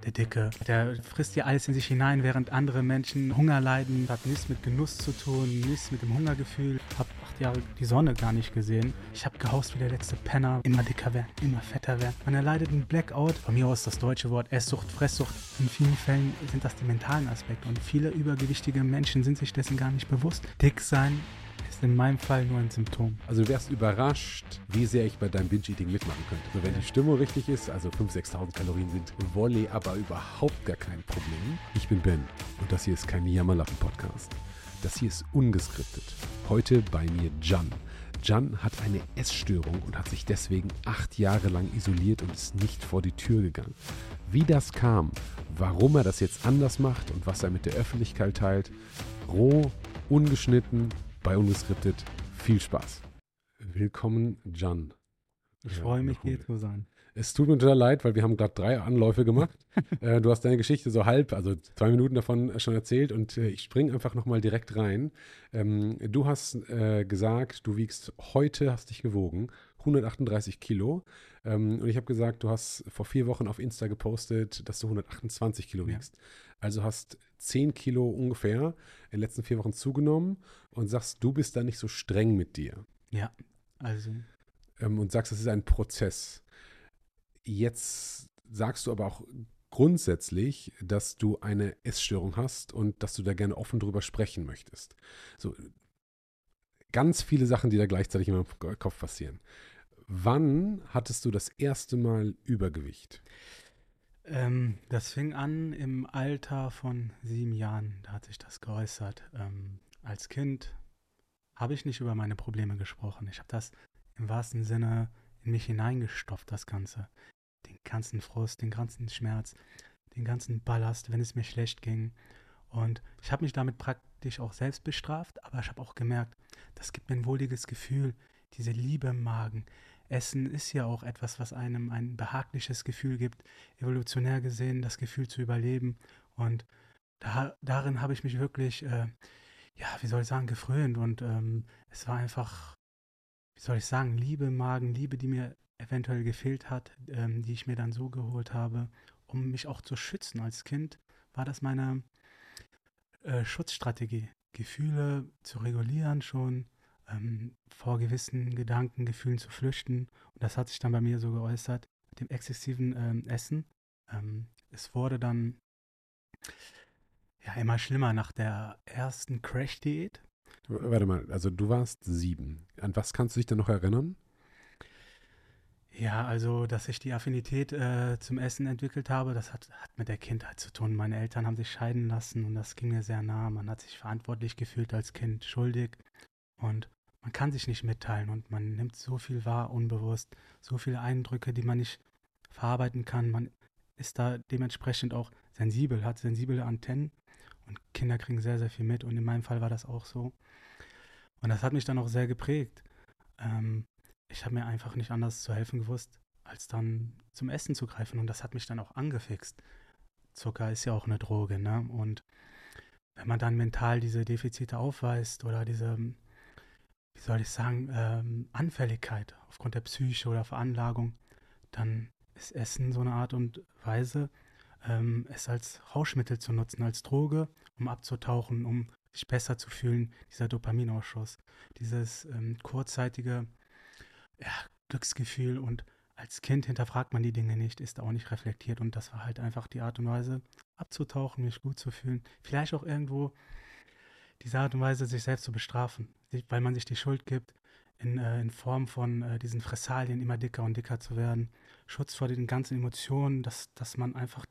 der Dicke, der frisst ja alles in sich hinein, während andere Menschen Hunger leiden. Hat nichts mit Genuss zu tun, nichts mit dem Hungergefühl. Hab 8 Jahre die Sonne gar nicht gesehen. Ich habe gehaust wie der letzte Penner. Immer dicker werden, immer fetter werden. Man erleidet einen Blackout. Von mir aus das deutsche Wort Esssucht, Fresssucht. In vielen Fällen sind das die mentalen Aspekte. Und viele übergewichtige Menschen sind sich dessen gar nicht bewusst. Dick sein ist in meinem Fall nur ein Symptom. Also du wärst überrascht, wie sehr ich bei deinem Binge-Eating mitmachen könnte. Also wenn die Stimmung richtig ist, also 5.000, 6.000 Kalorien sind Volley, aber überhaupt gar kein Problem. Ich bin Ben und das hier ist kein Jammerlappen-Podcast. Das hier ist ungeskriptet. Heute bei mir Can. Can hat eine Essstörung und hat sich deswegen 8 Jahre lang isoliert und ist nicht vor die Tür gegangen. Wie das kam, warum er das jetzt anders macht und was er mit der Öffentlichkeit teilt, roh, ungeschnitten, bei Ungeskriptet. Viel Spaß. Willkommen, Can. Ich freue mich, hier zu sein. Es tut mir total leid, weil wir haben gerade 3 Anläufe gemacht. Du hast deine Geschichte so halb, also 2 Minuten davon schon erzählt und ich springe einfach nochmal direkt rein. Du hast gesagt, du wiegst heute, hast dich gewogen, 138 Kilo. Und ich habe gesagt, du hast vor 4 Wochen auf Insta gepostet, dass du 128 Kilo wiegst. Ja. Also hast 10 Kilo ungefähr in den letzten 4 Wochen zugenommen und sagst, du bist da nicht so streng mit dir. Ja, also. Und sagst, das ist ein Prozess. Jetzt sagst du aber auch grundsätzlich, dass du eine Essstörung hast und dass du da gerne offen drüber sprechen möchtest. So ganz viele Sachen, die da gleichzeitig in meinem Kopf passieren. Wann hattest du das erste Mal Übergewicht? Das fing an im Alter von 7 Jahren, da hat sich das geäußert. Als Kind habe ich nicht über meine Probleme gesprochen. Ich habe das im wahrsten Sinne in mich hineingestopft, das Ganze. Den ganzen Frust, den ganzen Schmerz, den ganzen Ballast, wenn es mir schlecht ging. Und ich habe mich damit praktisch auch selbst bestraft, aber ich habe auch gemerkt, das gibt mir ein wohliges Gefühl, diese Liebe im Magen. Essen ist ja auch etwas, was einem ein behagliches Gefühl gibt, evolutionär gesehen, das Gefühl zu überleben. Und darin habe ich mich wirklich, wie soll ich sagen, gefrönt. Und es war einfach, wie soll ich sagen, Liebe im Magen, Liebe, die mir eventuell gefehlt hat, die ich mir dann so geholt habe, um mich auch zu schützen. Als Kind war das meine Schutzstrategie, Gefühle zu regulieren schon, vor gewissen Gedanken, Gefühlen zu flüchten. Und das hat sich dann bei mir so geäußert, mit dem exzessiven Essen. Es wurde dann immer schlimmer nach der ersten Crash-Diät. Warte mal, also du warst 7. An was kannst du dich denn noch erinnern? Ja, also, dass ich die Affinität zum Essen entwickelt habe, das hat mit der Kindheit zu tun. Meine Eltern haben sich scheiden lassen und das ging mir sehr nah. Man hat sich verantwortlich gefühlt als Kind, schuldig und man kann sich nicht mitteilen und man nimmt so viel wahr, unbewusst, so viele Eindrücke, die man nicht verarbeiten kann. Man ist da dementsprechend auch sensibel, hat sensible Antennen und Kinder kriegen sehr, sehr viel mit und in meinem Fall war das auch so. Und das hat mich dann auch sehr geprägt. Ich habe mir einfach nicht anders zu helfen gewusst, als dann zum Essen zu greifen. Und das hat mich dann auch angefixt. Zucker ist ja auch eine Droge, ne? Und wenn man dann mental diese Defizite aufweist oder diese, wie soll ich sagen, Anfälligkeit aufgrund der Psyche oder Veranlagung, dann ist Essen so eine Art und Weise, es als Rauschmittel zu nutzen, als Droge, um abzutauchen, um sich besser zu fühlen, dieser Dopaminausschuss, dieses kurzzeitige Glücksgefühl und als Kind hinterfragt man die Dinge nicht, ist auch nicht reflektiert und das war halt einfach die Art und Weise, abzutauchen, mich gut zu fühlen. Vielleicht auch irgendwo diese Art und Weise, sich selbst zu bestrafen, weil man sich die Schuld gibt, in Form von diesen Fressalien immer dicker und dicker zu werden. Schutz vor den ganzen Emotionen, dass man einfach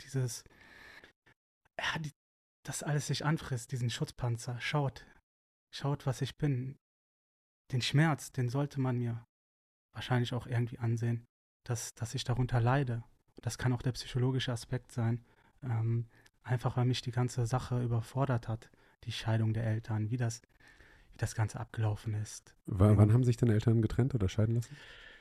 das alles sich anfrisst, diesen Schutzpanzer. Schaut, was ich bin. Den Schmerz, den sollte man mir wahrscheinlich auch irgendwie ansehen, dass ich darunter leide. Das kann auch der psychologische Aspekt sein. Einfach weil mich die ganze Sache überfordert hat, die Scheidung der Eltern, wie das Ganze abgelaufen ist. Wann haben sich deine Eltern getrennt oder scheiden lassen?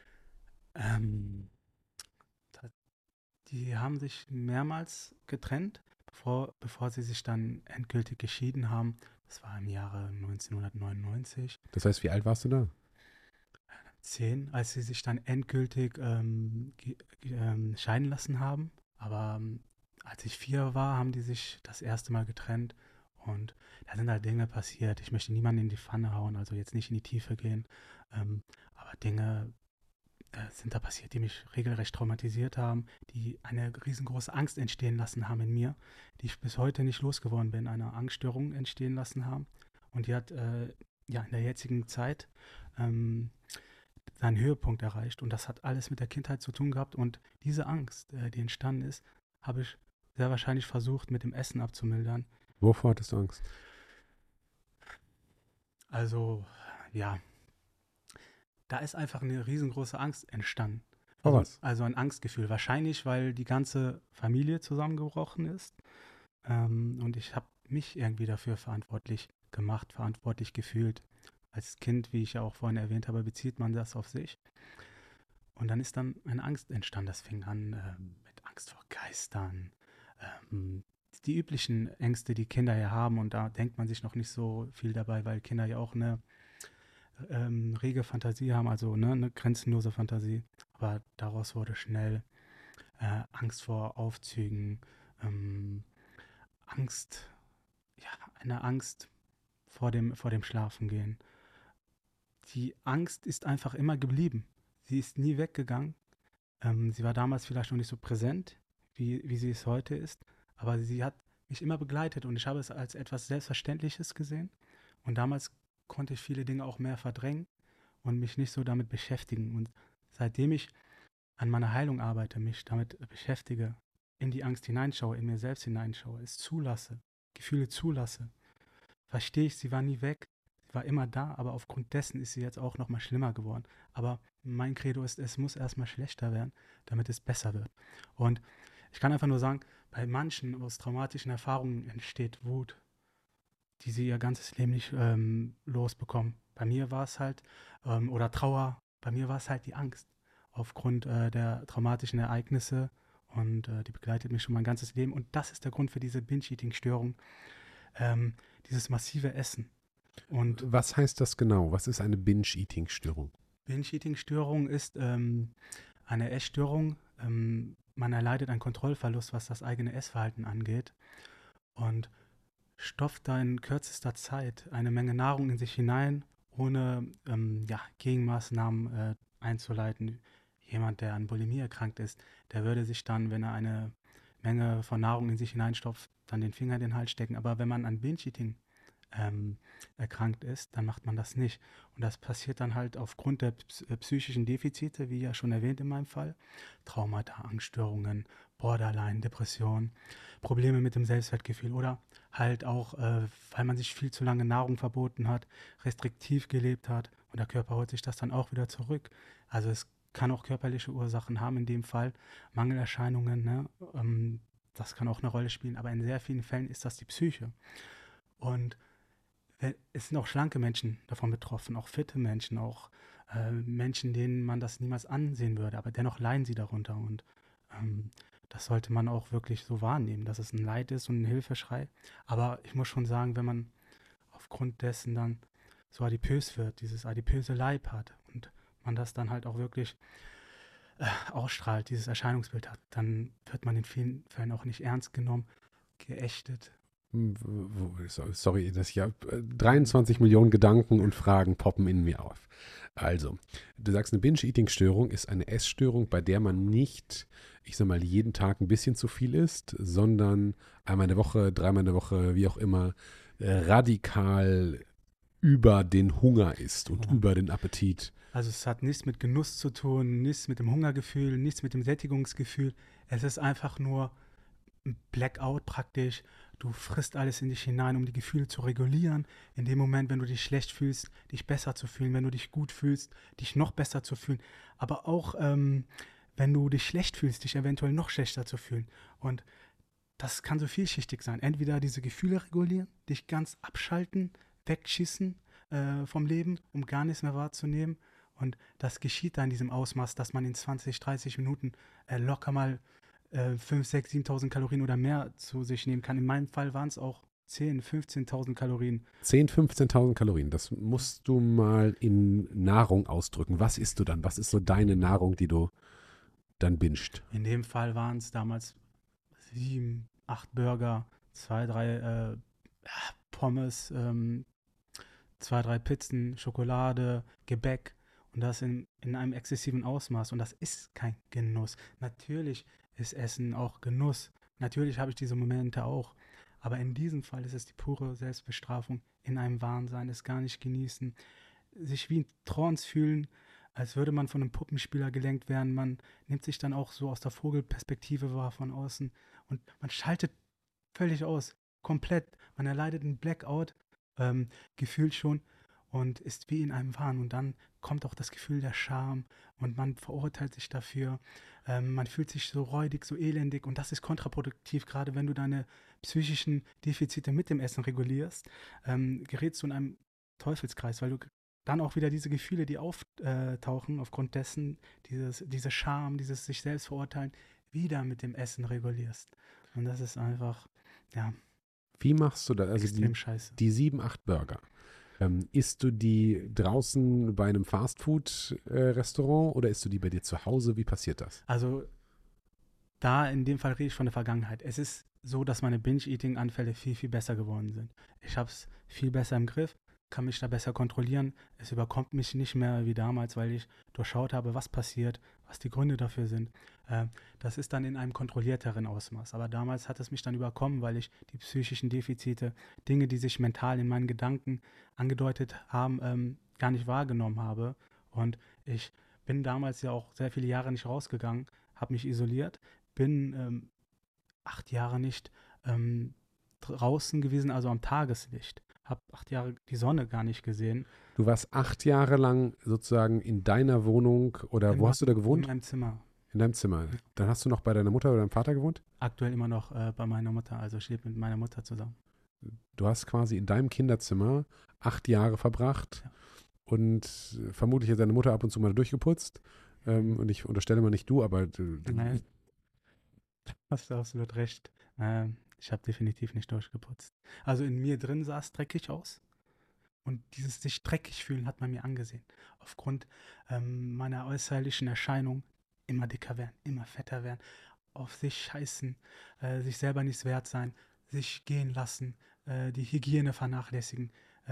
Die haben sich mehrmals getrennt, bevor sie sich dann endgültig geschieden haben. Das war im Jahre 1999. Das heißt, wie alt warst du da? 10, als sie sich dann endgültig scheiden lassen haben. Aber als ich 4 war, haben die sich das erste Mal getrennt. Und da sind halt Dinge passiert. Ich möchte niemanden in die Pfanne hauen, also jetzt nicht in die Tiefe gehen. Aber Dinge sind da passiert, die mich regelrecht traumatisiert haben, die eine riesengroße Angst entstehen lassen haben in mir, die ich bis heute nicht losgeworden bin, eine Angststörung entstehen lassen haben. Und die hat ja in der jetzigen Zeit seinen Höhepunkt erreicht. Und das hat alles mit der Kindheit zu tun gehabt. Und diese Angst, die entstanden ist, habe ich sehr wahrscheinlich versucht, mit dem Essen abzumildern. Wovor hattest du Angst? Also, ja, da ist einfach eine riesengroße Angst entstanden. Vor was? Also ein Angstgefühl. Wahrscheinlich, weil die ganze Familie zusammengebrochen ist. Und ich habe mich irgendwie dafür verantwortlich gemacht, verantwortlich gefühlt. Als Kind, wie ich ja auch vorhin erwähnt habe, bezieht man das auf sich. Und dann ist dann eine Angst entstanden. Das fing an mit Angst vor Geistern. Die üblichen Ängste, die Kinder ja haben. Und da denkt man sich noch nicht so viel dabei, weil Kinder ja auch eine rege Fantasie haben, also eine grenzenlose Fantasie. Aber daraus wurde schnell Angst vor Aufzügen, Angst, ja, eine Angst vor dem Schlafengehen. Die Angst ist einfach immer geblieben. Sie ist nie weggegangen. Sie war damals vielleicht noch nicht so präsent, wie sie es heute ist, aber sie hat mich immer begleitet und ich habe es als etwas Selbstverständliches gesehen. Und damals konnte ich viele Dinge auch mehr verdrängen und mich nicht so damit beschäftigen. Und seitdem ich an meiner Heilung arbeite, mich damit beschäftige, in die Angst hineinschaue, in mir selbst hineinschaue, es zulasse, Gefühle zulasse, verstehe ich, sie war nie weg, sie war immer da, aber aufgrund dessen ist sie jetzt auch nochmal schlimmer geworden. Aber mein Credo ist, es muss erstmal schlechter werden, damit es besser wird. Und ich kann einfach nur sagen, bei manchen aus traumatischen Erfahrungen entsteht Wut, die sie ihr ganzes Leben nicht losbekommen. Bei mir war es halt, oder Trauer, bei mir war es halt die Angst aufgrund der traumatischen Ereignisse und die begleitet mich schon mein ganzes Leben. Und das ist der Grund für diese Binge-Eating-Störung, dieses massive Essen. Und Was heißt das genau? Was ist eine Binge-Eating-Störung? Binge-Eating-Störung ist eine Essstörung. Man erleidet einen Kontrollverlust, was das eigene Essverhalten angeht. Und stopft da in kürzester Zeit eine Menge Nahrung in sich hinein, ohne Gegenmaßnahmen einzuleiten. Jemand, der an Bulimie erkrankt ist, der würde sich dann, wenn er eine Menge von Nahrung in sich hineinstopft, dann den Finger in den Hals stecken. Aber wenn man an Binge-Eating erkrankt ist, dann macht man das nicht. Und das passiert dann halt aufgrund der psychischen Defizite, wie ja schon erwähnt in meinem Fall. Traumata, Angststörungen, Borderline, Depression, Probleme mit dem Selbstwertgefühl oder halt auch, weil man sich viel zu lange Nahrung verboten hat, restriktiv gelebt hat und der Körper holt sich das dann auch wieder zurück. Also es kann auch körperliche Ursachen haben, in dem Fall Mangelerscheinungen, ne? Das kann auch eine Rolle spielen, aber in sehr vielen Fällen ist das die Psyche. Und es sind auch schlanke Menschen davon betroffen, auch fitte Menschen, auch Menschen, denen man das niemals ansehen würde, aber dennoch leiden sie darunter und das sollte man auch wirklich so wahrnehmen, dass es ein Leid ist und ein Hilfeschrei. Aber ich muss schon sagen, wenn man aufgrund dessen dann so adipös wird, dieses adipöse Leib hat und man das dann halt auch wirklich ausstrahlt, dieses Erscheinungsbild hat, dann wird man in vielen Fällen auch nicht ernst genommen, geächtet. Sorry, 23 Millionen Gedanken und Fragen poppen in mir auf. Also, du sagst, eine Binge-Eating-Störung ist eine Essstörung, bei der man nicht, ich sag mal, jeden Tag ein bisschen zu viel isst, sondern einmal in der Woche, dreimal in der Woche, wie auch immer, radikal über den Hunger isst und über den Appetit. Also es hat nichts mit Genuss zu tun, nichts mit dem Hungergefühl, nichts mit dem Sättigungsgefühl. Es ist einfach nur ein Blackout praktisch. Du frisst alles in dich hinein, um die Gefühle zu regulieren. In dem Moment, wenn du dich schlecht fühlst, dich besser zu fühlen. Wenn du dich gut fühlst, dich noch besser zu fühlen. Aber auch, wenn du dich schlecht fühlst, dich eventuell noch schlechter zu fühlen. Und das kann so vielschichtig sein. Entweder diese Gefühle regulieren, dich ganz abschalten, wegschießen vom Leben, um gar nichts mehr wahrzunehmen. Und das geschieht da in diesem Ausmaß, dass man in 20, 30 Minuten locker mal 5, 6, 7.000 Kalorien oder mehr zu sich nehmen kann. In meinem Fall waren es auch 10.000, 15.000 Kalorien. 10.000, 15.000 Kalorien, das musst du mal in Nahrung ausdrücken. Was isst du dann? Was ist so deine Nahrung, die du dann bingst? In dem Fall waren es damals 7, 8 Burger, 2, 3 Pommes, 2, 3 Pizzen, Schokolade, Gebäck und das in einem exzessiven Ausmaß. Und das ist kein Genuss. Natürlich ist Essen auch Genuss. Natürlich habe ich diese Momente auch. Aber in diesem Fall ist es die pure Selbstbestrafung, in einem Wahn sein, es gar nicht genießen, sich wie ein Trance fühlen, als würde man von einem Puppenspieler gelenkt werden. Man nimmt sich dann auch so aus der Vogelperspektive wahr von außen und man schaltet völlig aus, komplett. Man erleidet einen Blackout, gefühlt schon und ist wie in einem Wahn. Und dann kommt auch das Gefühl der Scham und man verurteilt sich dafür. Man fühlt sich so räudig, so elendig und das ist kontraproduktiv, gerade wenn du deine psychischen Defizite mit dem Essen regulierst, gerätst du in einem Teufelskreis, weil du dann auch wieder diese Gefühle, die auftauchen, aufgrund dessen, diese Scham, dieses sich selbst verurteilen, wieder mit dem Essen regulierst. Und das ist einfach, ja, Wie machst du das? Also extrem scheiße. die 7, 8 Burger. Isst du die draußen bei einem Fastfood-Restaurant oder isst du die bei dir zu Hause? Wie passiert das? Also da in dem Fall rede ich von der Vergangenheit. Es ist so, dass meine Binge-Eating-Anfälle viel, viel besser geworden sind. Ich habe es viel besser im Griff, kann mich da besser kontrollieren. Es überkommt mich nicht mehr wie damals, weil ich durchschaut habe, was passiert, was die Gründe dafür sind. Das ist dann in einem kontrollierteren Ausmaß. Aber damals hat es mich dann überkommen, weil ich die psychischen Defizite, Dinge, die sich mental in meinen Gedanken angedeutet haben, gar nicht wahrgenommen habe. Und ich bin damals ja auch sehr viele Jahre nicht rausgegangen, habe mich isoliert, bin 8 Jahre nicht draußen gewesen, also am Tageslicht. Habe 8 Jahre die Sonne gar nicht gesehen. Du warst 8 Jahre lang sozusagen in deiner Wohnung oder wo hast du da In gewohnt? meinem Zimmer. In deinem Zimmer. Dann hast du noch bei deiner Mutter oder deinem Vater gewohnt? Aktuell immer noch bei meiner Mutter. Also ich lebe mit meiner Mutter zusammen. Du hast quasi in deinem Kinderzimmer 8 Jahre verbracht Ja. und vermutlich hat deine Mutter ab und zu mal durchgeputzt. Und ich unterstelle mal nicht du, aber Nein, hast du absolut recht. Ich habe definitiv nicht durchgeputzt. Also in mir drin sah es dreckig aus. Und dieses sich dreckig fühlen hat man mir angesehen. Aufgrund meiner äußerlichen Erscheinung immer dicker werden, immer fetter werden, auf sich scheißen, sich selber nichts wert sein, sich gehen lassen, die Hygiene vernachlässigen.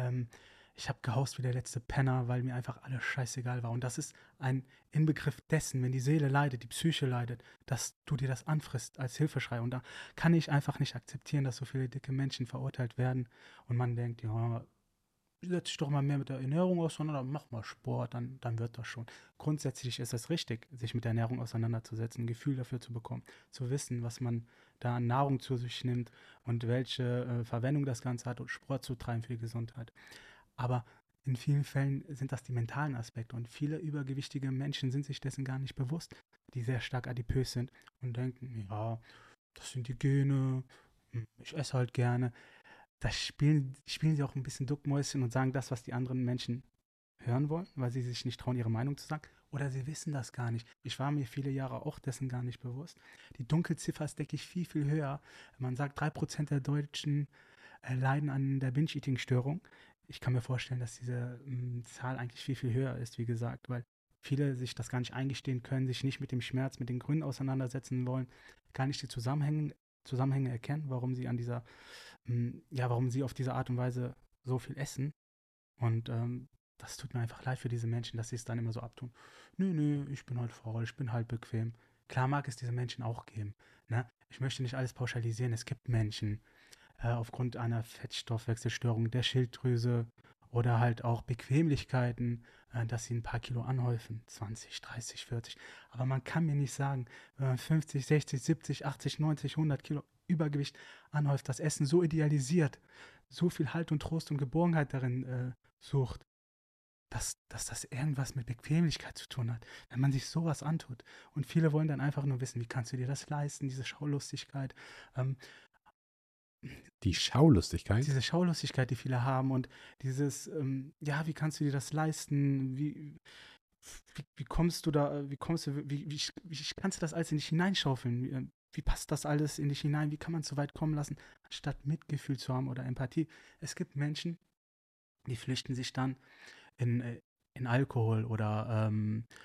Ich habe gehaust wie der letzte Penner, weil mir einfach alles scheißegal war. Und das ist ein Inbegriff dessen, wenn die Seele leidet, die Psyche leidet, dass du dir das anfrisst als Hilfeschrei. Und da kann ich einfach nicht akzeptieren, dass so viele dicke Menschen verurteilt werden. Und man denkt, ja, setz dich doch mal mehr mit der Ernährung auseinander, mach mal Sport, dann wird das schon. Grundsätzlich ist es richtig, sich mit der Ernährung auseinanderzusetzen, ein Gefühl dafür zu bekommen, zu wissen, was man da an Nahrung zu sich nimmt und welche Verwendung das Ganze hat und Sport zu treiben für die Gesundheit. Aber in vielen Fällen sind das die mentalen Aspekte und viele übergewichtige Menschen sind sich dessen gar nicht bewusst, die sehr stark adipös sind und denken, ja, das sind die Gene, ich esse halt gerne. Da spielen sie auch ein bisschen Duckmäuschen und sagen das, was die anderen Menschen hören wollen, weil sie sich nicht trauen, ihre Meinung zu sagen. Oder sie wissen das gar nicht. Ich war mir viele Jahre auch dessen gar nicht bewusst. Die Dunkelziffer ist, denke ich, viel, viel höher. Man sagt, 3% der Deutschen leiden an der Binge-Eating-Störung. Ich kann mir vorstellen, dass diese Zahl eigentlich viel, viel höher ist, wie gesagt, weil viele sich das gar nicht eingestehen können, sich nicht mit dem Schmerz, mit den Gründen auseinandersetzen wollen, gar nicht die Zusammenhänge erkennen, warum sie warum sie auf diese Art und Weise so viel essen. Und das tut mir einfach leid für diese Menschen, dass sie es dann immer so abtun. Nö, ich bin halt faul, ich bin halt bequem. Klar mag es diese Menschen auch geben. Ne? Ich möchte nicht alles pauschalisieren. Es gibt Menschen aufgrund einer Fettstoffwechselstörung der Schilddrüse oder halt auch Bequemlichkeiten, dass sie ein paar Kilo anhäufen, 20, 30, 40. Aber man kann mir nicht sagen, wenn man 50, 60, 70, 80, 90, 100 Kilo Übergewicht anhäuft, das Essen so idealisiert, so viel Halt und Trost und Geborgenheit darin sucht, dass das irgendwas mit Bequemlichkeit zu tun hat, wenn man sich sowas antut. Und viele wollen dann einfach nur wissen, wie kannst du dir das leisten, diese Schaulustigkeit. Ähm, die Schaulustigkeit? Diese Schaulustigkeit, die viele haben und dieses, ja, wie kannst du dir das leisten? Wie kommst du da, wie kannst du das alles in dich hineinschaufeln? Wie passt das alles in dich hinein? Wie kann man es so weit kommen lassen, anstatt Mitgefühl zu haben oder Empathie? Es gibt Menschen, die flüchten sich dann in Alkohol oder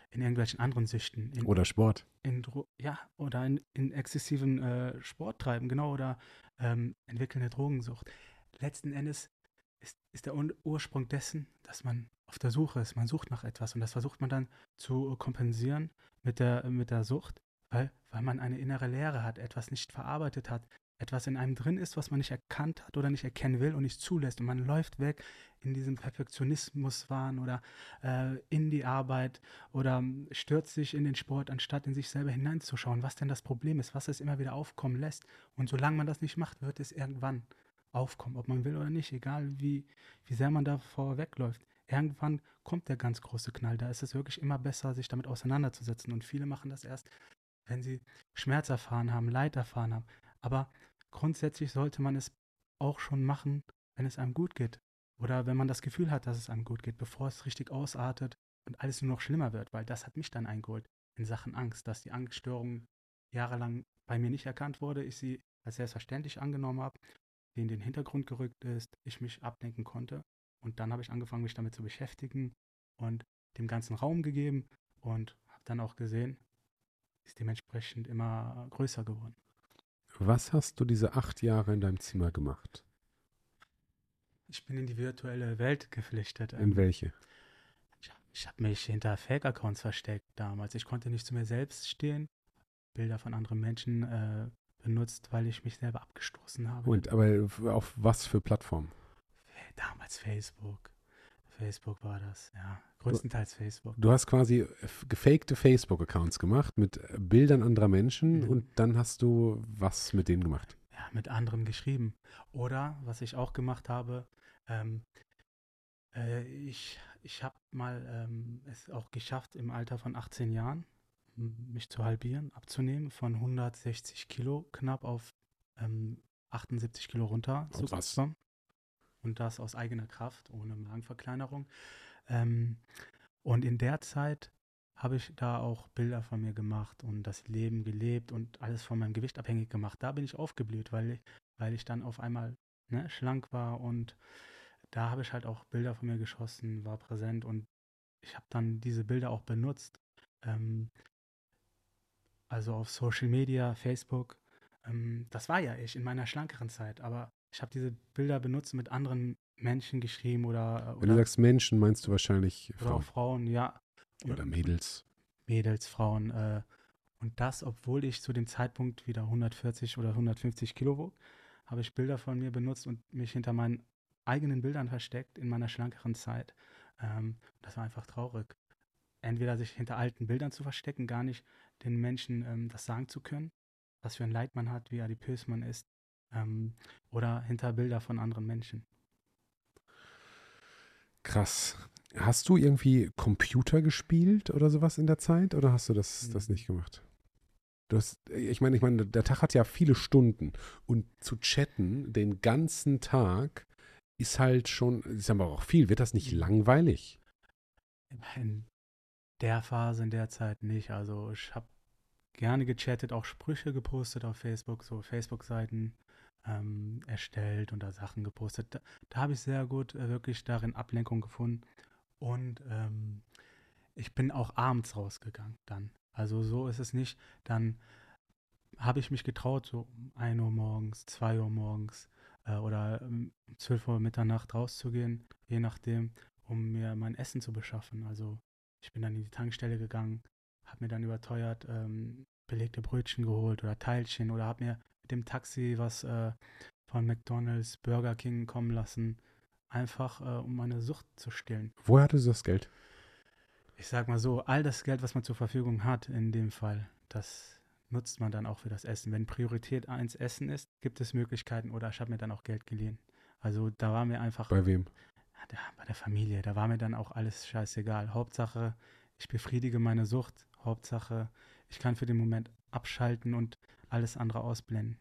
in irgendwelchen anderen Süchten, Oder Sport. oder in exzessiven Sport treiben, genau, oder entwickeln eine Drogensucht. Letzten Endes ist der Ursprung dessen, dass man auf der Suche ist. Man sucht nach etwas und das versucht man dann zu kompensieren mit der Sucht, weil man eine innere Leere hat, etwas nicht verarbeitet hat, etwas in einem drin ist, was man nicht erkannt hat oder nicht erkennen will und nicht zulässt. Und man läuft weg in diesem Perfektionismuswahn oder in die Arbeit oder stürzt sich in den Sport, anstatt in sich selber hineinzuschauen, was denn das Problem ist, was es immer wieder aufkommen lässt. Und solange man das nicht macht, wird es irgendwann aufkommen, ob man will oder nicht, egal wie sehr man davor wegläuft. Irgendwann kommt der ganz große Knall. Da ist es wirklich immer besser, sich damit auseinanderzusetzen. Und viele machen das erst, wenn sie Schmerz erfahren haben, Leid erfahren haben. Aber grundsätzlich sollte man es auch schon machen, wenn es einem gut geht. Oder wenn man das Gefühl hat, dass es einem gut geht, bevor es richtig ausartet und alles nur noch schlimmer wird. Weil das hat mich dann eingeholt in Sachen Angst, dass die Angststörung jahrelang bei mir nicht erkannt wurde, ich sie als selbstverständlich angenommen habe, die in den Hintergrund gerückt ist, ich mich ablenken konnte. Und dann habe ich angefangen, mich damit zu beschäftigen und dem ganzen Raum gegeben und habe dann auch gesehen, ist dementsprechend immer größer geworden. Was hast du diese 8 Jahre in deinem Zimmer gemacht? Ich bin in die virtuelle Welt geflüchtet. In welche? Ich habe mich hinter Fake-Accounts versteckt damals. Ich konnte nicht zu mir selbst stehen, Bilder von anderen Menschen benutzt, weil ich mich selber abgestoßen habe. Und aber auf was für Plattformen? Damals Facebook. Facebook war das, ja. Größtenteils Facebook. Du hast quasi gefakte Facebook-Accounts gemacht mit Bildern anderer Menschen und dann hast du was mit denen gemacht? Ja, mit anderen geschrieben. Oder, was ich auch gemacht habe, ich habe mal es auch geschafft, im Alter von 18 Jahren mich zu halbieren, abzunehmen, von 160 Kilo knapp auf 78 Kilo runter zu kommen. Und das aus eigener Kraft, ohne Magenverkleinerung. Und in der Zeit habe ich da auch Bilder von mir gemacht und das Leben gelebt und alles von meinem Gewicht abhängig gemacht. Da bin ich aufgeblüht, weil ich dann auf einmal schlank war und da habe ich halt auch Bilder von mir geschossen, war präsent und ich habe dann diese Bilder auch benutzt. Ähm, also auf Social Media, Facebook. Das war ja ich in meiner schlankeren Zeit, aber ich habe diese Bilder benutzt, mit anderen Menschen geschrieben Wenn du sagst Menschen, meinst du wahrscheinlich oder auch Frauen, ja. Oder Mädels. Mädels, Frauen. Und das, obwohl ich zu dem Zeitpunkt wieder 140 oder 150 Kilo wog, habe ich Bilder von mir benutzt und mich hinter meinen eigenen Bildern versteckt in meiner schlankeren Zeit. Das war einfach traurig. Entweder sich hinter alten Bildern zu verstecken, gar nicht den Menschen das sagen zu können, was für ein Leid man hat, wie adipös man ist, oder hinter Bilder von anderen Menschen. Krass. Hast du irgendwie Computer gespielt oder sowas in der Zeit oder hast du das nicht gemacht? Ich meine, der Tag hat ja viele Stunden und zu chatten den ganzen Tag ist halt schon, ist aber auch viel. Wird das nicht langweilig? In der Phase, in der Zeit nicht. Also ich habe gerne gechattet, auch Sprüche gepostet auf Facebook, so Facebook-Seiten erstellt und da Sachen gepostet. Da habe ich sehr gut wirklich darin Ablenkung gefunden. Und ich bin auch abends rausgegangen dann. Also so ist es nicht. Dann habe ich mich getraut, so um 1 Uhr morgens, 2 Uhr morgens oder 12 Uhr Mitternacht rauszugehen, je nachdem, um mir mein Essen zu beschaffen. Also ich bin dann in die Tankstelle gegangen, habe mir dann überteuert belegte Brötchen geholt oder Teilchen oder habe mir mit dem Taxi was von McDonald's, Burger King kommen lassen, einfach um meine Sucht zu stillen. Woher hattest du das Geld? Ich sag mal so, all das Geld, was man zur Verfügung hat in dem Fall, das nutzt man dann auch für das Essen. Wenn Priorität 1 Essen ist, gibt es Möglichkeiten oder ich habe mir dann auch Geld geliehen. Also da war mir einfach Bei wem? bei der Familie, da war mir dann auch alles scheißegal. Hauptsache, ich befriedige meine Sucht. Hauptsache, ich kann für den Moment abschalten und alles andere ausblenden.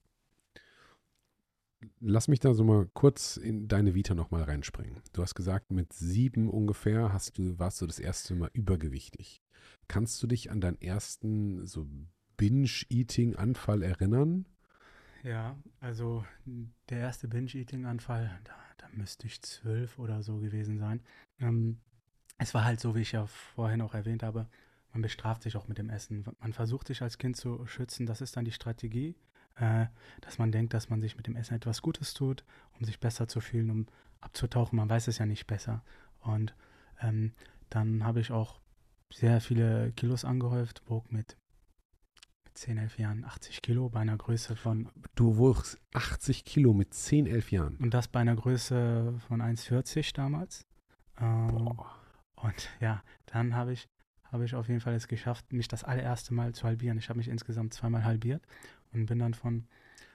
Lass mich da so mal kurz in deine Vita nochmal reinspringen. Du hast gesagt, mit 7 ungefähr warst du das erste Mal übergewichtig. Kannst du dich an deinen ersten so Binge-Eating-Anfall erinnern? Ja, also der erste Binge-Eating-Anfall, da müsste ich 12 oder so gewesen sein. es war halt so, wie ich ja vorhin auch erwähnt habe, man bestraft sich auch mit dem Essen. Man versucht sich als Kind zu schützen, das ist dann die Strategie, äh, dass man denkt, dass man sich mit dem Essen etwas Gutes tut, um sich besser zu fühlen, um abzutauchen. Man weiß es ja nicht besser. Und ähm, dann habe ich auch sehr viele Kilos angehäuft, wog mit 10, 11 Jahren 80 Kilo bei einer Größe von, Du wogst 80 Kilo mit 10, 11 Jahren. und das bei einer Größe von 1,40 damals. Ähm, Boah. und ja, dann habe ich auf jeden Fall es geschafft, mich das allererste Mal zu halbieren. Ich habe mich insgesamt zweimal halbiert und bin dann von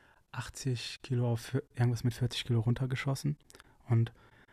80 Kilo auf irgendwas mit 40 Kilo runtergeschossen. Und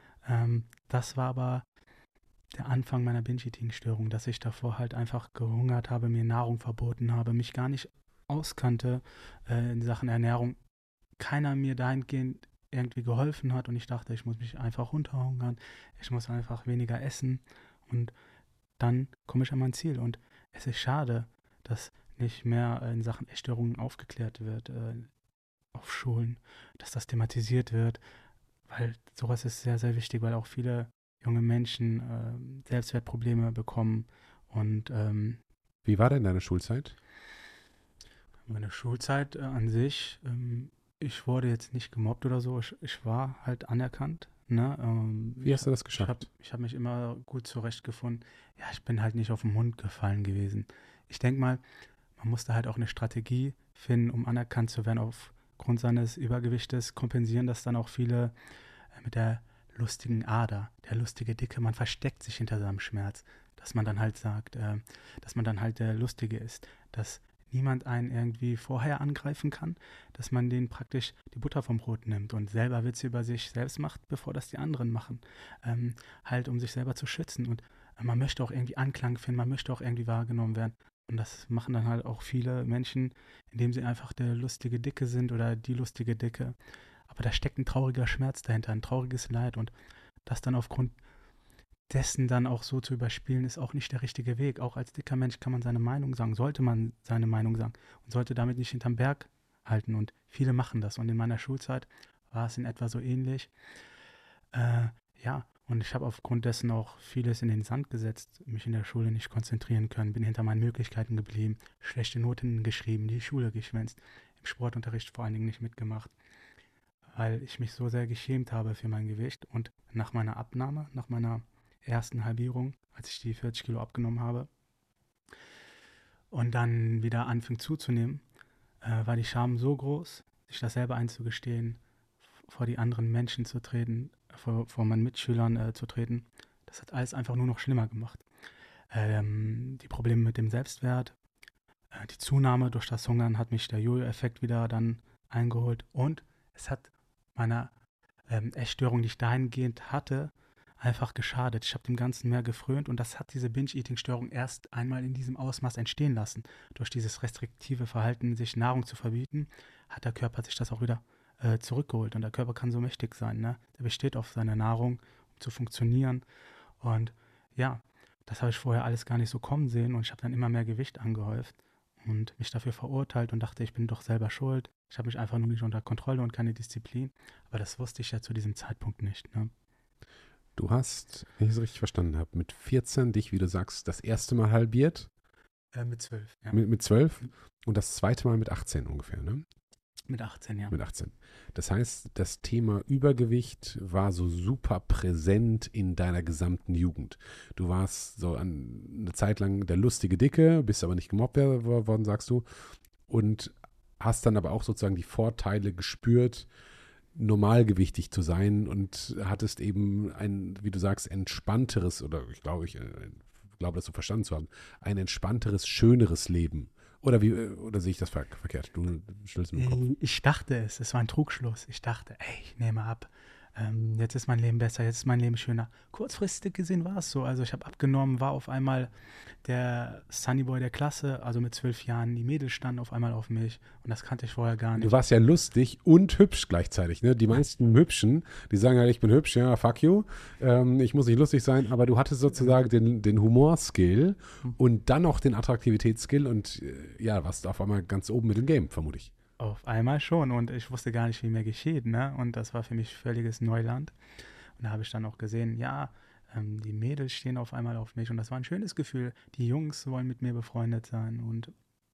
das war aber der Anfang meiner Binge-Eating-Störung, dass ich davor halt einfach gehungert habe, mir Nahrung verboten habe, mich gar nicht auskannte in Sachen Ernährung, keiner mir dahingehend irgendwie geholfen hat und ich dachte, ich muss mich einfach runterhungern, ich muss einfach weniger essen und dann komme ich an mein Ziel. Und es ist schade, dass nicht mehr in Sachen Essstörungen aufgeklärt wird auf Schulen, dass das thematisiert wird, weil sowas ist sehr, sehr wichtig, weil auch viele junge Menschen Selbstwertprobleme bekommen und Wie war denn deine Schulzeit? meine Schulzeit an sich, ich wurde jetzt nicht gemobbt oder so, ich war halt anerkannt. Ne? Wie hast du das Ich habe geschafft? ich hab mich immer gut zurechtgefunden. Ja, ich bin halt nicht auf den Mund gefallen gewesen. Ich denke mal, man musste halt auch eine Strategie finden, um anerkannt zu werden aufgrund seines Übergewichtes, kompensieren das dann auch viele mit der lustigen Ader, der lustige Dicke. Man versteckt sich hinter seinem Schmerz, dass man dann halt sagt, dass man dann halt der Lustige ist, dass niemand einen irgendwie vorher angreifen kann, dass man denen praktisch die Butter vom Brot nimmt und selber Witze über sich selbst macht, bevor das die anderen machen. Halt, um sich selber zu schützen. Und man möchte auch irgendwie Anklang finden, man möchte auch irgendwie wahrgenommen werden. Und das machen dann halt auch viele Menschen, indem sie einfach der lustige Dicke sind oder die lustige Dicke. Aber da steckt ein trauriger Schmerz dahinter, ein trauriges Leid. Und das dann aufgrund dessen dann auch so zu überspielen, ist auch nicht der richtige Weg. Auch als dicker Mensch kann man seine Meinung sagen, sollte man seine Meinung sagen und sollte damit nicht hinterm Berg halten. Und viele machen das. Und in meiner Schulzeit war es in etwa so ähnlich. Ja, und ich habe aufgrund dessen auch vieles in den Sand gesetzt, mich in der Schule nicht konzentrieren können, bin hinter meinen Möglichkeiten geblieben, schlechte Noten geschrieben, die Schule geschwänzt, im Sportunterricht vor allen Dingen nicht mitgemacht, weil ich mich so sehr geschämt habe für mein Gewicht. Und nach meiner Abnahme, nach meiner ersten Halbierung, als ich die 40 Kilo abgenommen habe und dann wieder anfing zuzunehmen, war die Scham so groß, sich das selber einzugestehen, vor die anderen Menschen zu treten, vor meinen Mitschülern zu treten. Das hat alles einfach nur noch schlimmer gemacht. Die Probleme mit dem Selbstwert, die Zunahme durch das Hungern hat mich der Jojo-Effekt wieder dann eingeholt und es hat meiner Essstörung, die ich dahingehend hatte, einfach geschadet. Ich habe dem Ganzen mehr gefrönt und das hat diese Binge-Eating-Störung erst einmal in diesem Ausmaß entstehen lassen. Durch dieses restriktive Verhalten, sich Nahrung zu verbieten, hat der Körper sich das auch wieder zurückgeholt. Und der Körper kann so mächtig sein. Ne? Der besteht auf seiner Nahrung, um zu funktionieren. Und ja, das habe ich vorher alles gar nicht so kommen sehen und ich habe dann immer mehr Gewicht angehäuft und mich dafür verurteilt und dachte, ich bin doch selber schuld. Ich habe mich einfach nur nicht unter Kontrolle und keine Disziplin. Aber das wusste ich ja zu diesem Zeitpunkt nicht. Ne? Du hast, wenn ich es richtig verstanden habe, mit 14 dich, wie du sagst, das erste Mal halbiert, Mit 12, ja. mit 12 und das zweite Mal mit 18 ungefähr, ne? Mit 18, ja. Mit 18. Das heißt, das Thema Übergewicht war so super präsent in deiner gesamten Jugend. Du warst so eine Zeit lang der lustige Dicke, bist aber nicht gemobbt worden, sagst du, und hast dann aber auch sozusagen die Vorteile gespürt, normalgewichtig zu sein und hattest eben ein, wie du sagst, entspannteres, oder ich glaube, das so verstanden zu haben, ein entspannteres, schöneres Leben. Oder sehe ich das verkehrt? Du schüttelst mit dem Kopf. Ich dachte es war ein Trugschluss. Ich dachte, ey, ich nehme ab. Jetzt ist mein Leben besser, jetzt ist mein Leben schöner. Kurzfristig gesehen war es so. Also ich habe abgenommen, war auf einmal der Sunnyboy der Klasse, also mit 12 Jahren. Die Mädels standen auf einmal auf mich und das kannte ich vorher gar Du nicht. warst ja lustig und hübsch gleichzeitig, ne? Die meisten Hübschen, die sagen halt, ich bin hübsch, ja, fuck you. Ich muss nicht lustig sein, aber du hattest sozusagen den Humorskill und dann noch den Attraktivitätsskill und ja, warst auf einmal ganz oben mit dem Game, vermute ich. Auf einmal schon und ich wusste gar nicht, wie mir geschieht, ne? Und das war für mich völliges Neuland. Und da habe ich dann auch gesehen, ja, die Mädels stehen auf einmal auf mich und das war ein schönes Gefühl. Die Jungs wollen mit mir befreundet sein und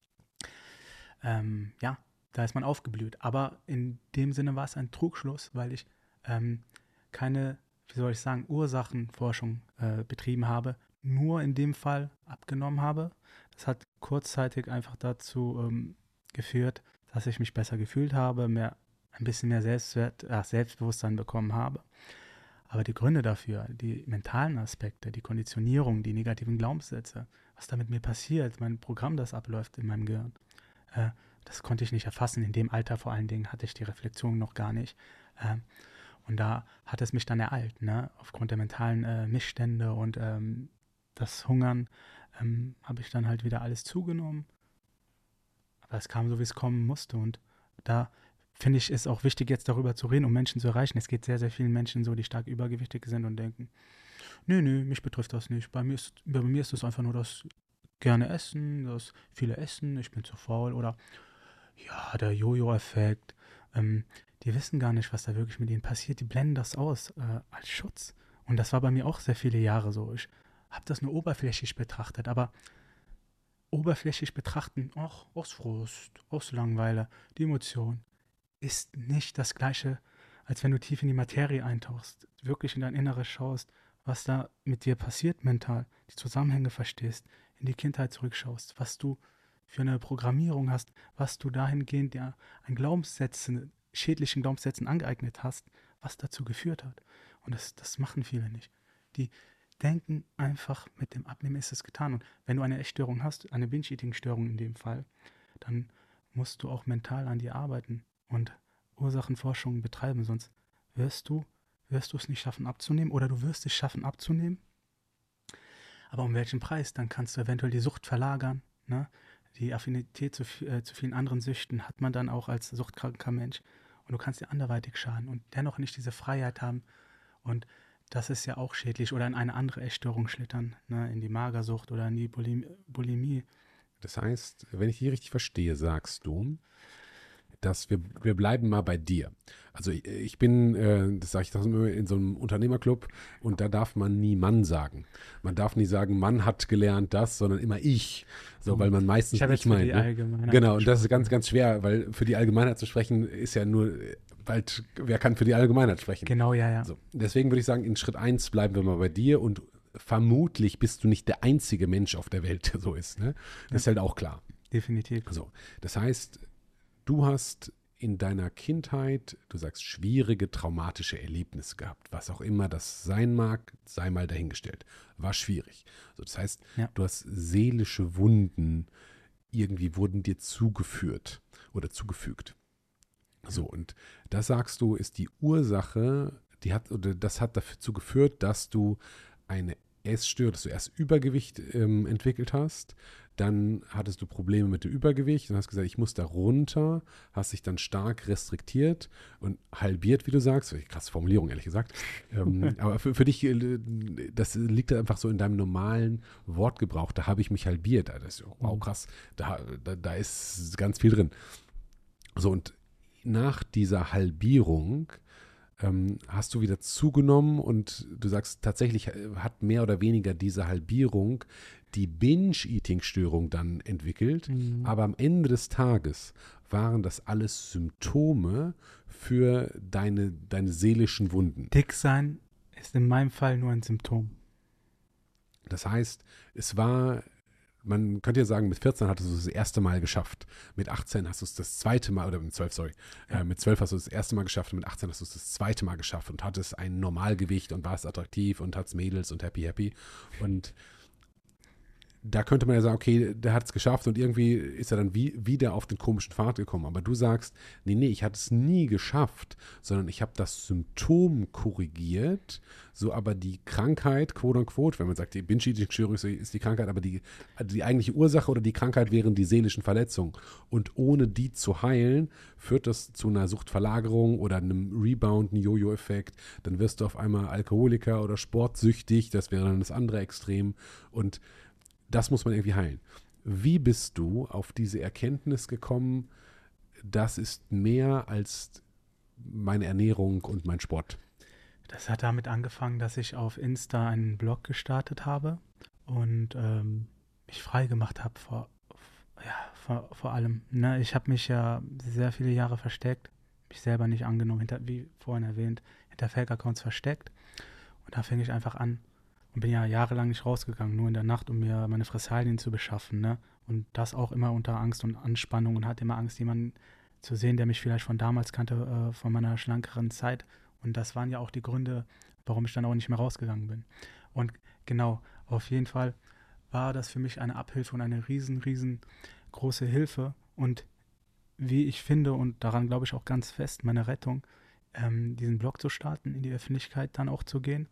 ja, da ist man aufgeblüht. Aber in dem Sinne war es ein Trugschluss, weil ich keine, wie soll ich sagen, Ursachenforschung betrieben habe, nur in dem Fall abgenommen habe. Das hat kurzzeitig einfach dazu geführt, dass ich mich besser gefühlt habe, ein bisschen mehr Selbstbewusstsein bekommen habe. Aber die Gründe dafür, die mentalen Aspekte, die Konditionierung, die negativen Glaubenssätze, was da mit mir passiert, mein Programm, das abläuft in meinem Gehirn, das konnte ich nicht erfassen. In dem Alter vor allen Dingen hatte ich die Reflexion noch gar nicht. Und da hat es mich dann ereilt, ne? Aufgrund der mentalen Missstände und das Hungern habe ich dann halt wieder alles zugenommen. Aber es kam so, wie es kommen musste. Und da finde ich es auch wichtig, jetzt darüber zu reden, um Menschen zu erreichen. Es geht sehr, sehr vielen Menschen so, die stark übergewichtig sind und denken, nö, mich betrifft das nicht. Bei mir ist es einfach nur das gerne essen, das viele essen, ich bin zu faul oder ja, der Jojo-Effekt. Die wissen gar nicht, was da wirklich mit ihnen passiert. Die blenden das aus als Schutz. Und das war bei mir auch sehr viele Jahre so. Ich habe das nur oberflächlich betrachtet, aber oberflächlich betrachten, auch aus Frust, aus Langeweile, die Emotion, ist nicht das Gleiche, als wenn du tief in die Materie eintauchst, wirklich in dein Inneres schaust, was da mit dir passiert mental, die Zusammenhänge verstehst, in die Kindheit zurückschaust, was du für eine Programmierung hast, was du dahingehend ja an Glaubenssätzen, schädlichen Glaubenssätzen angeeignet hast, was dazu geführt hat. Und das machen viele nicht. Die denken einfach, mit dem Abnehmen ist es getan. Und wenn du eine Essstörung hast, eine Binge-Eating-Störung in dem Fall, dann musst du auch mental an dir arbeiten und Ursachenforschung betreiben, sonst wirst du es nicht schaffen abzunehmen oder du wirst es schaffen abzunehmen. Aber um welchen Preis? Dann kannst du eventuell die Sucht verlagern. Ne? Die Affinität zu vielen anderen Süchten hat man dann auch als suchtkranker Mensch. Und du kannst dir anderweitig schaden und dennoch nicht diese Freiheit haben. Und das ist ja auch schädlich. Oder in eine andere Essstörung schlittern, ne? In die Magersucht oder in die Bulimie. Das heißt, wenn ich die richtig verstehe, sagst du, dass wir bleiben mal bei dir. Also ich bin, das sage ich doch immer, in so einem Unternehmerclub und da darf man nie Mann sagen. Man darf nie sagen, Mann hat gelernt das, sondern immer ich. So, weil man meistens ich meint. Die Allgemeinheit. Genau, und das ist ganz, ganz schwer, weil für die Allgemeinheit zu sprechen ist ja nur, bald, wer kann für die Allgemeinheit sprechen? Genau, ja. So, deswegen würde ich sagen, in Schritt 1 bleiben wir mal bei dir und vermutlich bist du nicht der einzige Mensch auf der Welt, der so ist. Ne? Das ist halt auch klar. Definitiv. So, das heißt, du hast in deiner Kindheit, du sagst, schwierige, traumatische Erlebnisse gehabt. Was auch immer das sein mag, sei mal dahingestellt. War schwierig. So, das heißt, du hast seelische Wunden, irgendwie wurden dir zugeführt oder zugefügt. So, und das sagst du, ist die Ursache, das hat dazu geführt, dass du eine Essstörung, dass du erst Übergewicht entwickelt hast, dann hattest du Probleme mit dem Übergewicht und hast gesagt, ich muss da runter, hast dich dann stark restriktiert und halbiert, wie du sagst. Krasse Formulierung, ehrlich gesagt. Aber für dich, das liegt einfach so in deinem normalen Wortgebrauch. Da habe ich mich halbiert. Das ist wow, krass. Da ist ganz viel drin. So, und nach dieser Halbierung hast du wieder zugenommen und du sagst, tatsächlich hat mehr oder weniger diese Halbierung die Binge-Eating-Störung dann entwickelt, aber am Ende des Tages waren das alles Symptome für deine seelischen Wunden. Dick sein ist in meinem Fall nur ein Symptom. Das heißt, man könnte ja sagen, mit 14 hattest du es das erste Mal geschafft. Mit 18 hast du es das zweite Mal, oder mit 12, sorry. Mit 12 hast du es das erste Mal geschafft und mit 18 hast du es das zweite Mal geschafft und hattest ein Normalgewicht und warst attraktiv und hattest Mädels und happy. Und da könnte man ja sagen, okay, der hat es geschafft und irgendwie ist er dann wieder auf den komischen Pfad gekommen. Aber du sagst, nee, ich hatte es nie geschafft, sondern ich habe das Symptom korrigiert, so aber die Krankheit, quote unquote, wenn man sagt, die Binge-Eating-Störung ist die Krankheit, aber die eigentliche Ursache oder die Krankheit wären die seelischen Verletzungen. Und ohne die zu heilen, führt das zu einer Suchtverlagerung oder einem Rebound, einem Jojo-Effekt. Dann wirst du auf einmal Alkoholiker oder sportsüchtig, das wäre dann das andere Extrem. Und das muss man irgendwie heilen. Wie bist du auf diese Erkenntnis gekommen, das ist mehr als meine Ernährung und mein Sport? Das hat damit angefangen, dass ich auf Insta einen Blog gestartet habe und mich frei gemacht habe vor allem. Ne? Ich habe mich ja sehr viele Jahre versteckt, mich selber nicht angenommen, wie vorhin erwähnt, hinter Fake-Accounts versteckt. Und da fing ich einfach an und bin ja jahrelang nicht rausgegangen, nur in der Nacht, um mir meine Fressalien zu beschaffen. Ne? Und das auch immer unter Angst und Anspannung und hatte immer Angst, jemanden zu sehen, der mich vielleicht von damals kannte, von meiner schlankeren Zeit. Und das waren ja auch die Gründe, warum ich dann auch nicht mehr rausgegangen bin. Und genau, auf jeden Fall war das für mich eine Abhilfe und eine riesengroße Hilfe. Und wie ich finde, und daran glaube ich auch ganz fest, meine Rettung, diesen Blog zu starten, in die Öffentlichkeit dann auch zu gehen,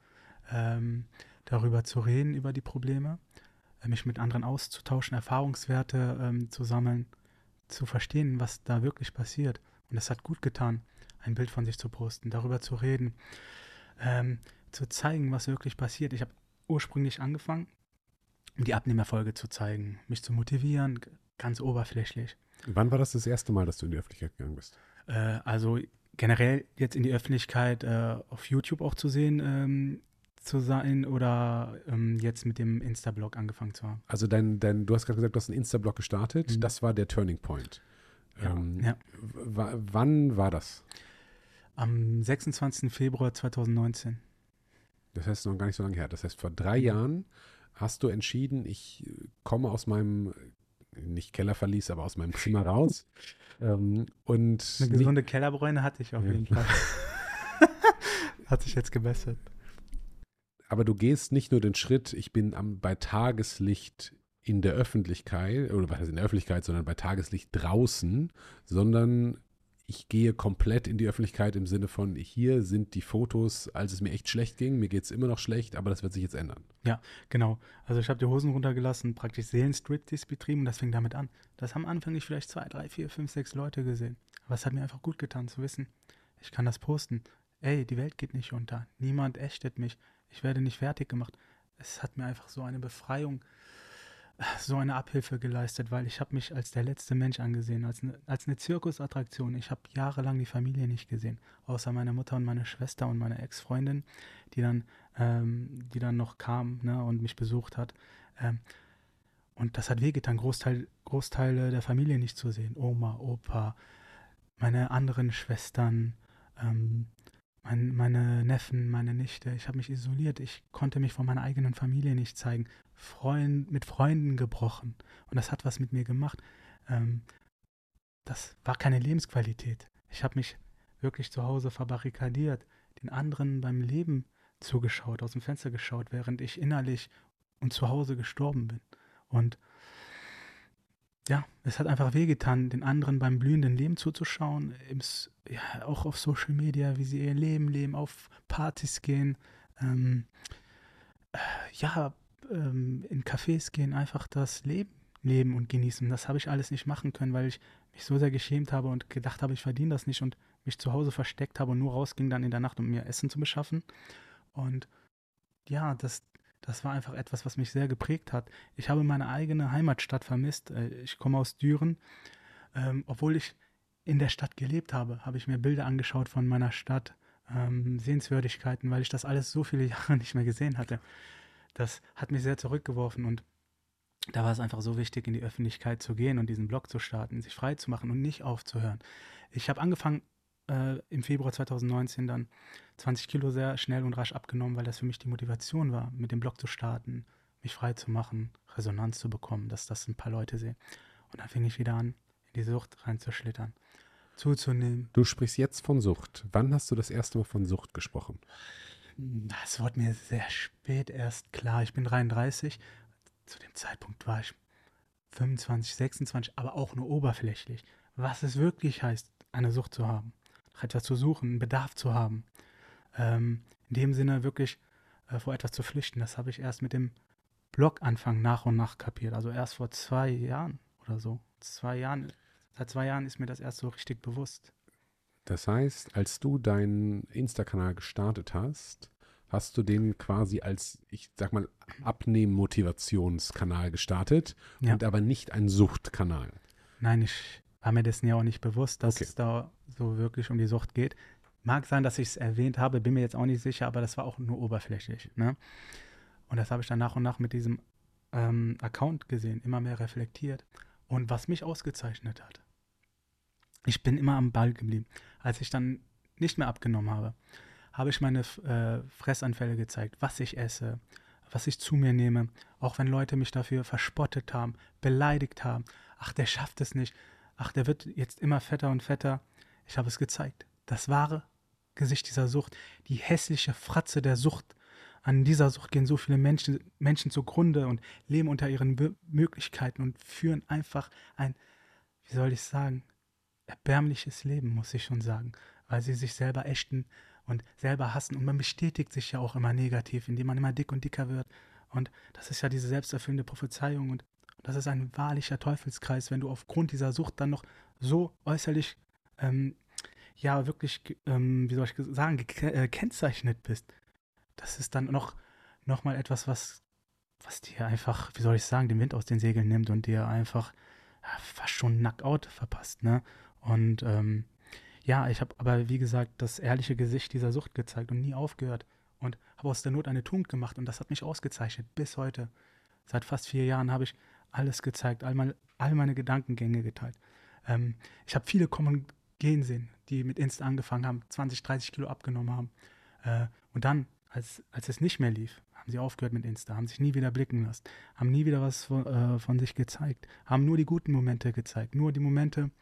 darüber zu reden, über die Probleme, mich mit anderen auszutauschen, Erfahrungswerte zu sammeln, zu verstehen, was da wirklich passiert. Und es hat gut getan, ein Bild von sich zu posten, darüber zu reden, zu zeigen, was wirklich passiert. Ich habe ursprünglich angefangen, um die Abnehmerfolge zu zeigen, mich zu motivieren, ganz oberflächlich. Wann war das erste Mal, dass du in die Öffentlichkeit gegangen bist? Also generell jetzt in die Öffentlichkeit auf YouTube auch zu sehen zu sein oder jetzt mit dem Insta-Blog angefangen zu haben. Also du hast gerade gesagt, du hast einen Insta-Blog gestartet. Mhm. Das war der Turning Point. Ja. Wann war das? Am 26. Februar 2019. Das heißt noch gar nicht so lange her. Das heißt, vor 3 Jahren hast du entschieden, ich komme aus meinem, nicht Kellerverlies, aber aus meinem Zimmer raus. Und Eine gesunde Kellerbräune hatte ich auf jeden Fall. Hat sich jetzt gebessert. Aber du gehst nicht nur den Schritt, ich bin bei Tageslicht in der Öffentlichkeit, oder was heißt in der Öffentlichkeit, sondern bei Tageslicht draußen, sondern ich gehe komplett in die Öffentlichkeit im Sinne von, hier sind die Fotos, als es mir echt schlecht ging, mir geht es immer noch schlecht, aber das wird sich jetzt ändern. Ja, genau. Also ich habe die Hosen runtergelassen, praktisch Seelenstriptease betrieben und das fing damit an. Das haben anfänglich vielleicht 2, 3, 4, 5, 6 Leute gesehen. Aber es hat mir einfach gut getan zu wissen, ich kann das posten. Ey, die Welt geht nicht unter. Niemand ächtet mich. Ich werde nicht fertig gemacht. Es hat mir einfach so eine Befreiung, so eine Abhilfe geleistet, weil ich habe mich als der letzte Mensch angesehen, als eine Zirkusattraktion. Ich habe jahrelang die Familie nicht gesehen, außer meine Mutter und meine Schwester und meine Ex-Freundin, die dann noch kam, ne, und mich besucht hat. Und das hat wehgetan, Großteile der Familie nicht zu sehen. Oma, Opa, meine anderen Schwestern, meine Neffen, meine Nichte. Ich habe mich isoliert. Ich konnte mich von meiner eigenen Familie nicht zeigen. Mit Freunden gebrochen. Und das hat was mit mir gemacht. Das war keine Lebensqualität. Ich habe mich wirklich zu Hause verbarrikadiert, den anderen beim Leben zugeschaut, aus dem Fenster geschaut, während ich innerlich und zu Hause gestorben bin. Und ja, es hat einfach wehgetan, den anderen beim blühenden Leben zuzuschauen, auch auf Social Media, wie sie ihr Leben leben, auf Partys gehen, in Cafés gehen, einfach das Leben leben und genießen. Das habe ich alles nicht machen können, weil ich mich so sehr geschämt habe und gedacht habe, ich verdiene das nicht und mich zu Hause versteckt habe und nur rausging dann in der Nacht, um mir Essen zu beschaffen. Und ja, das war einfach etwas, was mich sehr geprägt hat. Ich habe meine eigene Heimatstadt vermisst. Ich komme aus Düren. Obwohl ich in der Stadt gelebt habe, habe ich mir Bilder angeschaut von meiner Stadt, Sehenswürdigkeiten, weil ich das alles so viele Jahre nicht mehr gesehen hatte. Das hat mich sehr zurückgeworfen und da war es einfach so wichtig, in die Öffentlichkeit zu gehen und diesen Blog zu starten, sich frei zu machen und nicht aufzuhören. Ich habe angefangen, im Februar 2019 dann 20 Kilo sehr schnell und rasch abgenommen, weil das für mich die Motivation war, mit dem Blog zu starten, mich frei zu machen, Resonanz zu bekommen, dass das ein paar Leute sehen. Und dann fing ich wieder an, in die Sucht reinzuschlittern, zuzunehmen. Du sprichst jetzt von Sucht. Wann hast du das erste Mal von Sucht gesprochen? Das wurde mir sehr spät erst klar. Ich bin 33. Zu dem Zeitpunkt war ich 25, 26, aber auch nur oberflächlich. Was es wirklich heißt, eine Sucht zu haben, nach etwas zu suchen, einen Bedarf zu haben. In dem Sinne wirklich vor etwas zu flüchten, das habe ich erst mit dem Bloganfang nach und nach kapiert. Also erst vor 2 Jahren oder so. 2 Jahren. Seit 2 Jahren ist mir das erst so richtig bewusst. Das heißt, als du deinen Insta-Kanal gestartet hast, hast du den quasi als, ich sag mal, Abnehmen-Motivationskanal gestartet und aber nicht ein Suchtkanal. Nein, ich war mir dessen ja auch nicht bewusst, dass es da so wirklich um die Sucht geht. Mag sein, dass ich es erwähnt habe, bin mir jetzt auch nicht sicher, aber das war auch nur oberflächlich. Ne? Und das habe ich dann nach und nach mit diesem Account gesehen, immer mehr reflektiert. Und was mich ausgezeichnet hat, ich bin immer am Ball geblieben. Als ich dann nicht mehr abgenommen habe, habe ich meine Fressanfälle gezeigt, was ich esse, was ich zu mir nehme, auch wenn Leute mich dafür verspottet haben, beleidigt haben. Ach, der schafft es nicht. Ach, der wird jetzt immer fetter und fetter. Ich habe es gezeigt. Das wahre Gesicht dieser Sucht, die hässliche Fratze der Sucht. An dieser Sucht gehen so viele Menschen zugrunde und leben unter ihren Möglichkeiten und führen einfach ein, wie soll ich sagen, erbärmliches Leben, muss ich schon sagen, weil sie sich selber ächten und selber hassen. Und man bestätigt sich ja auch immer negativ, indem man immer dick und dicker wird. Und das ist ja diese selbsterfüllende Prophezeiung. Und das ist ein wahrlicher Teufelskreis, wenn du aufgrund dieser Sucht dann noch so äußerlich, ja, wirklich, wie soll ich sagen, gekennzeichnet bist. Das ist dann noch mal etwas, was dir einfach, wie soll ich sagen, den Wind aus den Segeln nimmt und dir einfach ja, fast schon Knockout verpasst, ne? Und ja, ich habe aber, wie gesagt, das ehrliche Gesicht dieser Sucht gezeigt und nie aufgehört. Und habe aus der Not eine Tugend gemacht und das hat mich ausgezeichnet bis heute. Seit fast 4 Jahren habe ich alles gezeigt, all meine Gedankengänge geteilt. Ich habe viele kommen und gehen sehen, die mit Insta angefangen haben, 20, 30 Kilo abgenommen haben. Und dann, als es nicht mehr lief, haben sie aufgehört mit Insta, haben sich nie wieder blicken lassen, haben nie wieder was von sich gezeigt, haben nur die guten Momente gezeigt, nur die Momente,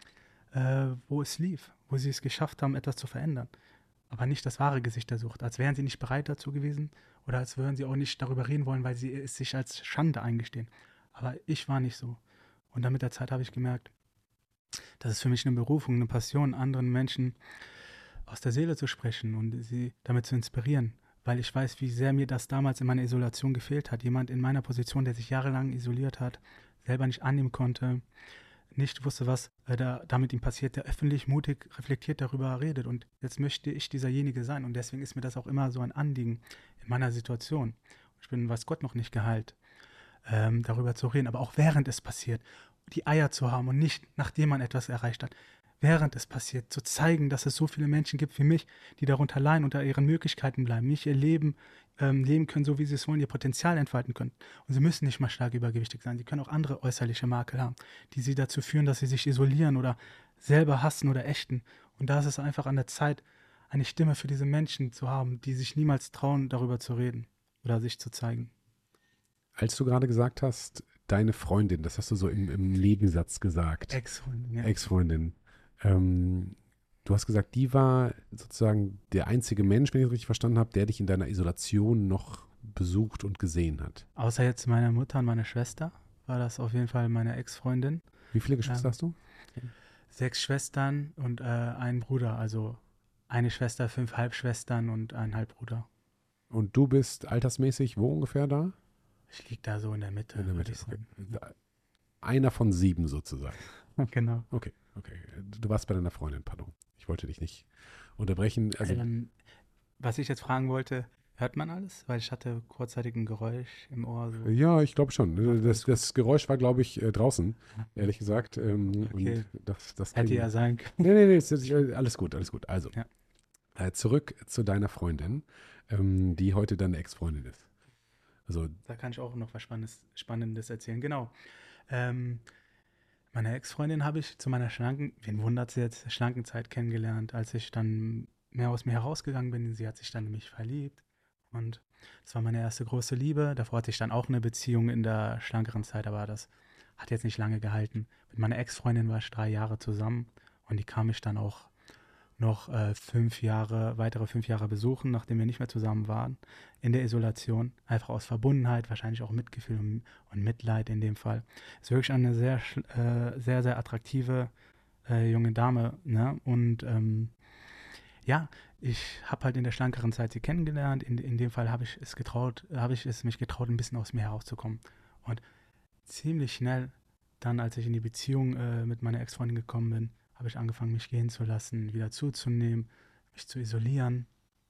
wo es lief, wo sie es geschafft haben, etwas zu verändern. Aber nicht das wahre Gesicht der Sucht, als wären sie nicht bereit dazu gewesen oder als würden sie auch nicht darüber reden wollen, weil sie es sich als Schande eingestehen. Aber ich war nicht so. Und dann mit der Zeit habe ich gemerkt, das ist für mich eine Berufung, eine Passion, anderen Menschen aus der Seele zu sprechen und sie damit zu inspirieren, weil ich weiß, wie sehr mir das damals in meiner Isolation gefehlt hat. Jemand in meiner Position, der sich jahrelang isoliert hat, selber nicht annehmen konnte, nicht wusste, was da mit ihm passiert, der öffentlich mutig reflektiert darüber redet. Und jetzt möchte ich dieserjenige sein. Und deswegen ist mir das auch immer so ein Anliegen in meiner Situation. Ich bin, weiß Gott, noch nicht geheilt, darüber zu reden, aber auch während es passiert, die Eier zu haben und nicht nachdem man etwas erreicht hat. Während es passiert, zu zeigen, dass es so viele Menschen gibt wie mich, die darunter leiden, unter ihren Möglichkeiten bleiben, nicht ihr Leben leben können, so wie sie es wollen, ihr Potenzial entfalten können. Und sie müssen nicht mal stark übergewichtig sein. Sie können auch andere äußerliche Makel haben, die sie dazu führen, dass sie sich isolieren oder selber hassen oder ächten. Und da ist es einfach an der Zeit, eine Stimme für diese Menschen zu haben, die sich niemals trauen, darüber zu reden oder sich zu zeigen. Als du gerade gesagt hast, deine Freundin, das hast du so im Nebensatz gesagt. Ex-Freundin, ja. Ex-Freundin. Du hast gesagt, die war sozusagen der einzige Mensch, wenn ich es richtig verstanden habe, der dich in deiner Isolation noch besucht und gesehen hat. Außer jetzt meine Mutter und meine Schwester war das auf jeden Fall meine Ex-Freundin. Wie viele Geschwister hast du? 6 Schwestern und einen Bruder, also eine Schwester, 5 Halbschwestern und ein Halbbruder. Und du bist altersmäßig wo ungefähr da? Ich liege da so in der Mitte. In der würde Mitte, ich sagen. okay. Einer von 7 sozusagen. Genau. Okay. Du warst bei deiner Freundin, pardon. Ich wollte dich nicht unterbrechen. Also, Was ich jetzt fragen wollte, hört man alles? Weil ich hatte kurzzeitig ein Geräusch im Ohr. So. ja, ich glaube schon. Das Geräusch war, glaube ich, draußen, ehrlich gesagt. Okay. Und das Hätte ja sein können. Nee, alles gut. Also, Ja. zurück zu deiner Freundin, die heute deine Ex-Freundin ist. Also, Da kann ich auch noch was Spannendes erzählen. Genau. Meine Ex-Freundin habe ich zu meiner wen wundert sie jetzt, Schlankenzeit kennengelernt, als ich dann mehr aus mir herausgegangen bin. Sie hat sich dann in mich verliebt und das war meine erste große Liebe. Davor hatte ich dann auch eine Beziehung in der schlankeren Zeit, aber das hat jetzt nicht lange gehalten. Mit meiner Ex-Freundin war ich 3 Jahre zusammen und die kam ich dann auch noch weitere 5 Jahre besuchen, nachdem wir nicht mehr zusammen waren, in der Isolation, einfach aus Verbundenheit, wahrscheinlich auch Mitgefühl und Mitleid in dem Fall. Ist wirklich eine sehr, sehr, sehr attraktive junge Dame, ne? Und ja, ich habe halt in der schlankeren Zeit sie kennengelernt. In dem Fall habe ich es mich getraut, ein bisschen aus mir herauszukommen. Und ziemlich schnell, dann, als ich in die Beziehung mit meiner Ex-Freundin gekommen bin, habe ich angefangen, mich gehen zu lassen, wieder zuzunehmen, mich zu isolieren.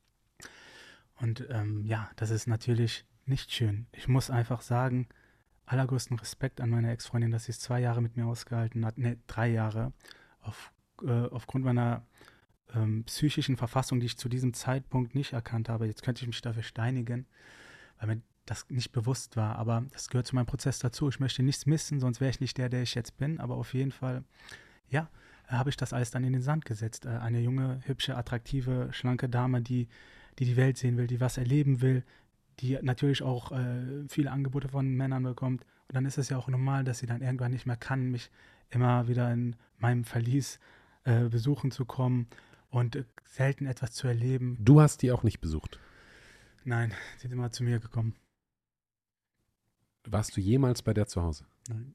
Und ja, das ist natürlich nicht schön. Ich muss einfach sagen, allergrößten Respekt an meine Ex-Freundin, dass sie es 2 Jahre mit mir ausgehalten hat, 3 Jahre, aufgrund meiner psychischen Verfassung, die ich zu diesem Zeitpunkt nicht erkannt habe. Jetzt könnte ich mich dafür steinigen, weil mir das nicht bewusst war, aber das gehört zu meinem Prozess dazu. Ich möchte nichts missen, sonst wäre ich nicht der ich jetzt bin, aber auf jeden Fall, ja, habe ich das alles dann in den Sand gesetzt. Eine junge, hübsche, attraktive, schlanke Dame, die Welt sehen will, die was erleben will, die natürlich auch viele Angebote von Männern bekommt. Und dann ist es ja auch normal, dass sie dann irgendwann nicht mehr kann, mich immer wieder in meinem Verlies besuchen zu kommen und selten etwas zu erleben. Du hast die auch nicht besucht. Nein, sie sind immer zu mir gekommen. Warst du jemals bei der zu Hause? Nein.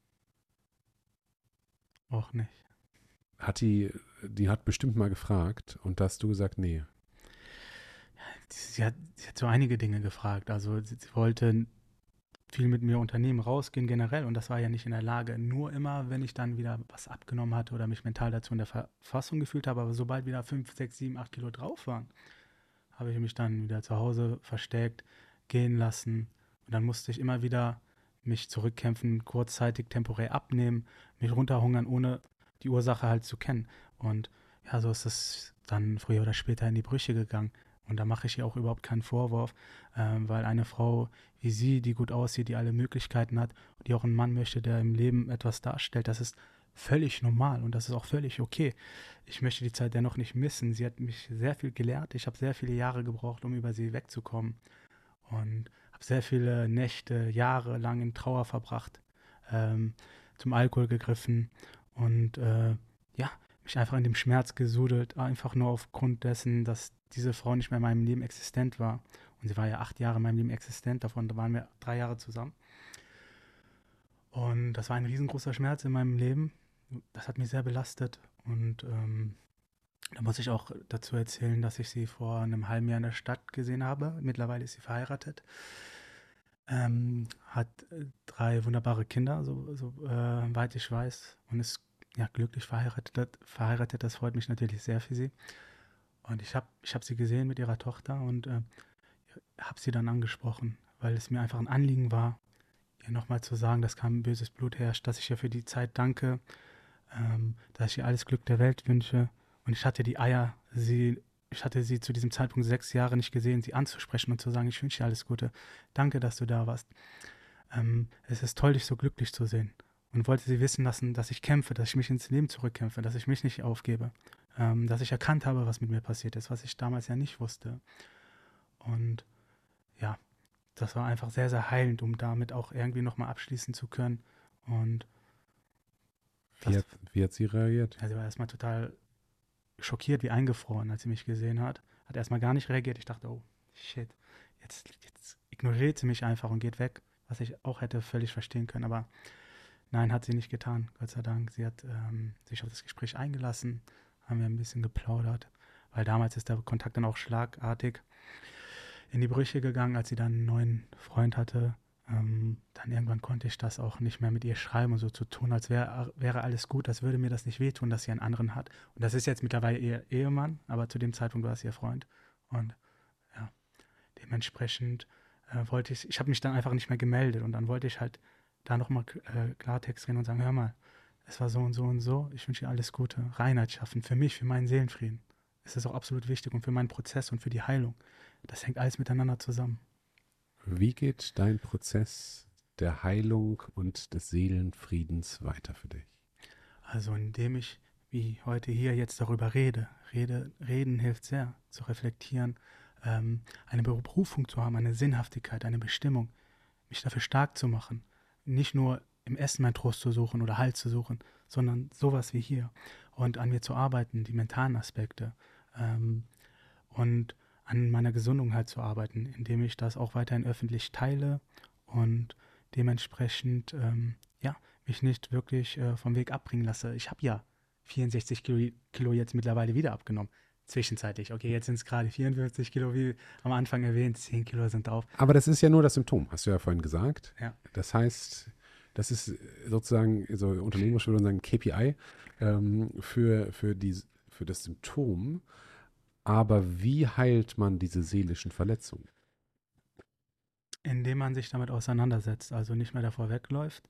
Auch nicht. Die hat bestimmt mal gefragt und da hast du gesagt, nee. Sie hat so einige Dinge gefragt. Also sie wollte viel mit mir unternehmen, rausgehen generell und das war ja nicht in der Lage. Nur immer, wenn ich dann wieder was abgenommen hatte oder mich mental dazu in der Verfassung gefühlt habe, aber sobald wieder 5, 6, 7, 8 Kilo drauf waren, habe ich mich dann wieder zu Hause versteckt, gehen lassen und dann musste ich immer wieder mich zurückkämpfen, kurzzeitig temporär abnehmen, mich runterhungern, ohne die Ursache halt zu kennen. Und ja, so ist es dann früher oder später in die Brüche gegangen. Und da mache ich ihr auch überhaupt keinen Vorwurf, weil eine Frau wie sie, die gut aussieht, die alle Möglichkeiten hat, die auch einen Mann möchte, der im Leben etwas darstellt, das ist völlig normal und das ist auch völlig okay. Ich möchte die Zeit dennoch nicht missen. Sie hat mich sehr viel gelehrt. Ich habe sehr viele Jahre gebraucht, um über sie wegzukommen und habe sehr viele Nächte, Jahre lang in Trauer verbracht, zum Alkohol gegriffen und ja, mich einfach in dem Schmerz gesudelt, einfach nur aufgrund dessen, dass diese Frau nicht mehr in meinem Leben existent war. Und sie war ja 8 Jahre in meinem Leben existent, davon waren wir 3 Jahre zusammen. Und das war ein riesengroßer Schmerz in meinem Leben. Das hat mich sehr belastet. Und da muss ich auch dazu erzählen, dass ich sie vor einem halben Jahr in der Stadt gesehen habe. Mittlerweile ist sie verheiratet. Hat 3 wunderbare Kinder, so weit ich weiß. Und ist ja glücklich verheiratet. Das freut mich natürlich sehr für sie. Und ich hab sie gesehen mit ihrer Tochter und habe sie dann angesprochen, weil es mir einfach ein Anliegen war, ihr nochmal zu sagen, dass kein böses Blut herrscht, dass ich ihr für die Zeit danke, dass ich ihr alles Glück der Welt wünsche. Und ich hatte die Eier, ich hatte sie zu diesem Zeitpunkt 6 Jahre nicht gesehen, sie anzusprechen und zu sagen, ich wünsche dir alles Gute. Danke, dass du da warst. Es ist toll, dich so glücklich zu sehen. Und wollte sie wissen lassen, dass ich kämpfe, dass ich mich ins Leben zurückkämpfe, dass ich mich nicht aufgebe. Dass ich erkannt habe, was mit mir passiert ist, was ich damals ja nicht wusste. Und ja, das war einfach sehr, sehr heilend, um damit auch irgendwie nochmal abschließen zu können. Und Wie hat sie reagiert? ja, sie war erstmal total schockiert, wie eingefroren, als sie mich gesehen hat. Hat erstmal gar nicht reagiert. Ich dachte, oh, shit, jetzt ignoriert sie mich einfach und geht weg, was ich auch hätte völlig verstehen können. Aber nein, hat sie nicht getan, Gott sei Dank. Sie hat sich auf das Gespräch eingelassen, haben wir ein bisschen geplaudert, weil damals ist der Kontakt dann auch schlagartig in die Brüche gegangen, als sie dann einen neuen Freund hatte. Dann irgendwann konnte ich das auch nicht mehr mit ihr schreiben und so zu tun, als wäre alles gut, als würde mir das nicht wehtun, dass sie einen anderen hat. Und das ist jetzt mittlerweile ihr Ehemann, aber zu dem Zeitpunkt war es ihr Freund. Und ja, dementsprechend ich habe mich dann einfach nicht mehr gemeldet und dann wollte ich halt da nochmal Klartext reden und sagen, hör mal, es war so und so und so, ich wünsche dir alles Gute, Reinheit schaffen, für mich, für meinen Seelenfrieden. Es ist auch absolut wichtig und für meinen Prozess und für die Heilung. Das hängt alles miteinander zusammen. Wie geht dein Prozess der Heilung und des Seelenfriedens weiter für dich? Also indem ich, wie heute hier, jetzt darüber rede. Reden hilft sehr, zu reflektieren, eine Berufung zu haben, eine Sinnhaftigkeit, eine Bestimmung, mich dafür stark zu machen. Nicht nur im Essen meinen Trost zu suchen oder Halt zu suchen, sondern sowas wie hier. Und an mir zu arbeiten, die mentalen Aspekte. Und an meiner Gesundung halt zu arbeiten, indem ich das auch weiterhin öffentlich teile und dementsprechend ja, mich nicht wirklich vom Weg abbringen lasse. Ich habe ja 64 Kilo jetzt mittlerweile wieder abgenommen. Zwischenzeitlich. Okay, jetzt sind es gerade 54 Kilo, wie am Anfang erwähnt, 10 Kilo sind drauf. Aber das ist ja nur das Symptom, hast du ja vorhin gesagt. Ja. Das heißt, das ist sozusagen, so unternehmerisch würde man sagen, KPI für das Symptom. Aber wie heilt man diese seelischen Verletzungen? Indem man sich damit auseinandersetzt, also nicht mehr davor wegläuft.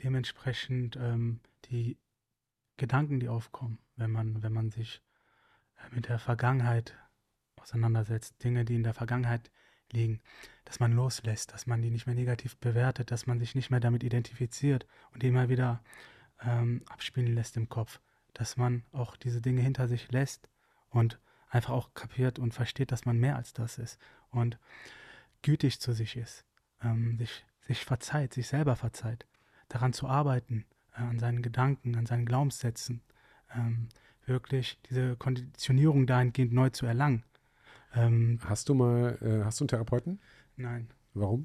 Dementsprechend die Gedanken, die aufkommen, wenn man sich mit der Vergangenheit auseinandersetzt, Dinge, die in der Vergangenheit liegen, dass man loslässt, dass man die nicht mehr negativ bewertet, dass man sich nicht mehr damit identifiziert und die immer wieder abspielen lässt im Kopf, dass man auch diese Dinge hinter sich lässt und einfach auch kapiert und versteht, dass man mehr als das ist und gütig zu sich ist, sich verzeiht, sich selber verzeiht, daran zu arbeiten, an seinen Gedanken, an seinen Glaubenssätzen, wirklich diese Konditionierung dahingehend neu zu erlangen. Hast du einen Therapeuten? Nein. Warum?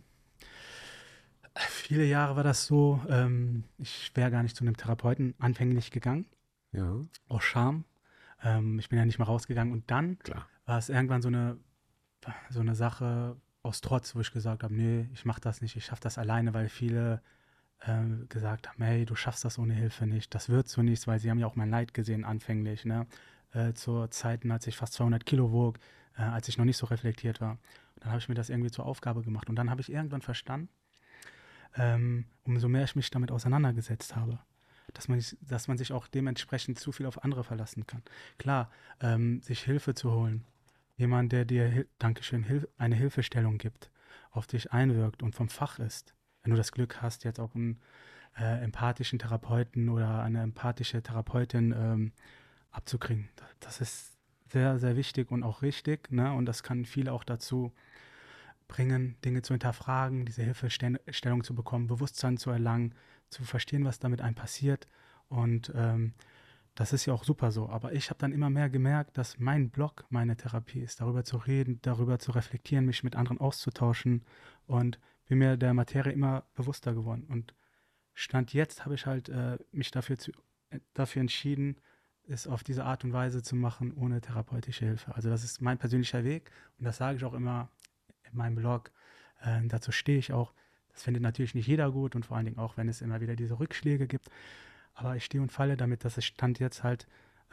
Viele Jahre war das so, ich wäre gar nicht zu einem Therapeuten anfänglich gegangen, Ja, aus Scham. Ich bin ja nicht mehr rausgegangen und dann klar. war es irgendwann so eine Sache aus Trotz, wo ich gesagt habe, nee, ich mache das nicht, ich schaffe das alleine, weil viele gesagt haben, hey, du schaffst das ohne Hilfe nicht, das wird so nichts, weil sie haben ja auch mein Leid gesehen anfänglich, ne? Zu Zeiten, als ich fast 200 Kilo wog, als ich noch nicht so reflektiert war. Und dann habe ich mir das irgendwie zur Aufgabe gemacht und dann habe ich irgendwann verstanden, umso mehr ich mich damit auseinandergesetzt habe, dass man sich auch dementsprechend zu viel auf andere verlassen kann. Klar, sich Hilfe zu holen, jemand, der dir, eine Hilfestellung gibt, auf dich einwirkt und vom Fach ist. Wenn du das Glück hast, jetzt auch einen empathischen Therapeuten oder eine empathische Therapeutin abzukriegen. Das ist sehr, sehr wichtig und auch richtig, ne? Und das kann viele auch dazu bringen, Dinge zu hinterfragen, diese Hilfestellung zu bekommen, Bewusstsein zu erlangen, zu verstehen, was damit einem passiert. Und das ist ja auch super so. Aber ich habe dann immer mehr gemerkt, dass mein Blog meine Therapie ist, darüber zu reden, darüber zu reflektieren, mich mit anderen auszutauschen und bin mir der Materie immer bewusster geworden. Und Stand jetzt habe ich halt mich dafür entschieden, es auf diese Art und Weise zu machen, ohne therapeutische Hilfe. Also das ist mein persönlicher Weg und das sage ich auch immer in meinem Blog. Dazu stehe ich auch. Das findet natürlich nicht jeder gut und vor allen Dingen auch, wenn es immer wieder diese Rückschläge gibt. Aber ich stehe und falle damit, dass es Stand jetzt halt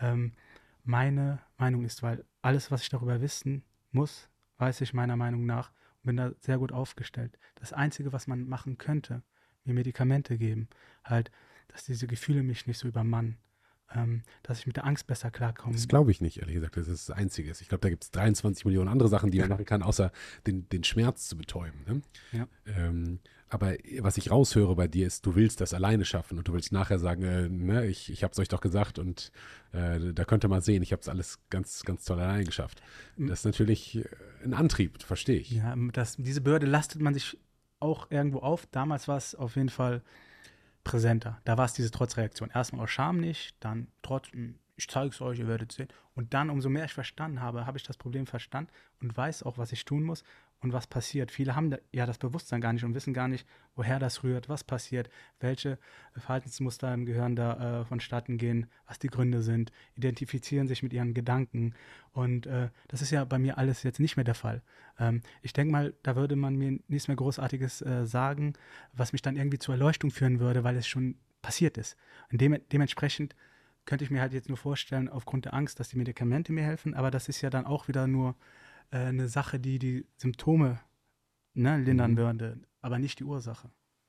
meine Meinung ist, weil alles, was ich darüber wissen muss, weiß ich meiner Meinung nach und bin da sehr gut aufgestellt. Das Einzige, was man machen könnte, mir Medikamente geben, halt, dass diese Gefühle mich nicht so übermannen, dass ich mit der Angst besser klarkomme. Das glaube ich nicht, ehrlich gesagt. Das ist das Einzige. Ich glaube, da gibt es 23 Millionen andere Sachen, die man machen kann, außer den Schmerz zu betäuben. Ne? Ja. Aber was ich raushöre bei dir ist, du willst das alleine schaffen und du willst nachher sagen, ne, ich habe es euch doch gesagt und da könnt ihr mal sehen, ich habe es alles ganz, ganz toll alleine geschafft. Das ist natürlich ein Antrieb, verstehe ich. Ja, diese Bürde lastet man sich auch irgendwo auf. Damals war es auf jeden Fall präsenter. Da war es diese Trotzreaktion. Erstmal aus Scham nicht, dann Trotz, ich zeige es euch, ihr werdet sehen. Und dann, umso mehr ich verstanden habe, habe ich das Problem verstanden und weiß auch, was ich tun muss und was passiert. Viele haben ja das Bewusstsein gar nicht und wissen gar nicht, woher das rührt, was passiert, welche Verhaltensmuster im Gehirn da vonstatten gehen, was die Gründe sind, identifizieren sich mit ihren Gedanken. Und das ist ja bei mir alles jetzt nicht mehr der Fall. Ich denke mal, da würde man mir nichts mehr Großartiges sagen, was mich dann irgendwie zur Erleuchtung führen würde, weil es schon passiert ist. Und dementsprechend könnte ich mir halt jetzt nur vorstellen, aufgrund der Angst, dass die Medikamente mir helfen, aber das ist ja dann auch wieder nur eine Sache, die die Symptome lindern würde, aber nicht die Ursache.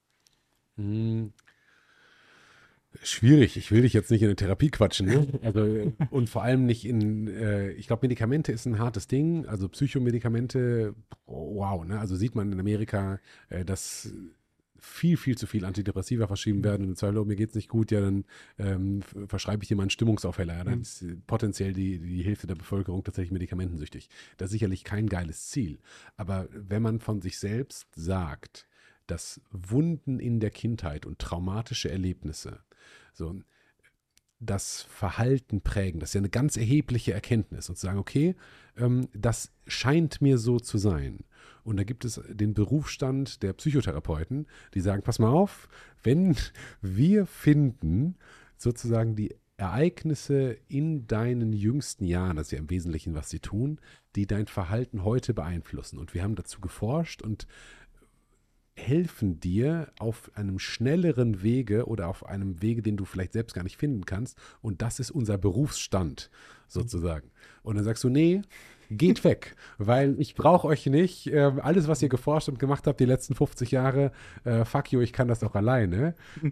Schwierig. Ich will dich jetzt nicht in eine Therapie quatschen. Ne? Also, und vor allem nicht ich glaube, Medikamente ist ein hartes Ding. Also Psychomedikamente, wow. Ne? Also sieht man in Amerika, dass viel, viel zu viel Antidepressiva verschrieben werden. Und in mir geht es nicht gut, ja, dann verschreibe ich dir mal einen Stimmungsaufheller. Ja, dann ist potenziell die Hälfte der Bevölkerung tatsächlich medikamentensüchtig. Das ist sicherlich kein geiles Ziel. Aber wenn man von sich selbst sagt, dass Wunden in der Kindheit und traumatische Erlebnisse so das Verhalten prägen, das ist ja eine ganz erhebliche Erkenntnis und zu sagen, okay, das scheint mir so zu sein. Und da gibt es den Berufsstand der Psychotherapeuten, die sagen, pass mal auf, wenn wir finden sozusagen die Ereignisse in deinen jüngsten Jahren, das ist ja im Wesentlichen, was sie tun, die dein Verhalten heute beeinflussen. Und wir haben dazu geforscht und helfen dir auf einem schnelleren Wege oder auf einem Wege, den du vielleicht selbst gar nicht finden kannst. Und das ist unser Berufsstand sozusagen. Und dann sagst du, nee, geht weg, weil ich brauche euch nicht. Alles, was ihr geforscht und gemacht habt die letzten 50 Jahre, fuck you, ich kann das auch alleine.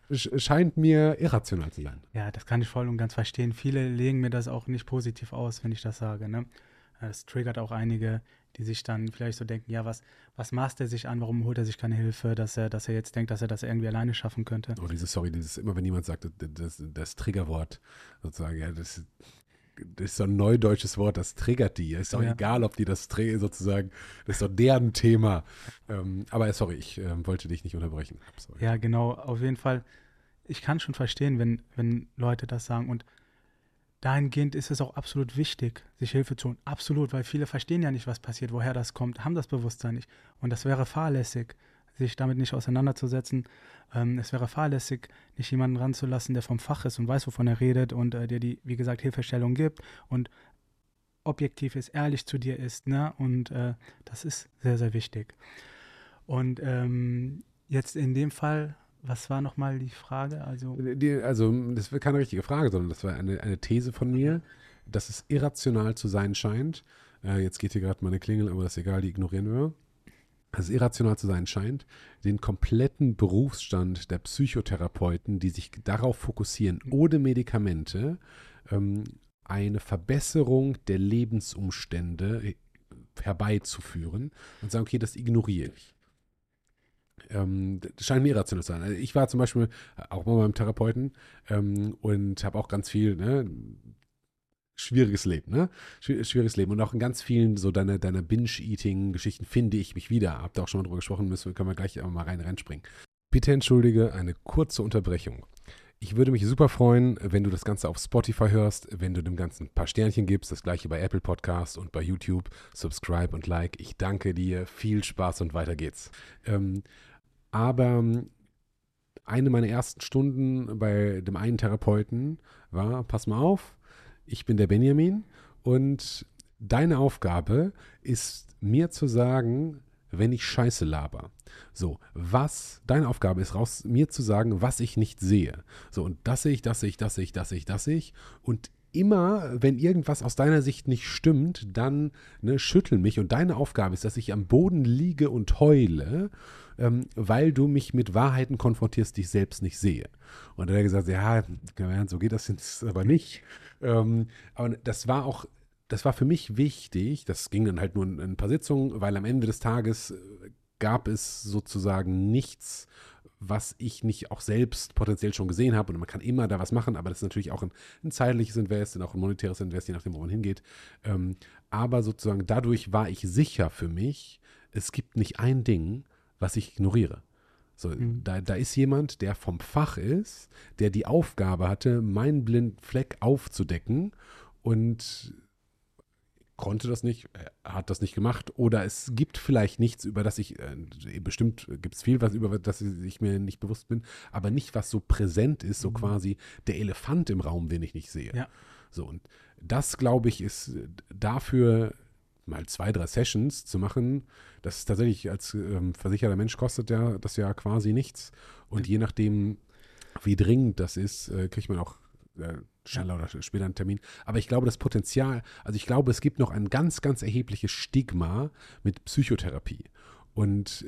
scheint mir irrational zu sein. Ja, das kann ich voll und ganz verstehen. Viele legen mir das auch nicht positiv aus, wenn ich das sage, ne? Es triggert auch einige, die sich dann vielleicht so denken, ja, was maßt er sich an, warum holt er sich keine Hilfe, dass er jetzt denkt, dass er das irgendwie alleine schaffen könnte. Oh, dieses immer, wenn jemand sagt, das Triggerwort, sozusagen, ja, das ist so ein neudeutsches Wort, das triggert die. Ist auch egal, ob die das sozusagen, das ist doch deren Thema. Aber sorry, ich wollte dich nicht unterbrechen. Sorry. Ja, genau, auf jeden Fall. Ich kann schon verstehen, wenn Leute das sagen, und dahingehend ist es auch absolut wichtig, sich Hilfe zu holen. Absolut, weil viele verstehen ja nicht, was passiert, woher das kommt, haben das Bewusstsein nicht. Und das wäre fahrlässig, sich damit nicht auseinanderzusetzen. Es wäre fahrlässig, nicht jemanden ranzulassen, der vom Fach ist und weiß, wovon er redet und der die, wie gesagt, Hilfestellung gibt und objektiv ist, ehrlich zu dir ist, ne? Und das ist sehr, sehr wichtig. Und jetzt in dem Fall, was war nochmal die Frage? Also das war keine richtige Frage, sondern das war eine These von mir, dass es irrational zu sein scheint. Jetzt geht hier gerade meine Klingel, aber das ist egal, die ignorieren wir. Dass es irrational zu sein scheint, den kompletten Berufsstand der Psychotherapeuten, die sich darauf fokussieren, ohne Medikamente eine Verbesserung der Lebensumstände herbeizuführen und sagen, okay, das ignoriere ich. Das scheint mir irrational zu sein. Also ich war zum Beispiel auch mal beim Therapeuten und habe auch ganz viel, ne, schwieriges Leben, ne? Schwieriges Leben. Und auch in ganz vielen so deiner Binge-Eating-Geschichten finde ich mich wieder. Habt ihr auch schon mal drüber gesprochen, können wir gleich mal reinspringen. Bitte entschuldige eine kurze Unterbrechung. Ich würde mich super freuen, wenn du das Ganze auf Spotify hörst, wenn du dem Ganzen ein paar Sternchen gibst, das gleiche bei Apple Podcast und bei YouTube. Subscribe und Like. Ich danke dir, viel Spaß und weiter geht's. Aber eine meiner ersten Stunden bei dem einen Therapeuten war, pass mal auf, ich bin der Benjamin und deine Aufgabe ist, mir zu sagen, wenn ich Scheiße laber. So, deine Aufgabe ist, mir zu sagen, was ich nicht sehe. So, und das sehe ich. Und immer, wenn irgendwas aus deiner Sicht nicht stimmt, dann schüttel mich. Und deine Aufgabe ist, dass ich am Boden liege und heule, weil du mich mit Wahrheiten konfrontierst, die ich selbst nicht sehe. Und er hat gesagt, ja, so geht das jetzt aber nicht. Aber das war für mich wichtig, das ging dann halt nur in ein paar Sitzungen, weil am Ende des Tages gab es sozusagen nichts, was ich nicht auch selbst potenziell schon gesehen habe. Und man kann immer da was machen, aber das ist natürlich auch ein zeitliches Invest und auch ein monetäres Invest, je nachdem, wo man hingeht. Aber sozusagen dadurch war ich sicher für mich, es gibt nicht ein Ding, was ich ignoriere. So, da ist jemand, der vom Fach ist, der die Aufgabe hatte, meinen blinden Fleck aufzudecken und konnte das nicht, hat das nicht gemacht oder es gibt vielleicht nichts, über das ich, bestimmt gibt es viel, über das ich mir nicht bewusst bin, aber nicht, was so präsent ist, so quasi der Elefant im Raum, den ich nicht sehe. Ja. So, und das, glaube ich, ist dafür mal 2, 3 Sessions zu machen, das ist tatsächlich als versicherter Mensch kostet ja das ja quasi nichts. Und je nachdem, wie dringend das ist, kriegt man auch schneller oder später einen Termin. Aber ich glaube, das Potenzial, also ich glaube, es gibt noch ein ganz, ganz erhebliches Stigma mit Psychotherapie. Und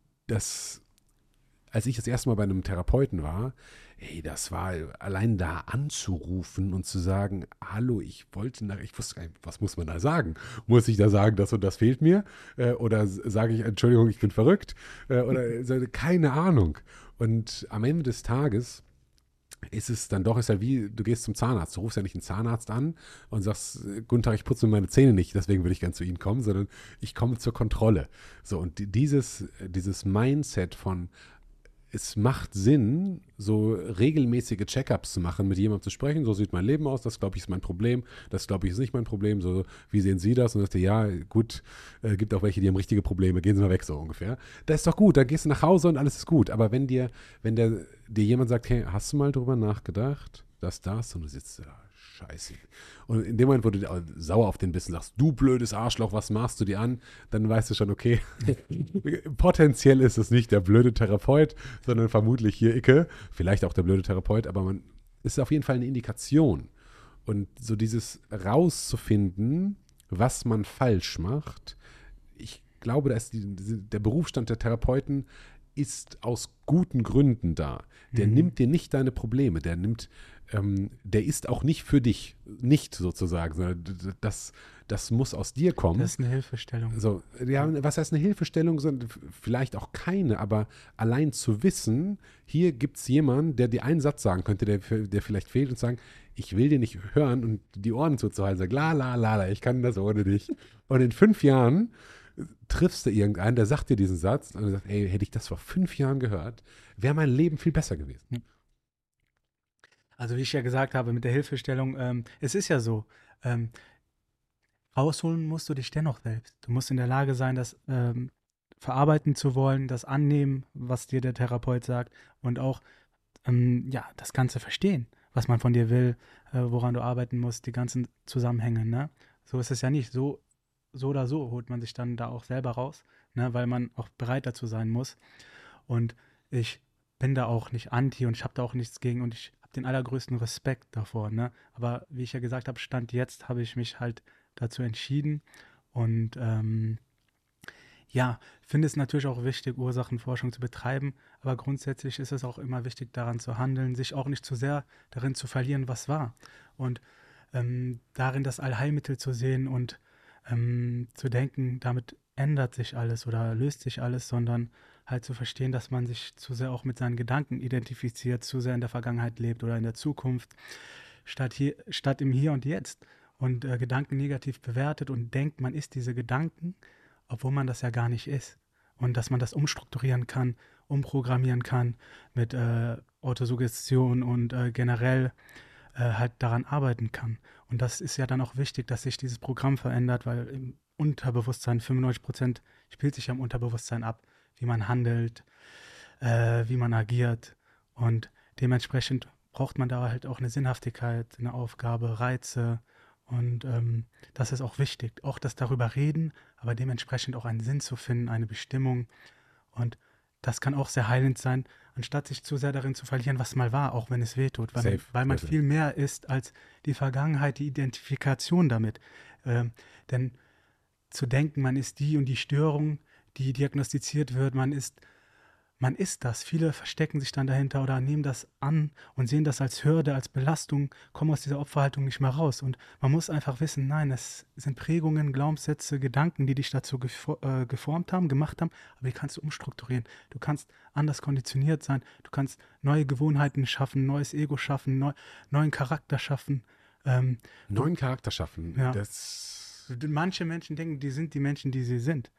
als ich das erste Mal bei einem Therapeuten war, das war allein da anzurufen und zu sagen, hallo, ich wusste gar nicht, was muss man da sagen? Muss ich da sagen, das und das fehlt mir? Oder sage ich, Entschuldigung, ich bin verrückt? Oder keine Ahnung. Und am Ende des Tages ist halt wie, du gehst zum Zahnarzt. Du rufst ja nicht einen Zahnarzt an und sagst, guten Tag, ich putze mir meine Zähne nicht, deswegen würde ich gern zu Ihnen kommen, sondern ich komme zur Kontrolle. So, und dieses Mindset von, es macht Sinn, so regelmäßige Check-ups zu machen, mit jemandem zu sprechen, so sieht mein Leben aus, das glaube ich ist mein Problem, das glaube ich ist nicht mein Problem, so wie sehen Sie das? Und dann sagst du, ja gut, gibt auch welche, die haben richtige Probleme, gehen Sie mal weg, so ungefähr. Das ist doch gut, dann gehst du nach Hause und alles ist gut, aber wenn dir jemand sagt, hey, hast du mal drüber nachgedacht, das und du sitzt da, scheiße. Und in dem Moment, wo du sauer auf den bist und sagst, du blödes Arschloch, was machst du dir an? Dann weißt du schon, okay, potenziell ist es nicht der blöde Therapeut, sondern vermutlich hier Icke, vielleicht auch der blöde Therapeut, aber man ist auf jeden Fall eine Indikation. Und so dieses rauszufinden, was man falsch macht, ich glaube, da ist der Berufsstand der Therapeuten ist aus guten Gründen da. Der nimmt dir nicht deine Probleme, der ist auch nicht für dich, nicht sozusagen, sondern das muss aus dir kommen. Das ist eine Hilfestellung. So, ja, was heißt eine Hilfestellung? Vielleicht auch keine, aber allein zu wissen, hier gibt es jemanden, der dir einen Satz sagen könnte, der vielleicht fehlt und sagen, ich will dir nicht hören und die Ohren zuzuhalten, sagt, la, la, la, la, ich kann das ohne dich. Und in 5 Jahren triffst du irgendeinen, der sagt dir diesen Satz und sagt, ey, hätte ich das vor 5 Jahren gehört, wäre mein Leben viel besser gewesen. Also wie ich ja gesagt habe mit der Hilfestellung, es ist ja so, rausholen musst du dich dennoch selbst. Du musst in der Lage sein, das verarbeiten zu wollen, das annehmen, was dir der Therapeut sagt und auch das Ganze verstehen, was man von dir will, woran du arbeiten musst, die ganzen Zusammenhänge. Ne? So ist es ja nicht. So oder so holt man sich dann da auch selber raus, ne? Weil man auch bereit dazu sein muss. Und ich bin da auch nicht anti und ich habe da auch nichts gegen und ich habe den allergrößten Respekt davor. Ne? Aber wie ich ja gesagt habe, Stand jetzt habe ich mich halt dazu entschieden und finde es natürlich auch wichtig, Ursachenforschung zu betreiben, aber grundsätzlich ist es auch immer wichtig, daran zu handeln, sich auch nicht zu sehr darin zu verlieren, was war und darin das Allheilmittel zu sehen und zu denken, damit ändert sich alles oder löst sich alles, sondern halt zu verstehen, dass man sich zu sehr auch mit seinen Gedanken identifiziert, zu sehr in der Vergangenheit lebt oder in der Zukunft, statt im Hier und Jetzt und Gedanken negativ bewertet und denkt, man ist diese Gedanken, obwohl man das ja gar nicht ist. Und dass man das umstrukturieren kann, umprogrammieren kann mit Autosuggestion und generell halt daran arbeiten kann. Und das ist ja dann auch wichtig, dass sich dieses Programm verändert, weil im Unterbewusstsein, 95% spielt sich ja im Unterbewusstsein ab, wie man handelt, wie man agiert. Und dementsprechend braucht man da halt auch eine Sinnhaftigkeit, eine Aufgabe, Reize. Und das ist auch wichtig. Auch das darüber reden, aber dementsprechend auch einen Sinn zu finden, eine Bestimmung. Und das kann auch sehr heilend sein, anstatt sich zu sehr darin zu verlieren, was mal war, auch wenn es wehtut. Weil man viel mehr ist als die Vergangenheit, die Identifikation damit. Denn zu denken, man ist die und die Störung, die diagnostiziert wird, man ist das. Viele verstecken sich dann dahinter oder nehmen das an und sehen das als Hürde, als Belastung, kommen aus dieser Opferhaltung nicht mehr raus. Und man muss einfach wissen, nein, es sind Prägungen, Glaubenssätze, Gedanken, die dich dazu geformt haben, gemacht haben, aber die kannst du umstrukturieren. Du kannst anders konditioniert sein, du kannst neue Gewohnheiten schaffen, neues Ego schaffen, neuen Charakter schaffen. Neuen Charakter schaffen, ja. Manche Menschen denken, die sind die Menschen, die sie sind.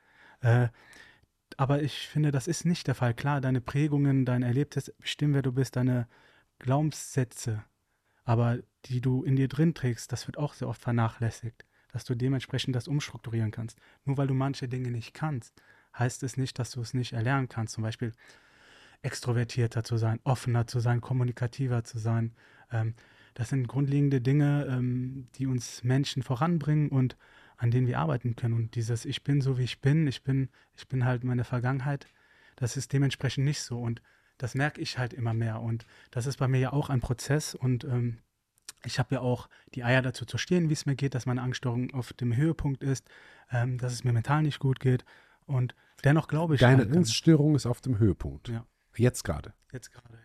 Aber ich finde, das ist nicht der Fall. Klar, deine Prägungen, dein Erlebtes bestimmen, wer du bist, deine Glaubenssätze, aber die du in dir drin trägst, das wird auch sehr oft vernachlässigt, dass du dementsprechend das umstrukturieren kannst. Nur weil du manche Dinge nicht kannst, heißt es nicht, dass du es nicht erlernen kannst. Zum Beispiel extrovertierter zu sein, offener zu sein, kommunikativer zu sein. Das sind grundlegende Dinge, die uns Menschen voranbringen und an denen wir arbeiten können. Und dieses Ich bin so, wie ich bin halt meine Vergangenheit, das ist dementsprechend nicht so. Und das merke ich halt immer mehr. Und das ist bei mir ja auch ein Prozess. Und ich habe ja auch die Eier dazu zu stehen, wie es mir geht, dass meine Angststörung auf dem Höhepunkt ist, dass es mir mental nicht gut geht. Und dennoch glaube ich Deine Angststörung ist auf dem Höhepunkt. Ja. Jetzt gerade. Ja.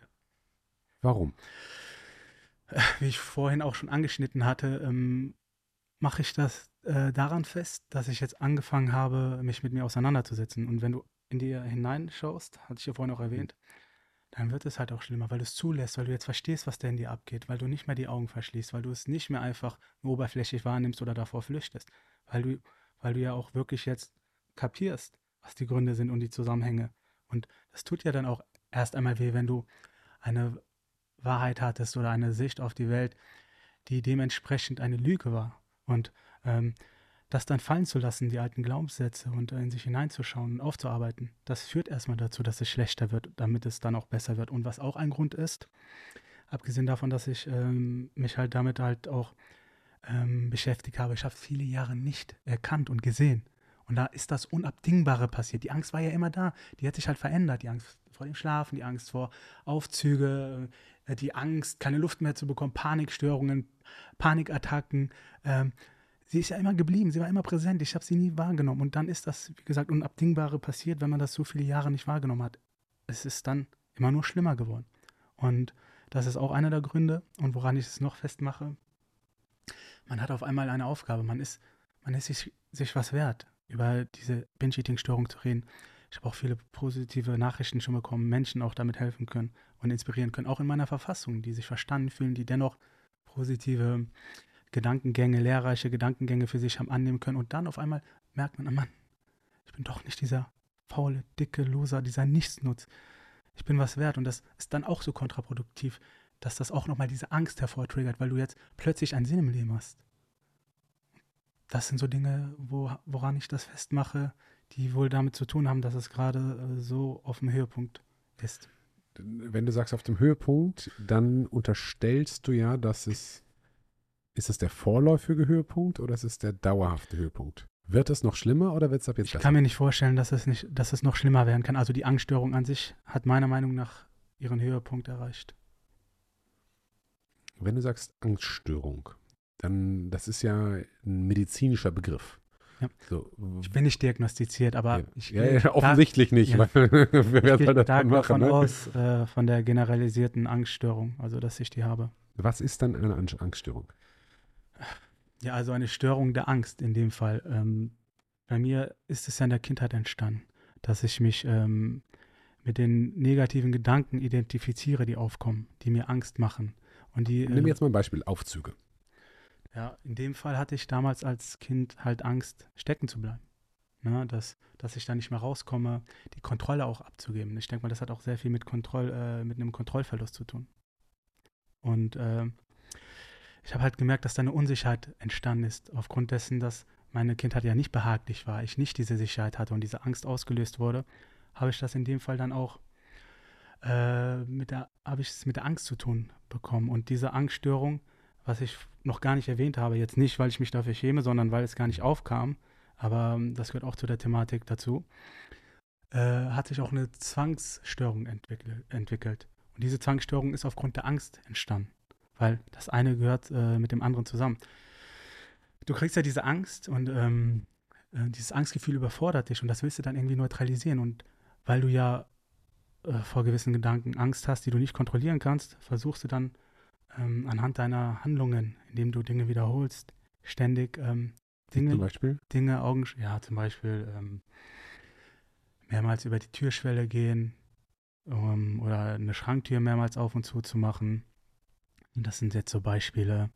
Warum? Wie ich vorhin auch schon angeschnitten hatte, mache ich das daran fest, dass ich jetzt angefangen habe, mich mit mir auseinanderzusetzen. Und wenn du in dir hineinschaust, hatte ich ja vorhin auch erwähnt, dann wird es halt auch schlimmer, weil du es zulässt, weil du jetzt verstehst, was da in dir abgeht, weil du nicht mehr die Augen verschließt, weil du es nicht mehr einfach nur oberflächlich wahrnimmst oder davor flüchtest, weil du ja auch wirklich jetzt kapierst, was die Gründe sind und die Zusammenhänge. Und das tut ja dann auch erst einmal weh, wenn du eine Wahrheit hattest oder eine Sicht auf die Welt, die dementsprechend eine Lüge war. Und das dann fallen zu lassen, die alten Glaubenssätze und in sich hineinzuschauen und aufzuarbeiten, das führt erstmal dazu, dass es schlechter wird, damit es dann auch besser wird. Und was auch ein Grund ist, abgesehen davon, dass ich mich halt damit halt auch beschäftigt habe, ich habe viele Jahre nicht erkannt und gesehen. Und da ist das Unabdingbare passiert. Die Angst war ja immer da. Die hat sich halt verändert. Die Angst vor dem Schlafen, die Angst vor Aufzüge, die Angst, keine Luft mehr zu bekommen, Panikstörungen, Panikattacken. Sie ist ja immer geblieben, sie war immer präsent. Ich habe sie nie wahrgenommen. Und dann ist das, wie gesagt, Unabdingbare passiert, wenn man das so viele Jahre nicht wahrgenommen hat. es ist dann immer nur schlimmer geworden. Und das ist auch einer der Gründe und woran ich es noch festmache, man hat auf einmal eine Aufgabe, man ist sich was wert, über diese Binge-Eating-Störung zu reden. Ich habe auch viele positive Nachrichten schon bekommen, Menschen auch damit helfen können und inspirieren können, auch in meiner Verfassung, die sich verstanden fühlen, die dennoch positive Gedankengänge, lehrreiche Gedankengänge für sich haben annehmen können. Und dann auf einmal merkt man, oh Mann, ich bin doch nicht dieser faule, dicke Loser, dieser Nichtsnutz. Ich bin was wert. Und das ist dann auch so kontraproduktiv, dass das auch nochmal diese Angst hervortriggert, weil du jetzt plötzlich einen Sinn im Leben hast. Das sind so Dinge, woran ich das festmache, die wohl damit zu tun haben, dass es gerade so auf dem Höhepunkt ist. Wenn du sagst auf dem Höhepunkt, dann unterstellst du ja, dass ist es der vorläufige Höhepunkt oder ist es der dauerhafte Höhepunkt? Wird es noch schlimmer oder wird es ab jetzt besser? Ich kann mir nicht vorstellen, dass es noch schlimmer werden kann. Also die Angststörung an sich hat meiner Meinung nach ihren Höhepunkt erreicht. Wenn du sagst Angststörung, dann das ist ja ein medizinischer Begriff. Ja. So, Ich bin nicht diagnostiziert, aber ja. ich offensichtlich nicht. Ja. Weil, wer gehe soll das stark dann machen? davon Ne? aus, von der generalisierten Angststörung, also dass ich die habe. Was ist dann eine Angststörung? Ja, also eine Störung der Angst in dem Fall. Bei mir ist es ja in der Kindheit entstanden, dass ich mich mit den negativen Gedanken identifiziere, die aufkommen, die mir Angst machen. Und die, Nimm jetzt mal ein Beispiel, Aufzüge. ja, in dem Fall hatte ich damals als Kind halt Angst, stecken zu bleiben. Ne, dass ich da nicht mehr rauskomme, die Kontrolle auch abzugeben. Ich denke mal, das hat auch sehr viel mit einem Kontrollverlust zu tun. Und ich habe halt gemerkt, dass da eine Unsicherheit entstanden ist, aufgrund dessen, dass meine Kindheit ja nicht behaglich war, ich nicht diese Sicherheit hatte und diese Angst ausgelöst wurde, habe ich das in dem Fall dann auch habe ich es mit der Angst zu tun bekommen. Und diese Angststörung, was ich noch gar nicht erwähnt habe, jetzt nicht, weil ich mich dafür schäme, sondern weil es gar nicht aufkam, aber das gehört auch zu der Thematik dazu, hat sich auch eine Zwangsstörung entwickelt. Und diese Zwangsstörung ist aufgrund der Angst entstanden, weil das eine gehört mit dem anderen zusammen. Du kriegst ja diese Angst und dieses Angstgefühl überfordert dich und das willst du dann irgendwie neutralisieren. Und weil du ja vor gewissen Gedanken Angst hast, die du nicht kontrollieren kannst, versuchst du dann anhand deiner Handlungen, indem du Dinge wiederholst, ständig Zum Beispiel? zum Beispiel mehrmals über die Türschwelle gehen oder eine Schranktür mehrmals auf und zu machen. Und das sind jetzt so Beispiele.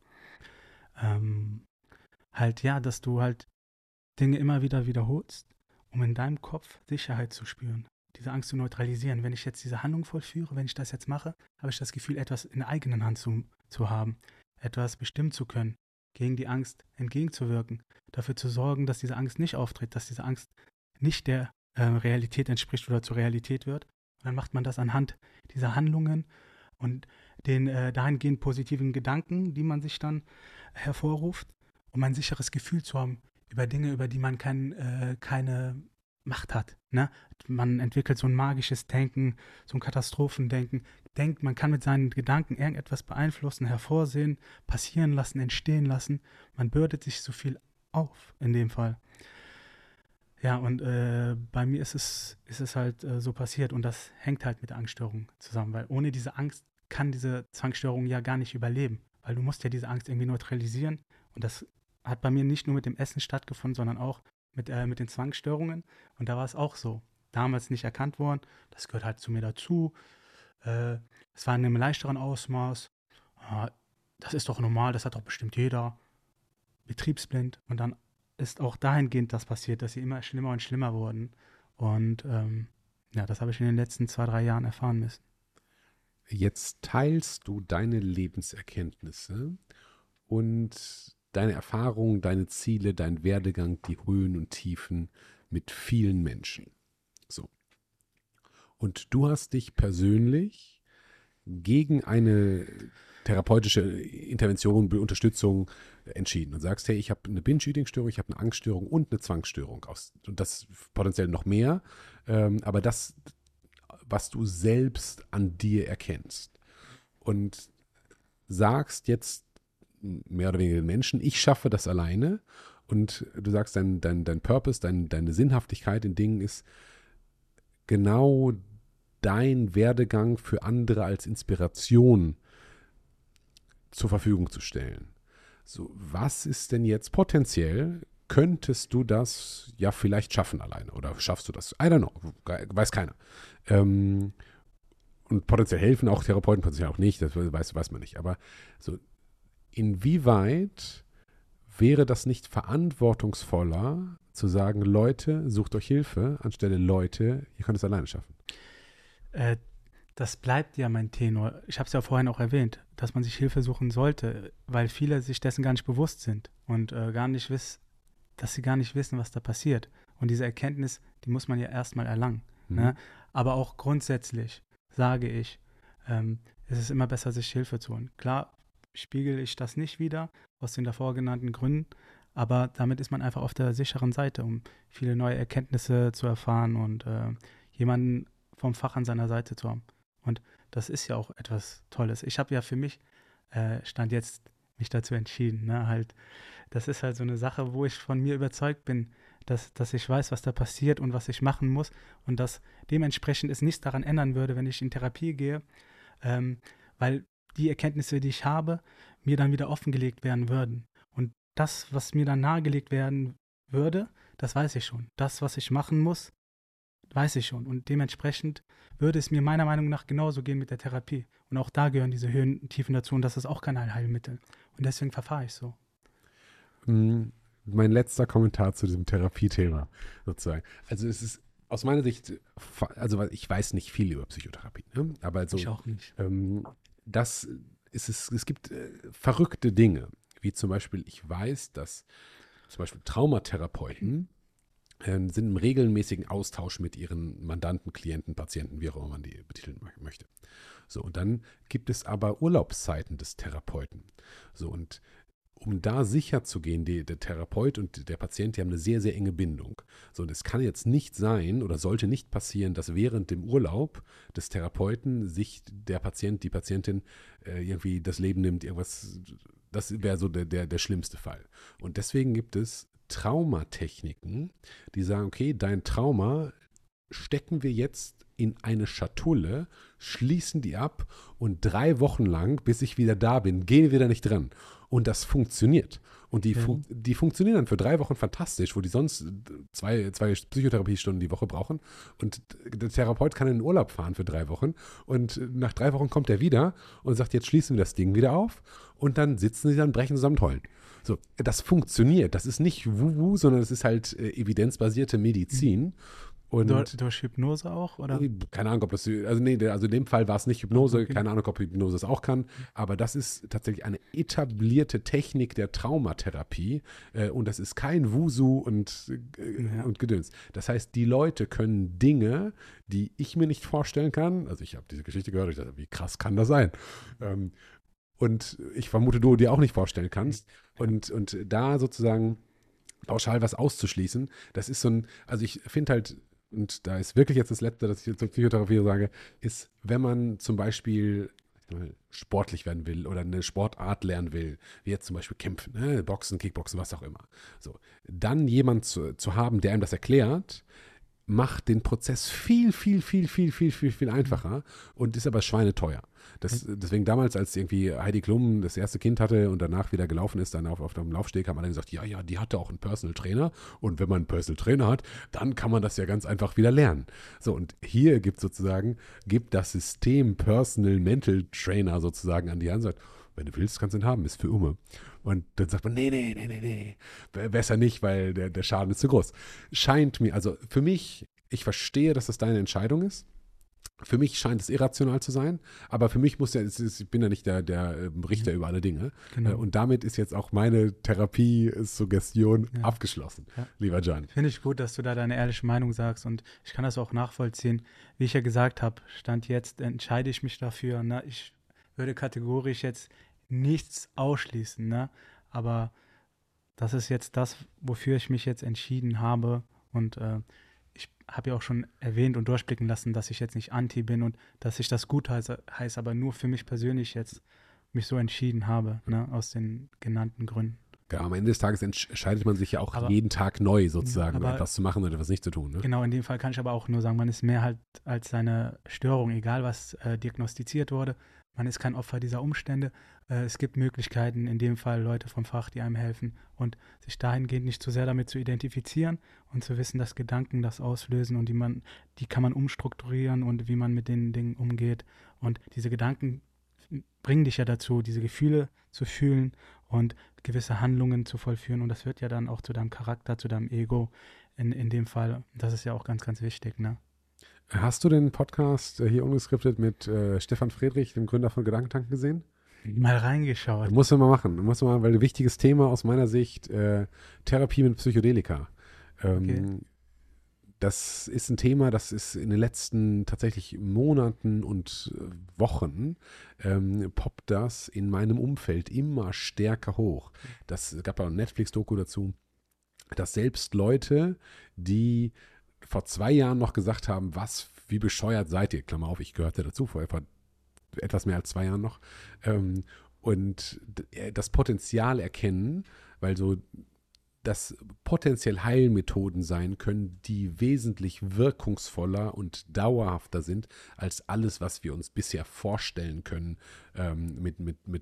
Dass du halt Dinge immer wieder wiederholst, um in deinem Kopf Sicherheit zu spüren, diese Angst zu neutralisieren. Wenn ich jetzt diese Handlung vollführe, wenn ich das jetzt mache, habe ich das Gefühl, etwas in der eigenen Hand zu haben, etwas bestimmen zu können, gegen die Angst entgegenzuwirken, dafür zu sorgen, dass diese Angst nicht auftritt, dass diese Angst nicht der Realität entspricht oder zur Realität wird. Und dann macht man das anhand dieser Handlungen und den dahingehend positiven Gedanken, die man sich dann hervorruft, um ein sicheres Gefühl zu haben über Dinge, über die man keine Macht hat. Ne? Man entwickelt so ein magisches Denken, so ein Katastrophendenken, denkt, man kann mit seinen Gedanken irgendetwas beeinflussen, hervorsehen, passieren lassen, entstehen lassen. Man bürdet sich so viel auf in dem Fall. Ja, und bei mir ist es halt so passiert und das hängt halt mit der Angststörung zusammen, weil ohne diese Angst kann diese Zwangsstörung ja gar nicht überleben, weil du musst ja diese Angst irgendwie neutralisieren und das hat bei mir nicht nur mit dem Essen stattgefunden, sondern auch mit den Zwangsstörungen und da war es auch so. Damals nicht erkannt worden, das gehört halt zu mir dazu. Es war in einem leichteren Ausmaß. Das ist doch normal, das hat doch bestimmt jeder. Betriebsblind und dann ist auch dahingehend das passiert, dass sie immer schlimmer und schlimmer wurden. Und das habe ich in den letzten 2-3 Jahren erfahren müssen. Jetzt teilst du deine Lebenserkenntnisse und deine Erfahrungen, deine Ziele, dein Werdegang, die Höhen und Tiefen mit vielen Menschen. So. Und du hast dich persönlich gegen eine therapeutische Intervention, Unterstützung entschieden und sagst, hey, ich habe eine Binge-Eating-Störung, ich habe eine Angststörung und eine Zwangsstörung. Und das potenziell noch mehr, aber das, was du selbst an dir erkennst. Und sagst jetzt mehr oder weniger den Menschen, ich schaffe das alleine. Und du sagst, dein Purpose, deine Sinnhaftigkeit in Dingen ist genau dein Werdegang für andere als Inspiration zur Verfügung zu stellen. So, was ist denn jetzt potenziell, könntest du das ja vielleicht schaffen alleine oder schaffst du das? I don't know, weiß keiner. Und potenziell helfen auch Therapeuten, potenziell auch nicht, das weiß man nicht. Aber so, inwieweit wäre das nicht verantwortungsvoller, zu sagen, Leute, sucht euch Hilfe, anstelle Leute, ihr könnt es alleine schaffen? Das bleibt ja mein Tenor. Ich habe es ja vorhin auch erwähnt, dass man sich Hilfe suchen sollte, weil viele sich dessen gar nicht bewusst sind und dass sie gar nicht wissen, was da passiert. Und diese Erkenntnis, die muss man ja erstmal erlangen. Ne? Aber auch grundsätzlich sage ich, es ist immer besser, sich Hilfe zu holen. Klar spiegel ich das nicht wieder, aus den davor genannten Gründen, aber damit ist man einfach auf der sicheren Seite, um viele neue Erkenntnisse zu erfahren und jemanden vom Fach an seiner Seite zu haben. Und das ist ja auch etwas Tolles. Ich habe ja für mich, Stand jetzt, mich dazu entschieden. Ne? Halt, das ist halt so eine Sache, wo ich von mir überzeugt bin, dass ich weiß, was da passiert und was ich machen muss und dass dementsprechend es nichts daran ändern würde, wenn ich in Therapie gehe, weil die Erkenntnisse, die ich habe, mir dann wieder offengelegt werden würden. Und das, was mir dann nahegelegt werden würde, das weiß ich schon. Das, was ich machen muss, weiß ich schon. Und dementsprechend würde es mir meiner Meinung nach genauso gehen mit der Therapie. Und auch da gehören diese Höhen und Tiefen dazu und das ist auch kein Heilmittel. Und deswegen verfahre ich so. Mein letzter Kommentar zu diesem Therapiethema sozusagen. Also es ist aus meiner Sicht, also ich weiß nicht viel über Psychotherapie, ne? Aber also, ich auch nicht. Es gibt verrückte Dinge, wie zum Beispiel, ich weiß, dass zum Beispiel Traumatherapeuten sind im regelmäßigen Austausch mit ihren Mandanten, Klienten, Patienten, wie auch immer man die betiteln möchte. So, und dann gibt es aber Urlaubszeiten des Therapeuten. So, und um da sicher zu gehen, der Therapeut und der Patient, die haben eine sehr, sehr enge Bindung. So, und es kann jetzt nicht sein oder sollte nicht passieren, dass während dem Urlaub des Therapeuten sich der Patient, die Patientin irgendwie das Leben nimmt, irgendwas, das wäre so der schlimmste Fall. Und deswegen gibt es Traumatechniken, die sagen, okay, dein Trauma stecken wir jetzt in eine Schatulle, schließen die ab und 3 Wochen lang, bis ich wieder da bin, gehen wir da nicht dran. Und das funktioniert. Und die funktionieren dann für 3 Wochen fantastisch, wo die sonst zwei Psychotherapiestunden die Woche brauchen. Und der Therapeut kann in den Urlaub fahren für 3 Wochen. Und nach 3 Wochen kommt er wieder und sagt, jetzt schließen wir das Ding wieder auf. Und dann sitzen sie dann, brechen zusammen und heulen. So, das funktioniert. Das ist nicht Wuhu, sondern es ist halt evidenzbasierte Medizin. Und durch Hypnose auch, oder? Keine Ahnung, ob das, also in dem Fall war es nicht Hypnose, okay. Keine Ahnung, ob Hypnose es auch kann, aber das ist tatsächlich eine etablierte Technik der Traumatherapie und das ist kein Wusu und Gedöns. Das heißt, die Leute können Dinge, die ich mir nicht vorstellen kann, also ich habe diese Geschichte gehört, ich dachte, wie krass kann das sein? Und ich vermute, du dir auch nicht vorstellen kannst. Und da sozusagen pauschal was auszuschließen, das ist so ein, also ich finde halt, und da ist wirklich jetzt das Letzte, das ich zur Psychotherapie sage, ist, wenn man zum Beispiel sportlich werden will oder eine Sportart lernen will, wie jetzt zum Beispiel Kämpfen, ne? Boxen, Kickboxen, was auch immer. So, dann jemand zu haben, der einem das erklärt, macht den Prozess viel, viel, viel, viel, viel, viel, viel einfacher und ist aber schweineteuer. Deswegen damals, als irgendwie Heidi Klum das erste Kind hatte und danach wieder gelaufen ist, dann auf dem Laufsteg, haben alle gesagt, ja, die hatte auch einen Personal Trainer und wenn man einen Personal Trainer hat, dann kann man das ja ganz einfach wieder lernen. So, und hier gibt das System Personal Mental Trainer sozusagen an die Hand, sagt, wenn du willst, kannst du ihn haben, ist für Umme. Und dann sagt man, nee, besser nicht, weil der Schaden ist zu groß. Scheint mir, also für mich, ich verstehe, dass das deine Entscheidung ist. Für mich scheint es irrational zu sein, aber für mich ich bin ja nicht der Richter über alle Dinge. Genau. Und damit ist jetzt auch meine Therapie-Suggestion abgeschlossen, lieber Can. Finde ich gut, dass du da deine ehrliche Meinung sagst und ich kann das auch nachvollziehen. Wie ich ja gesagt habe, Stand jetzt entscheide ich mich dafür. Ne? Ich würde kategorisch jetzt nichts ausschließen, ne? Aber das ist jetzt das, wofür ich mich jetzt entschieden habe und ich habe ja auch schon erwähnt und durchblicken lassen, dass ich jetzt nicht anti bin und dass ich das gut heiße, aber nur für mich persönlich jetzt mich so entschieden habe, ne, aus den genannten Gründen. Ja, am Ende des Tages entscheidet man sich ja auch Aber, jeden Tag neu sozusagen, aber etwas zu machen oder etwas nicht zu tun. Ne? genau, in dem Fall kann ich aber auch nur sagen, man ist mehr halt als seine Störung, egal was diagnostiziert wurde. Man ist kein Opfer dieser Umstände. Es gibt Möglichkeiten, in dem Fall Leute vom Fach, die einem helfen und sich dahingehend nicht zu sehr damit zu identifizieren und zu wissen, dass Gedanken das auslösen und die kann man umstrukturieren und wie man mit den Dingen umgeht. Und diese Gedanken bringen dich ja dazu, diese Gefühle zu fühlen und gewisse Handlungen zu vollführen. Und das wird ja dann auch zu deinem Charakter, zu deinem Ego in dem Fall. Das ist ja auch ganz, ganz wichtig, ne? Hast du den Podcast hier ungeskriptet mit Stefan Friedrich, dem Gründer von Gedankentanken, gesehen? Mal reingeschaut. Muss man mal machen. Muss man mal, weil ein wichtiges Thema aus meiner Sicht, Therapie mit Psychedelika. Okay. Das ist ein Thema, das ist in den letzten tatsächlich Monaten und Wochen poppt das in meinem Umfeld immer stärker hoch. Das gab auch ein Netflix-Doku dazu, dass selbst Leute, die vor 2 Jahren noch gesagt haben, wie bescheuert seid ihr, Klammer auf, ich gehörte dazu, vor etwas mehr als 2 Jahren noch, und das Potenzial erkennen, weil so das potenziell Heilmethoden sein können, die wesentlich wirkungsvoller und dauerhafter sind als alles, was wir uns bisher vorstellen können mit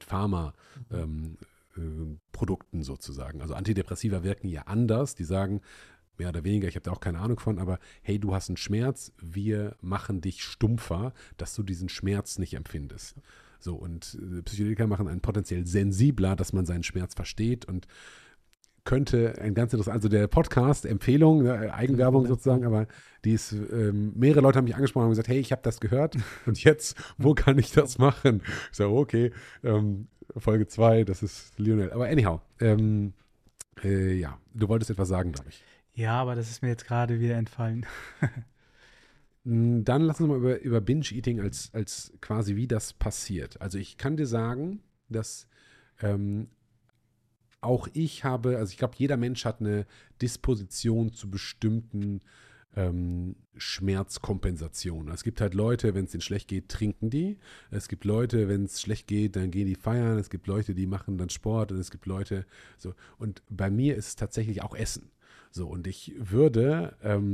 Pharma-Produkten sozusagen. Also Antidepressiva wirken ja anders. Die sagen, mehr oder weniger, ich habe da auch keine Ahnung von, aber hey, du hast einen Schmerz, wir machen dich stumpfer, dass du diesen Schmerz nicht empfindest. So, und Psychedelika machen einen potenziell sensibler, dass man seinen Schmerz versteht und könnte ein ganz interessant, also der Podcast, Empfehlung, ne, Eigenwerbung sozusagen, aber die ist, mehrere Leute haben mich angesprochen und gesagt, hey, ich habe das gehört und jetzt, wo kann ich das machen? Ich sage, okay, Folge 2, das ist Lionel. Aber anyhow, ja, du wolltest etwas sagen, glaube ich. Ja, aber das ist mir jetzt gerade wieder entfallen. Dann lass uns mal über Binge-Eating als quasi, wie das passiert. Also ich kann dir sagen, dass auch ich also ich glaube, jeder Mensch hat eine Disposition zu bestimmten Schmerzkompensationen. Es gibt halt Leute, wenn es denen schlecht geht, trinken die. Es gibt Leute, wenn es schlecht geht, dann gehen die feiern. Es gibt Leute, die machen dann Sport und es gibt Leute so. Und bei mir ist es tatsächlich auch Essen. So, und ich würde,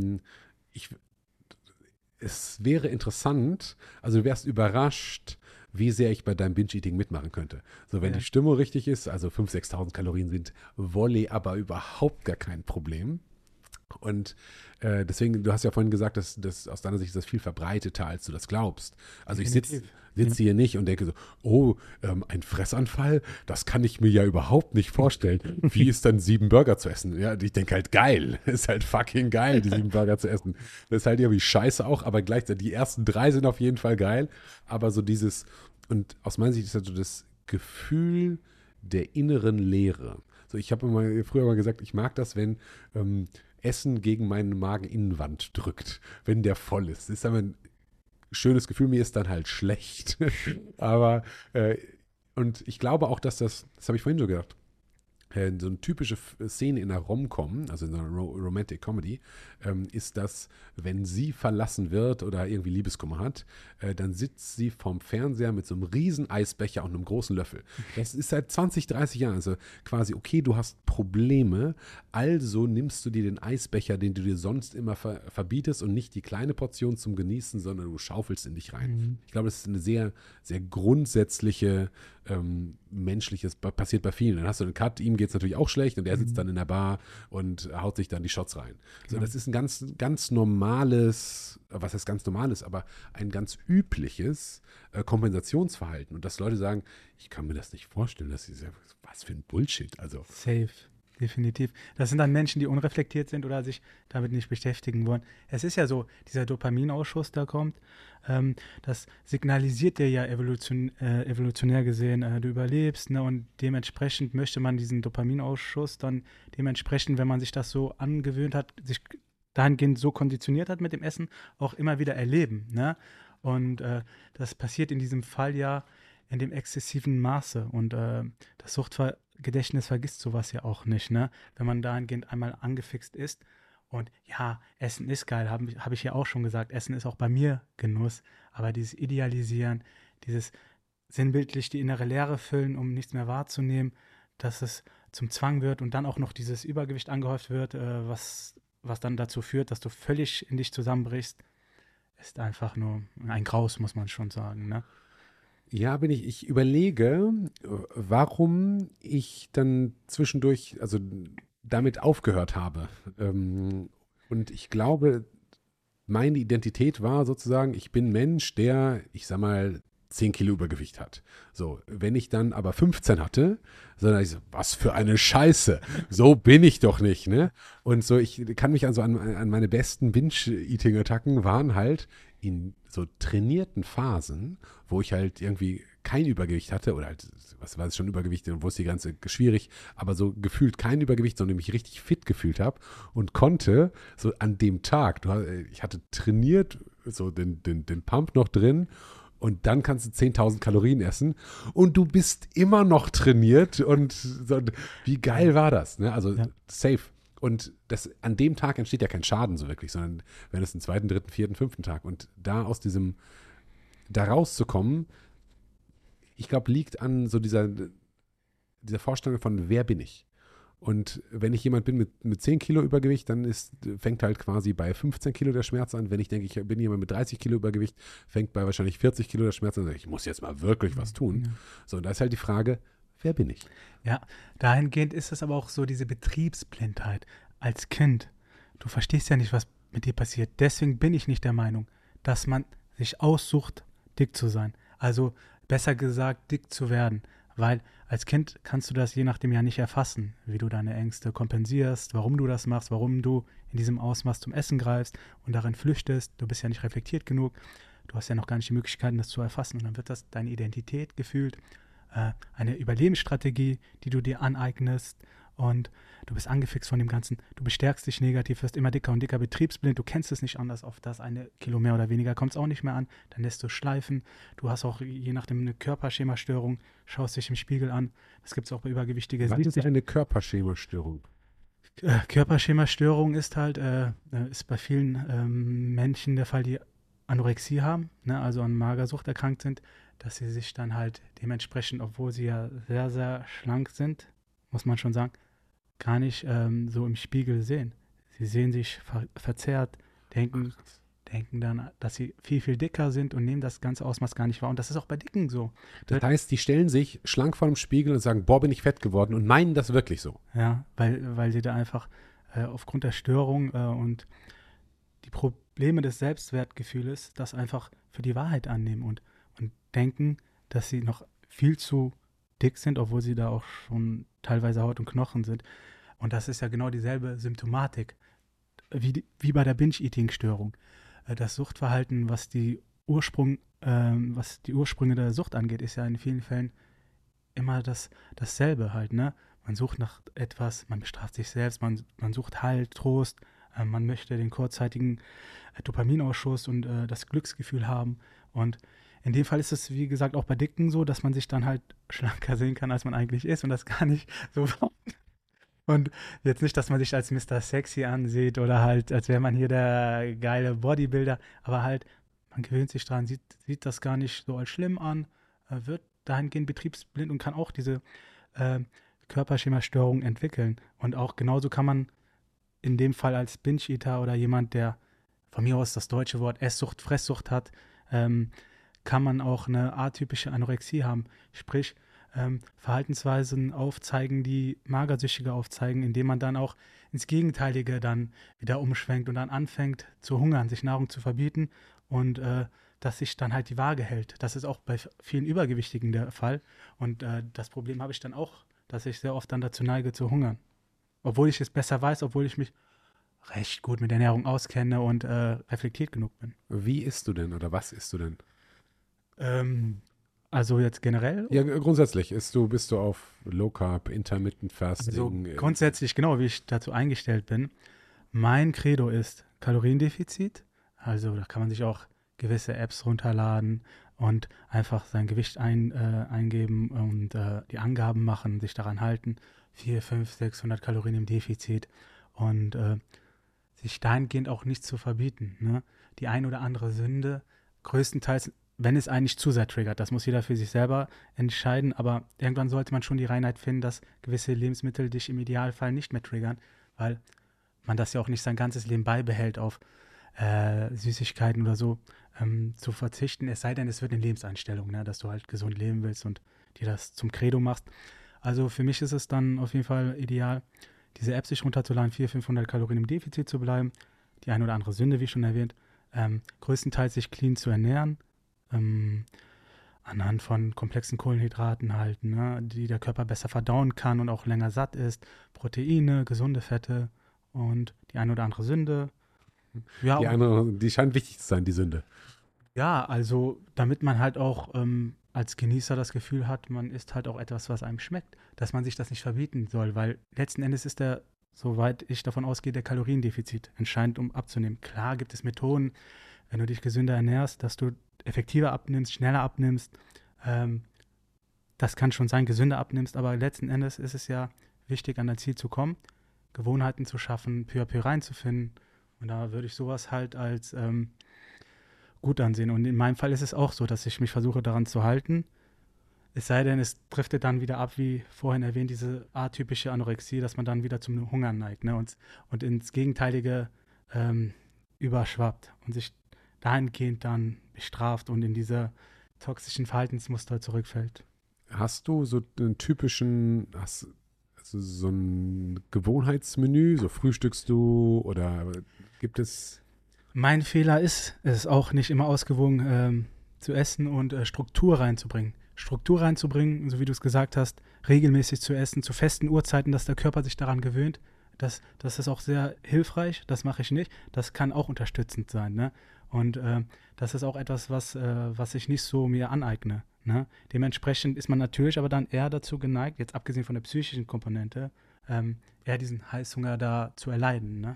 es wäre interessant, also du wärst überrascht, wie sehr ich bei deinem Binge-Eating mitmachen könnte. So, wenn Ja. die Stimmung richtig ist, also 5.000, 6.000 Kalorien sind Volley aber überhaupt gar kein Problem. Und deswegen, du hast ja vorhin gesagt, dass aus deiner Sicht ist das viel verbreiteter, als du das glaubst. Also ich sitze hier nicht und denke so, oh, ein Fressanfall, das kann ich mir ja überhaupt nicht vorstellen. Wie ist dann 7 Burger zu essen? Ja, ich denke halt geil, ist halt fucking geil, die 7 Burger zu essen. Das ist halt irgendwie scheiße auch, aber gleichzeitig die ersten 3 sind auf jeden Fall geil. Aber so dieses, und aus meiner Sicht ist das so das Gefühl der inneren Leere. So, ich habe früher mal gesagt, ich mag das, wenn Essen gegen meine Mageninnenwand drückt, wenn der voll ist. Das ist aber ein schönes Gefühl, mir ist dann halt schlecht. Aber, und ich glaube auch, dass das habe ich vorhin so gedacht, so eine typische Szene in einer Rom-Com, also in einer Romantic Comedy, ist das, wenn sie verlassen wird oder irgendwie Liebeskummer hat, dann sitzt sie vorm Fernseher mit so einem riesen Eisbecher und einem großen Löffel. Das ist seit 20, 30 Jahren. Also quasi, okay, du hast Probleme, also nimmst du dir den Eisbecher, den du dir sonst immer verbietest und nicht die kleine Portion zum Genießen, sondern du schaufelst in dich rein. Mhm. Ich glaube, das ist eine sehr, sehr grundsätzliche menschliches, passiert bei vielen. Dann hast du einen Cut, ihm geht es natürlich auch schlecht und er sitzt dann in der Bar und haut sich dann die Shots rein. So, das ist ein ganz, ganz normales, was heißt ganz normales, aber ein ganz übliches Kompensationsverhalten. Und dass Leute sagen, ich kann mir das nicht vorstellen, das ist ja, was für ein Bullshit. Also, Safe, definitiv. Das sind dann Menschen, die unreflektiert sind oder sich damit nicht beschäftigen wollen. Es ist ja so, dieser Dopaminausschuss, der kommt, das signalisiert dir ja evolutionär gesehen, du überlebst, ne, und dementsprechend möchte man diesen Dopaminausschuss dann dementsprechend, wenn man sich das so angewöhnt hat, sich dahingehend so konditioniert hat mit dem Essen, auch immer wieder erleben, ne? Und das passiert in diesem Fall ja in dem exzessiven Maße und das Suchtgedächtnis vergisst sowas ja auch nicht, ne? Wenn man dahingehend einmal angefixt ist. Und ja, Essen ist geil, hab ich ja auch schon gesagt. Essen ist auch bei mir Genuss. Aber dieses Idealisieren, dieses sinnbildlich die innere Leere füllen, um nichts mehr wahrzunehmen, das ist zum Zwang wird und dann auch noch dieses Übergewicht angehäuft wird, was dann dazu führt, dass du völlig in dich zusammenbrichst, ist einfach nur ein Graus, muss man schon sagen, ne? Ja, ich überlege, warum ich dann zwischendurch, also damit aufgehört habe. Und ich glaube, meine Identität war sozusagen, ich bin Mensch, der, ich sag mal, 10 Kilo Übergewicht hat. So, wenn ich dann aber 15 hatte, sondern ich so, was für eine Scheiße, so bin ich doch nicht, ne? Und so, ich kann mich also an meine besten Binge-Eating-Attacken waren halt in so trainierten Phasen, wo ich halt irgendwie kein Übergewicht hatte oder halt, was war es schon Übergewicht, wo ist die ganze schwierig, aber so gefühlt kein Übergewicht, sondern mich richtig fit gefühlt habe und konnte so an dem Tag, ich hatte trainiert, so den Pump noch drin und dann kannst du 10.000 Kalorien essen und du bist immer noch trainiert und so, wie geil war das, ne? Also safe. Und an dem Tag entsteht ja kein Schaden so wirklich, sondern wenn es den zweiten, dritten, vierten, fünften Tag und da rauszukommen, ich glaube, liegt an so dieser Vorstellung von, wer bin ich? Und wenn ich jemand bin mit 10 Kilo Übergewicht, dann fängt halt quasi bei 15 Kilo der Schmerz an. Wenn ich denke, ich bin jemand mit 30 Kilo Übergewicht, fängt bei wahrscheinlich 40 Kilo der Schmerz an. Ich muss jetzt mal wirklich was tun. Ja. So, und da ist halt die Frage, wer bin ich? Ja, dahingehend ist es aber auch so diese Betriebsblindheit. Als Kind, du verstehst ja nicht, was mit dir passiert. Deswegen bin ich nicht der Meinung, dass man sich aussucht, dick zu sein. Also besser gesagt, dick zu werden. Weil als Kind kannst du das je nachdem ja nicht erfassen, wie du deine Ängste kompensierst, warum du das machst, warum du in diesem Ausmaß zum Essen greifst und darin flüchtest. Du bist ja nicht reflektiert genug. Du hast ja noch gar nicht die Möglichkeiten, das zu erfassen. Und dann wird das deine Identität gefühlt, eine Überlebensstrategie, die du dir aneignest. Und du bist angefixt von dem Ganzen. Du bestärkst dich negativ, wirst immer dicker und dicker, betriebsblind. Du kennst es nicht anders. Auf das eine Kilo mehr oder weniger kommt es auch nicht mehr an. Dann lässt du schleifen. Du hast auch je nachdem eine Körperschemastörung. Schaust dich im Spiegel an. Das gibt es auch bei Übergewichtigen. Was ist eine Körperschemastörung? Körperschemastörung ist halt, ist bei vielen Menschen der Fall, die Anorexie haben, ne, also an Magersucht erkrankt sind, dass sie sich dann halt dementsprechend, obwohl sie ja sehr, sehr schlank sind, muss man schon sagen, gar nicht so im Spiegel sehen. Sie sehen sich verzerrt, denken dann, dass sie viel, viel dicker sind und nehmen das ganze Ausmaß gar nicht wahr. Und das ist auch bei Dicken so. Das heißt, die stellen sich schlank vor dem Spiegel und sagen, boah, bin ich fett geworden und meinen das wirklich so. Ja, weil sie da einfach aufgrund der Störung und die Probleme des Selbstwertgefühls das einfach für die Wahrheit annehmen und denken, dass sie noch viel zu dick sind, obwohl sie da auch schon teilweise Haut und Knochen sind. Und das ist ja genau dieselbe Symptomatik wie bei der Binge-Eating-Störung. Das Suchtverhalten, was die Ursprünge der Sucht angeht, ist ja in vielen Fällen immer dasselbe halt, ne? Man sucht nach etwas, man bestraft sich selbst, man sucht Halt, Trost, man möchte den kurzzeitigen Dopaminausschuss und das Glücksgefühl haben. Und in dem Fall ist es, wie gesagt, auch bei Dicken so, dass man sich dann halt schlanker sehen kann, als man eigentlich ist und das gar nicht so. Und jetzt nicht, dass man sich als Mr. Sexy ansieht oder halt, als wäre man hier der geile Bodybuilder, aber halt, man gewöhnt sich dran, sieht das gar nicht so als schlimm an, wird dahingehend betriebsblind und kann auch diese Körperschemastörung entwickeln. Und auch genauso kann man in dem Fall als Binge-Eater oder jemand, der von mir aus das deutsche Wort Esssucht, Fresssucht hat, kann man auch eine atypische Anorexie haben. Sprich, Verhaltensweisen aufzeigen, die Magersüchtige aufzeigen, indem man dann auch ins Gegenteilige dann wieder umschwenkt und dann anfängt zu hungern, sich Nahrung zu verbieten und dass sich dann halt die Waage hält. Das ist auch bei vielen Übergewichtigen der Fall. Und das Problem habe ich dann auch, dass ich sehr oft dann dazu neige zu hungern. Obwohl ich es besser weiß, obwohl ich mich recht gut mit Ernährung auskenne und reflektiert genug bin. Wie isst du denn oder was isst du denn? Also jetzt generell? Ja, grundsätzlich. Bist du auf Low Carb, Intermittent Fasting? Also grundsätzlich, genau, wie ich dazu eingestellt bin. Mein Credo ist Kaloriendefizit. Also da kann man sich auch gewisse Apps runterladen und einfach sein Gewicht eingeben und die Angaben machen, sich daran halten. 400, 500, 600 Kalorien im Defizit und sich dahingehend auch nichts zu verbieten. Ne? Die ein oder andere Sünde, größtenteils wenn es einen nicht zu sehr triggert. Das muss jeder für sich selber entscheiden, aber irgendwann sollte man schon die Reinheit finden, dass gewisse Lebensmittel dich im Idealfall nicht mehr triggern, weil man das ja auch nicht sein ganzes Leben beibehält, auf Süßigkeiten oder so zu verzichten, es sei denn, es wird eine Lebenseinstellung, ne, dass du halt gesund leben willst und dir das zum Credo machst. Also für mich ist es dann auf jeden Fall ideal, diese App sich runterzuladen, 400-500 Kalorien im Defizit zu bleiben, die ein oder andere Sünde, wie schon erwähnt, größtenteils sich clean zu ernähren, anhand von komplexen Kohlenhydraten halt, ne, die der Körper besser verdauen kann und auch länger satt ist, Proteine, gesunde Fette und die ein oder andere Sünde. Ja, Die scheint wichtig zu sein, die Sünde. ja, also damit man halt auch als Genießer das Gefühl hat, man isst halt auch etwas, was einem schmeckt, dass man sich das nicht verbieten soll, weil letzten Endes ist der, soweit ich davon ausgehe, der Kaloriendefizit entscheidend, um abzunehmen. Klar gibt es Methoden, wenn du dich gesünder ernährst, dass du effektiver abnimmst, schneller abnimmst. Ähm, Das kann schon sein, gesünder abnimmst, aber letzten Endes ist es ja wichtig, an dein Ziel zu kommen, Gewohnheiten zu schaffen, peu à peu reinzufinden. Und da würde ich sowas halt als gut ansehen. Und in meinem Fall ist es auch so, dass ich mich versuche daran zu halten. Es sei denn, es driftet dann wieder ab, wie vorhin erwähnt, diese atypische Anorexie, dass man dann wieder zum Hunger neigt, ne? Und ins Gegenteilige überschwappt und sich dahingehend dann bestraft und in diese toxischen Verhaltensmuster zurückfällt. Hast du so einen also so ein Gewohnheitsmenü, so frühstückst du oder gibt es? Mein Fehler ist es auch nicht immer ausgewogen zu essen und Struktur reinzubringen. Struktur reinzubringen, so wie du es gesagt hast, regelmäßig zu essen, zu festen Uhrzeiten, dass der Körper sich daran gewöhnt. Das ist auch sehr hilfreich, das mache ich nicht. Das kann auch unterstützend sein. Ne? Und das ist auch etwas, was ich nicht so mir aneigne. Ne? Dementsprechend ist man natürlich aber dann eher dazu geneigt, jetzt abgesehen von der psychischen Komponente, eher diesen Heißhunger da zu erleiden. Ne?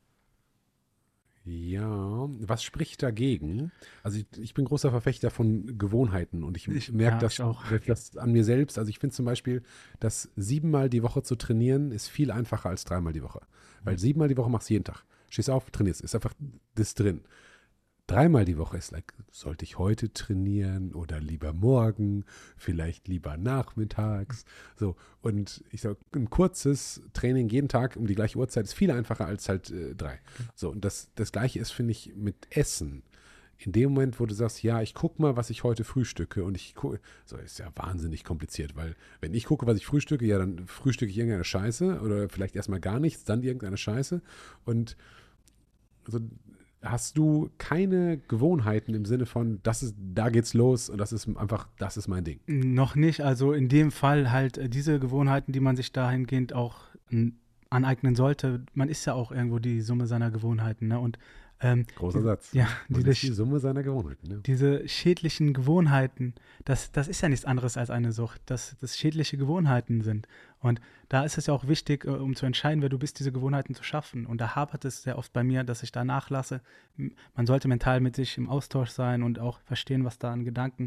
Ja, was spricht dagegen? Also ich bin großer Verfechter von Gewohnheiten und ich merke Ja, ich auch. das an mir selbst. Also ich finde zum Beispiel, dass 7-mal die Woche zu trainieren, ist viel einfacher als 3-mal die Woche. Weil 7-mal die Woche machst du jeden Tag. Stehst auf, trainierst. Ist einfach das drin. 3-mal die Woche ist like, sollte ich heute trainieren oder lieber morgen, vielleicht lieber nachmittags. So, und ich sage, ein kurzes Training jeden Tag um die gleiche Uhrzeit ist viel einfacher als halt 3. So, und das Gleiche ist, finde ich, mit Essen. In dem Moment, wo du sagst, ja, ich gucke mal, was ich heute frühstücke und ich gucke, so ist ja wahnsinnig kompliziert, weil wenn ich gucke, was ich frühstücke, ja, dann frühstücke ich irgendeine Scheiße oder vielleicht erstmal gar nichts, dann irgendeine Scheiße und also hast du keine Gewohnheiten im Sinne von, da geht's los und das ist mein Ding. Noch nicht, also in dem Fall halt diese Gewohnheiten, die man sich dahingehend auch aneignen sollte. Man ist ja auch irgendwo die Summe seiner Gewohnheiten, ne? Und Großer Satz. ja, Man ist die Summe seiner Gewohnheiten. Ne? diese schädlichen Gewohnheiten, das ist ja nichts anderes als eine Sucht, dass das schädliche Gewohnheiten sind. Und da ist es ja auch wichtig, um zu entscheiden, wer du bist, diese Gewohnheiten zu schaffen. Und da hapert es sehr oft bei mir, dass ich da nachlasse. Man sollte mental mit sich im Austausch sein und auch verstehen, was da an Gedanken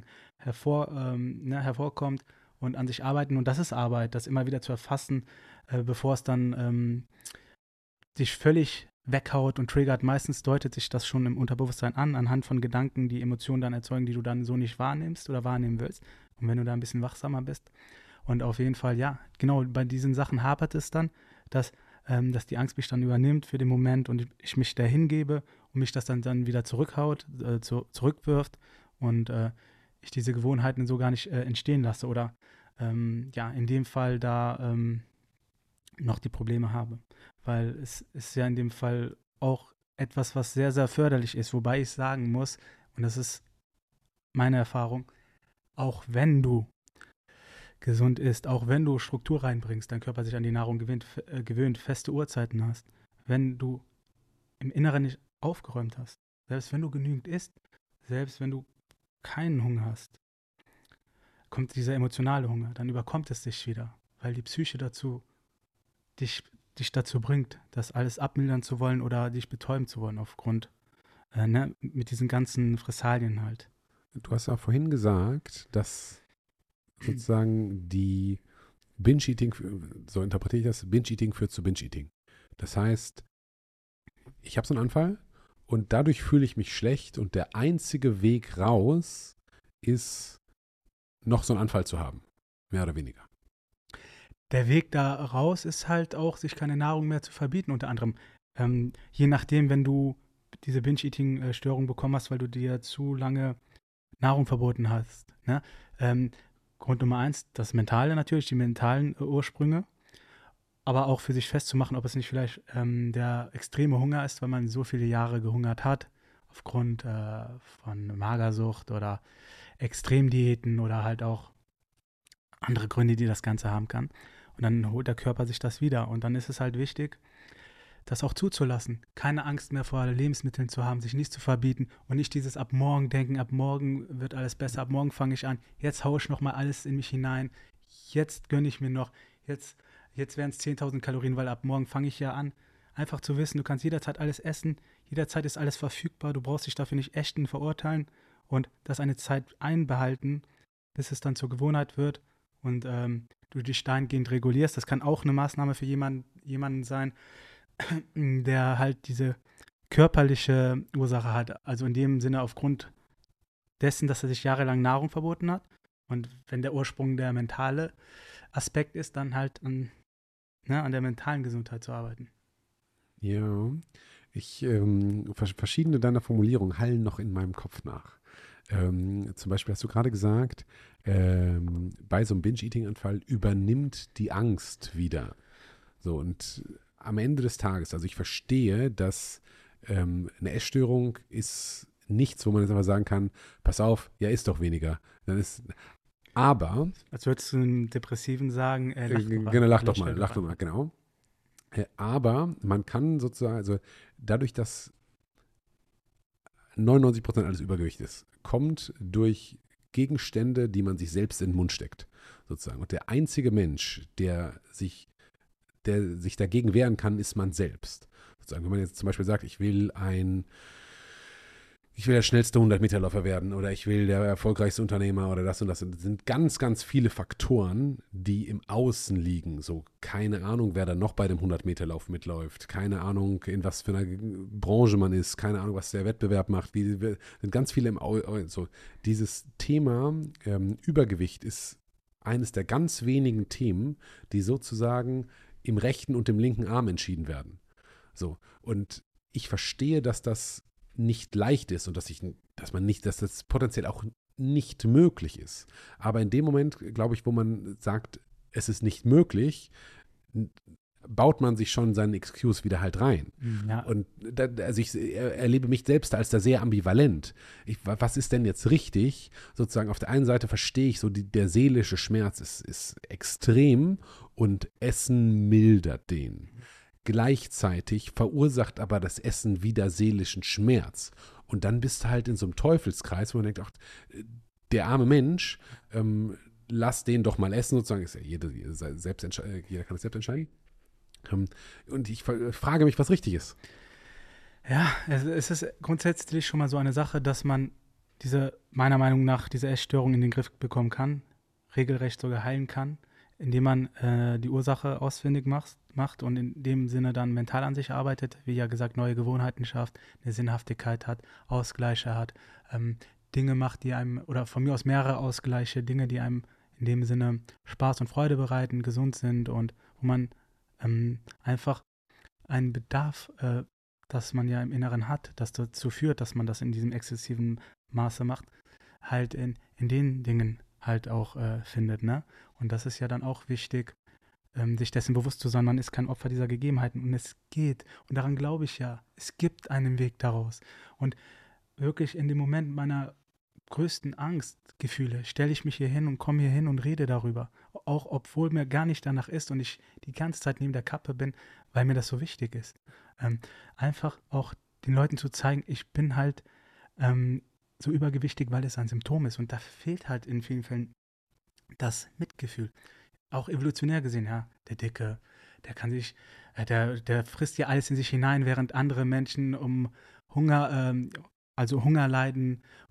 hervorkommt und an sich arbeiten. Und das ist Arbeit, das immer wieder zu erfassen, bevor es dann dich völlig weghaut und triggert. Meistens deutet sich das schon im Unterbewusstsein an, anhand von Gedanken, die Emotionen dann erzeugen, die du dann so nicht wahrnimmst oder wahrnehmen willst. Und wenn du da ein bisschen wachsamer bist. Und auf jeden Fall, ja, genau, bei diesen Sachen hapert es dann, dass die Angst mich dann übernimmt für den Moment und ich mich da hingebe und mich das dann wieder zurückhaut, zurückwirft und ich diese Gewohnheiten so gar nicht entstehen lasse oder ja, in dem Fall da noch die Probleme habe. Weil es ist ja in dem Fall auch etwas, was sehr, sehr förderlich ist, wobei ich sagen muss, und das ist meine Erfahrung, auch wenn du gesund isst, auch wenn du Struktur reinbringst, dein Körper sich an die Nahrung gewöhnt, feste Uhrzeiten hast, wenn du im Inneren nicht aufgeräumt hast, selbst wenn du genügend isst, selbst wenn du keinen Hunger hast, kommt dieser emotionale Hunger, dann überkommt es dich wieder, weil die Psyche dich dazu bringt, das alles abmildern zu wollen oder dich betäuben zu wollen aufgrund, mit diesen ganzen Fressalien halt. Du hast ja vorhin gesagt, dass sozusagen die Binge-Eating, so interpretiere ich das, Binge-Eating führt zu Binge-Eating. Das heißt, ich habe so einen Anfall und dadurch fühle ich mich schlecht und der einzige Weg raus ist, noch so einen Anfall zu haben. Mehr oder weniger. Der Weg da raus ist halt auch, sich keine Nahrung mehr zu verbieten, unter anderem. Je nachdem, wenn du diese Binge-Eating-Störung bekommen hast, weil du dir zu lange Nahrung verboten hast. Ne? Grund Nummer 1, das Mentale natürlich, die mentalen Ursprünge, aber auch für sich festzumachen, ob es nicht vielleicht der extreme Hunger ist, weil man so viele Jahre gehungert hat, aufgrund von Magersucht oder Extremdiäten oder halt auch andere Gründe, die das Ganze haben kann. Und dann holt der Körper sich das wieder. Und dann ist es halt wichtig, das auch zuzulassen. Keine Angst mehr vor Lebensmitteln zu haben, sich nicht zu verbieten und nicht dieses ab morgen denken, ab morgen wird alles besser, ab morgen fange ich an, jetzt haue ich nochmal alles in mich hinein, jetzt gönne ich mir noch, jetzt wären es 10.000 Kalorien, weil ab morgen fange ich ja an. Einfach zu wissen, du kannst jederzeit alles essen, jederzeit ist alles verfügbar, du brauchst dich dafür nicht ächten, verurteilen und das eine Zeit einbehalten, bis es dann zur Gewohnheit wird und du dich dahingehend regulierst. Das kann auch eine Maßnahme für jemanden sein, der halt diese körperliche Ursache hat. Also in dem Sinne aufgrund dessen, dass er sich jahrelang Nahrung verboten hat. Und wenn der Ursprung der mentale Aspekt ist, dann halt an der mentalen Gesundheit zu arbeiten. Ja, verschiedene deiner Formulierungen hallen noch in meinem Kopf nach. Zum Beispiel hast du gerade gesagt, bei so einem Binge-Eating-Anfall übernimmt die Angst wieder. So, und am Ende des Tages, also ich verstehe, dass eine Essstörung ist nichts, wo man jetzt einfach sagen kann, pass auf, ja, isst doch weniger. Aber Als würdest du einem Depressiven sagen, lach doch mal, genau. Aber man kann sozusagen, also dadurch, dass 99% alles Übergewicht ist, kommt durch Gegenstände, die man sich selbst in den Mund steckt, sozusagen. Und der einzige Mensch, der sich dagegen wehren kann, ist man selbst. Sozusagen, wenn man jetzt zum Beispiel sagt, ich will der schnellste 100-Meter-Läufer werden oder ich will der erfolgreichste Unternehmer oder das und das. Und das sind ganz, ganz viele Faktoren, die im Außen liegen. So, keine Ahnung, wer da noch bei dem 100-Meter-Lauf mitläuft. Keine Ahnung, in was für einer Branche man ist. Keine Ahnung, was der Wettbewerb macht. Sind ganz viele im Außen. So, dieses Thema Übergewicht ist eines der ganz wenigen Themen, die sozusagen im rechten und im linken Arm entschieden werden. So, und ich verstehe, dass das nicht leicht ist und dass das potenziell auch nicht möglich ist. Aber in dem Moment, glaube ich, wo man sagt, es ist nicht möglich, baut man sich schon seinen Excuse wieder halt rein. Ja. Und also ich erlebe mich selbst als da sehr ambivalent. Was ist denn jetzt richtig? Sozusagen auf der einen Seite verstehe ich so, der seelische Schmerz ist extrem und Essen mildert den. Gleichzeitig verursacht aber das Essen wieder seelischen Schmerz. Und dann bist du halt in so einem Teufelskreis, wo man denkt, ach, der arme Mensch, lass den doch mal essen, sozusagen. Ist ja jeder kann es selbst entscheiden. Und ich frage mich, was richtig ist. Ja, es ist grundsätzlich schon mal so eine Sache, dass man meiner Meinung nach, diese Essstörung in den Griff bekommen kann, regelrecht sogar heilen kann, indem man die Ursache ausfindig macht und in dem Sinne dann mental an sich arbeitet, wie ja gesagt, neue Gewohnheiten schafft, eine Sinnhaftigkeit hat, Ausgleiche hat, Dinge macht, die einem, oder von mir aus mehrere Ausgleiche, Dinge, die einem in dem Sinne Spaß und Freude bereiten, gesund sind und wo man einfach einen Bedarf, das man ja im Inneren hat, das dazu führt, dass man das in diesem exzessiven Maße macht, halt in den Dingen halt auch findet, ne? Und das ist ja dann auch wichtig, sich dessen bewusst zu sein, man ist kein Opfer dieser Gegebenheiten und es geht. Und daran glaube ich ja, es gibt einen Weg daraus. Und wirklich in dem Moment meiner größten Angstgefühle stelle ich mich hier hin und komme hier hin und rede darüber. Auch obwohl mir gar nicht danach ist und ich die ganze Zeit neben der Kappe bin, weil mir das so wichtig ist. Einfach auch den Leuten zu zeigen, ich bin halt so übergewichtig, weil es ein Symptom ist. Und da fehlt halt in vielen Fällen das Mitgefühl. Auch evolutionär gesehen, ja, der Dicke, der kann sich, der frisst ja alles in sich hinein, während andere Menschen Hunger leiden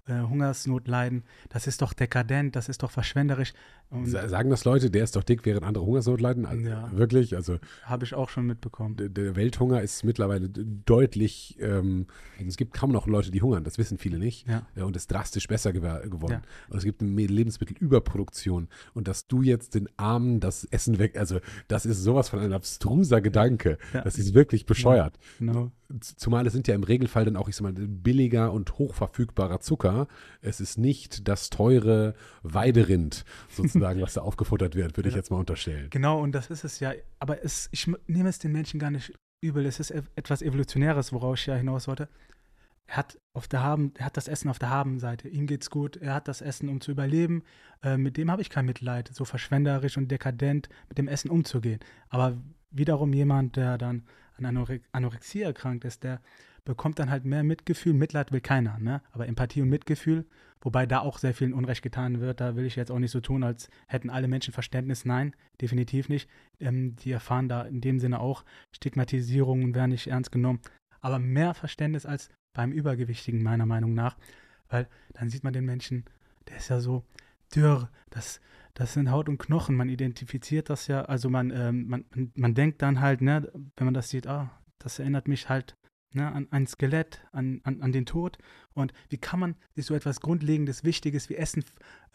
Hungersnot leiden, das ist doch dekadent, das ist doch verschwenderisch. Sagen das Leute, der ist doch dick, während andere Hungersnot leiden? Also, Ja. Wirklich? Also Habe ich auch schon mitbekommen. der Welthunger ist mittlerweile deutlich, also es gibt kaum noch Leute, die hungern, das wissen viele nicht. Ja. Und ist drastisch besser geworden. Ja. Und es gibt eine Lebensmittelüberproduktion. Und dass du jetzt den Armen das Essen weg, also das ist sowas von ein abstruser Gedanke. Ja. Das ist wirklich bescheuert. Genau. Zumal es sind ja im Regelfall dann auch, ich sag mal, billiger und hochverfügbarer Zucker. Es ist nicht das teure Weiderind sozusagen, was da aufgefuttert wird, würde ich jetzt mal unterstellen. Genau, und das ist es ja. Aber ich nehme es den Menschen gar nicht übel. Es ist etwas Evolutionäres, worauf ich ja hinaus wollte. Er hat das Essen auf der Habenseite. Ihm geht's gut. Er hat das Essen, um zu überleben. Mit dem habe ich kein Mitleid, so verschwenderisch und dekadent mit dem Essen umzugehen. Aber wiederum jemand, der dann an Anorexie erkrankt ist, der bekommt dann halt mehr Mitgefühl. Mitleid will keiner, ne? Aber Empathie und Mitgefühl, wobei da auch sehr vielen Unrecht getan wird. Da will ich jetzt auch nicht so tun, als hätten alle Menschen Verständnis. Nein, definitiv nicht. Die erfahren da in dem Sinne auch Stigmatisierung und werden nicht ernst genommen. Aber mehr Verständnis als beim Übergewichtigen, meiner Meinung nach. Weil dann sieht man den Menschen, der ist ja so dürr, das sind Haut und Knochen, man identifiziert das ja, also man denkt dann halt, ne, wenn man das sieht, das erinnert mich halt, ne, an ein Skelett, an den Tod. Und wie kann man sich so etwas Grundlegendes, Wichtiges wie Essen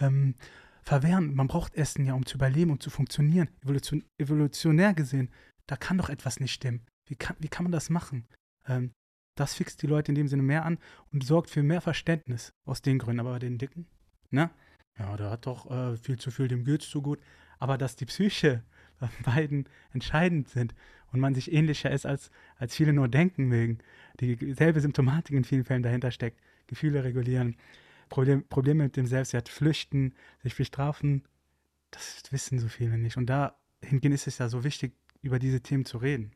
verwehren? Man braucht Essen ja, um zu überleben, um zu funktionieren. Evolutionär gesehen, da kann doch etwas nicht stimmen. Wie kann man das machen? Das fixt die Leute in dem Sinne mehr an und sorgt für mehr Verständnis aus den Gründen. Aber bei den Dicken, ne? Ja, der hat doch viel zu viel, dem geht's zu gut. Aber dass die Psyche bei beiden entscheidend sind und man sich ähnlicher ist, als viele nur denken mögen, dieselbe Symptomatik in vielen Fällen dahinter steckt, Gefühle regulieren, Probleme mit dem Selbstwert, flüchten, sich bestrafen, das wissen so viele nicht. Und dahingehend ist es ja so wichtig, über diese Themen zu reden.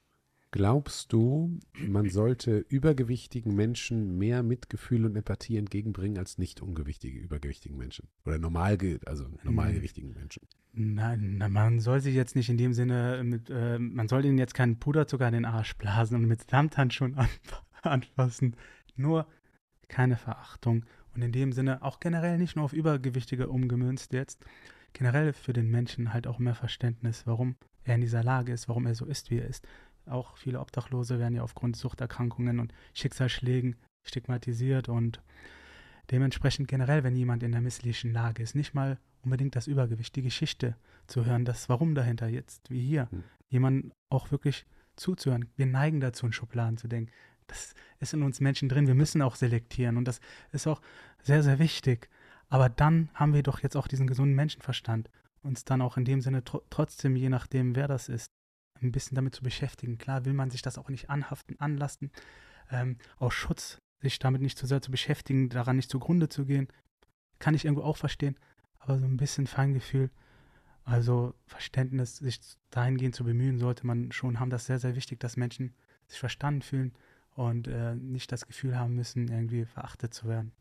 Glaubst du, man sollte übergewichtigen Menschen mehr Mitgefühl und Empathie entgegenbringen als nicht übergewichtigen Menschen? Oder normalgewichtigen Menschen? Nein, man soll sich jetzt nicht in dem Sinne man soll ihnen jetzt keinen Puderzucker in den Arsch blasen und mit Samthandschuhen anfassen. Nur keine Verachtung. Und in dem Sinne auch generell nicht nur auf Übergewichtige umgemünzt jetzt, generell für den Menschen halt auch mehr Verständnis, warum er in dieser Lage ist, warum er so ist, wie er ist. Auch viele Obdachlose werden ja aufgrund Suchterkrankungen und Schicksalsschlägen stigmatisiert und dementsprechend generell, wenn jemand in einer misslichen Lage ist, nicht mal unbedingt das Übergewicht, die Geschichte zu hören, das Warum dahinter jetzt, wie hier, jemandem auch wirklich zuzuhören. Wir neigen dazu, in Schubladen zu denken. Das ist in uns Menschen drin, wir müssen auch selektieren und das ist auch sehr, sehr wichtig. Aber dann haben wir doch jetzt auch diesen gesunden Menschenverstand, uns dann auch in dem Sinne trotzdem, je nachdem, wer das ist, ein bisschen damit zu beschäftigen. Klar will man sich das auch nicht anlasten, aus Schutz, sich damit nicht zu sehr zu beschäftigen, daran nicht zugrunde zu gehen, kann ich irgendwo auch verstehen, aber so ein bisschen Feingefühl, also Verständnis, sich dahingehend zu bemühen, sollte man schon haben. Das ist sehr, sehr wichtig, dass Menschen sich verstanden fühlen und nicht das Gefühl haben müssen, irgendwie verachtet zu werden.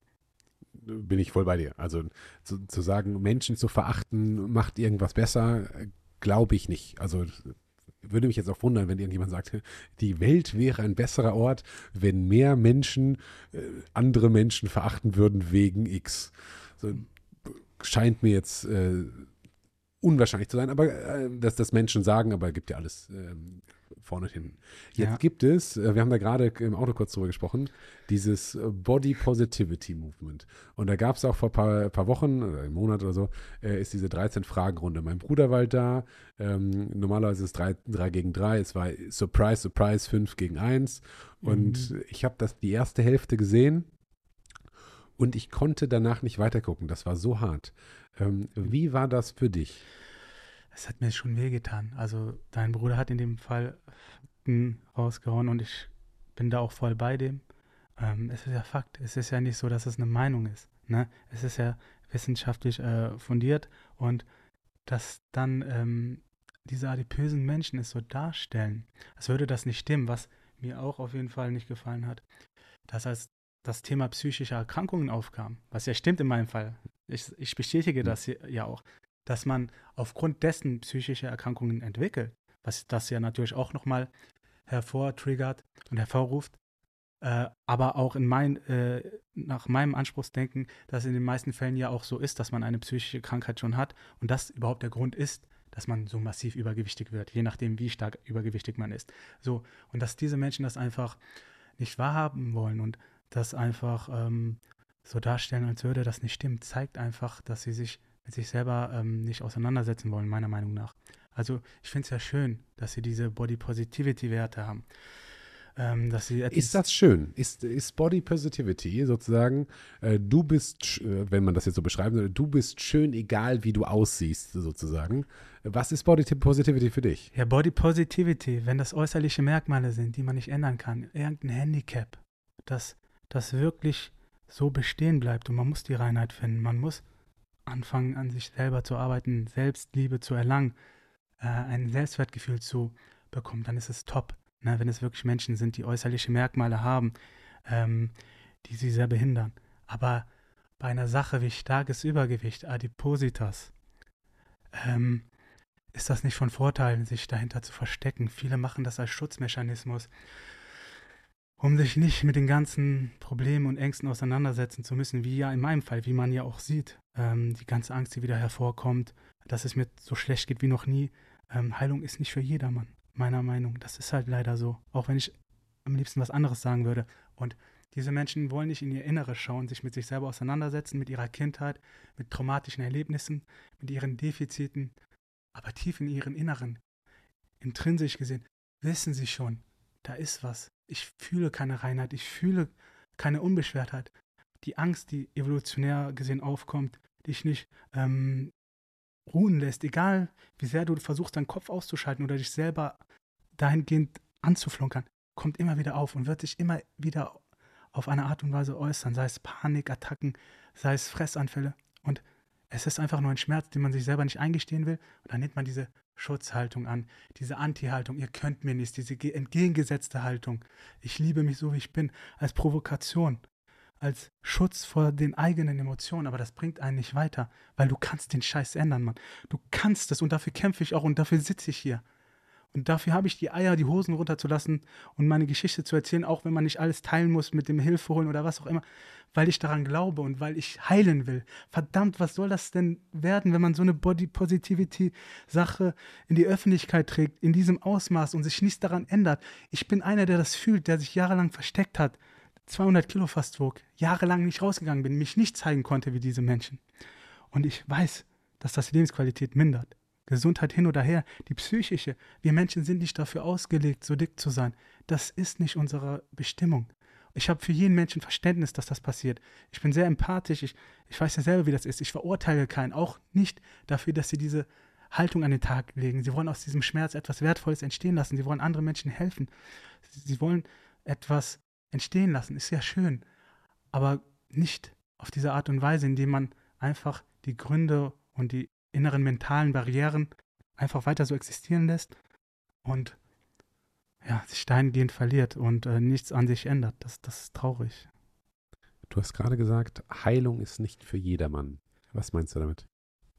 Bin ich voll bei dir. Also zu sagen, Menschen zu verachten, macht irgendwas besser, glaube ich nicht. Also würde mich jetzt auch wundern, wenn irgendjemand sagt, die Welt wäre ein besserer Ort, wenn mehr Menschen andere Menschen verachten würden wegen X. So, scheint mir jetzt unwahrscheinlich zu sein, aber dass das Menschen sagen, aber gibt ja alles vorne und hinten. Jetzt gibt es, wir haben da gerade im Auto kurz drüber gesprochen, dieses Body Positivity Movement. Und da gab es auch vor ein paar Wochen, oder im Monat oder so, ist diese 13-Fragen-Runde. Mein Bruder war halt da, normalerweise ist es 3 gegen 3, es war Surprise, Surprise, 5 gegen 1. Und ich habe die erste Hälfte gesehen und ich konnte danach nicht weitergucken. Das war so hart. Wie war das für dich? Es hat mir schon wehgetan. Also dein Bruder hat in dem Fall rausgehauen und ich bin da auch voll bei dem. Es ist ja Fakt. Es ist ja nicht so, dass es eine Meinung ist. Ne? Es ist ja wissenschaftlich fundiert und dass dann diese adipösen Menschen es so darstellen, als würde das nicht stimmen, was mir auch auf jeden Fall nicht gefallen hat. Dass als das Thema psychische Erkrankungen aufkam, was ja stimmt in meinem Fall. Ich bestätige das ja auch, dass man aufgrund dessen psychische Erkrankungen entwickelt, was das ja natürlich auch nochmal hervortriggert und hervorruft, aber auch nach meinem Anspruchsdenken, dass in den meisten Fällen ja auch so ist, dass man eine psychische Krankheit schon hat und das überhaupt der Grund ist, dass man so massiv übergewichtig wird, je nachdem, wie stark übergewichtig man ist. So, und dass diese Menschen das einfach nicht wahrhaben wollen und das einfach so darstellen, als würde das nicht stimmen, zeigt einfach, dass sie sich mit sich selber nicht auseinandersetzen wollen, meiner Meinung nach. Also ich finde es ja schön, dass sie diese Body Positivity Werte haben. Dass sie Ist das schön? Ist Body Positivity sozusagen, du bist, wenn man das jetzt so beschreiben würde, du bist schön, egal wie du aussiehst, sozusagen. Was ist Body Positivity für dich? ja, Body Positivity, wenn das äußerliche Merkmale sind, die man nicht ändern kann, irgendein Handicap, dass das wirklich so bestehen bleibt und man muss die Reinheit finden, man muss anfangen, an sich selber zu arbeiten, Selbstliebe zu erlangen, ein Selbstwertgefühl zu bekommen, dann ist es top. Ne, wenn es wirklich Menschen sind, die äußerliche Merkmale haben, ähm, die sie sehr behindern. Aber bei einer Sache wie starkes Übergewicht, Adipositas, ähm, ist das nicht von Vorteil, sich dahinter zu verstecken. Viele machen das als Schutzmechanismus, um sich nicht mit den ganzen Problemen und Ängsten auseinandersetzen zu müssen, wie ja in meinem Fall, wie man ja auch sieht. Die ganze Angst, die wieder hervorkommt, dass es mir so schlecht geht wie noch nie. Heilung ist nicht für jedermann, meiner Meinung. Das ist halt leider so, auch wenn ich am liebsten was anderes sagen würde. Und diese Menschen wollen nicht in ihr Inneres schauen, sich mit sich selber auseinandersetzen, mit ihrer Kindheit, mit traumatischen Erlebnissen, mit ihren Defiziten, aber tief in ihren Inneren, intrinsisch gesehen, wissen sie schon, da ist was. Ich fühle keine Reinheit, ich fühle keine Unbeschwertheit. Die Angst, die evolutionär gesehen aufkommt, dich nicht ruhen lässt, egal wie sehr du versuchst, deinen Kopf auszuschalten oder dich selber dahingehend anzuflunkern, kommt immer wieder auf und wird sich immer wieder auf eine Art und Weise äußern, sei es Panikattacken, sei es Fressanfälle. Und es ist einfach nur ein Schmerz, den man sich selber nicht eingestehen will. Und dann nimmt man diese Schutzhaltung an, diese Anti-Haltung, ihr könnt mir nichts, diese entgegengesetzte Haltung. Ich liebe mich so, wie ich bin, als Provokation, als Schutz vor den eigenen Emotionen, aber das bringt einen nicht weiter, weil du kannst den Scheiß ändern, Mann. Du kannst es und dafür kämpfe ich auch und dafür sitze ich hier. Und dafür habe ich die Eier, die Hosen runterzulassen und meine Geschichte zu erzählen, auch wenn man nicht alles teilen muss mit dem Hilfe holen oder was auch immer, weil ich daran glaube und weil ich heilen will. Verdammt, was soll das denn werden, wenn man so eine Body-Positivity-Sache in die Öffentlichkeit trägt, in diesem Ausmaß und sich nichts daran ändert? Ich bin einer, der das fühlt, der sich jahrelang versteckt hat, 200 Kilo fast wog, jahrelang nicht rausgegangen bin, mich nicht zeigen konnte wie diese Menschen. Und ich weiß, dass das Lebensqualität mindert. Gesundheit hin oder her, die psychische. Wir Menschen sind nicht dafür ausgelegt, so dick zu sein. Das ist nicht unsere Bestimmung. Ich habe für jeden Menschen Verständnis, dass das passiert. Ich bin sehr empathisch. Ich weiß ja selber, wie das ist. Ich verurteile keinen, auch nicht dafür, dass sie diese Haltung an den Tag legen. Sie wollen aus diesem Schmerz etwas Wertvolles entstehen lassen. Sie wollen anderen Menschen helfen. Sie wollen etwas entstehen lassen. Ist ja schön. Aber nicht auf diese Art und Weise, indem man einfach die Gründe und die inneren mentalen Barrieren einfach weiter so existieren lässt und ja, sich dahingehend verliert und nichts an sich ändert. Das ist traurig. Du hast gerade gesagt, Heilung ist nicht für jedermann. Was meinst du damit?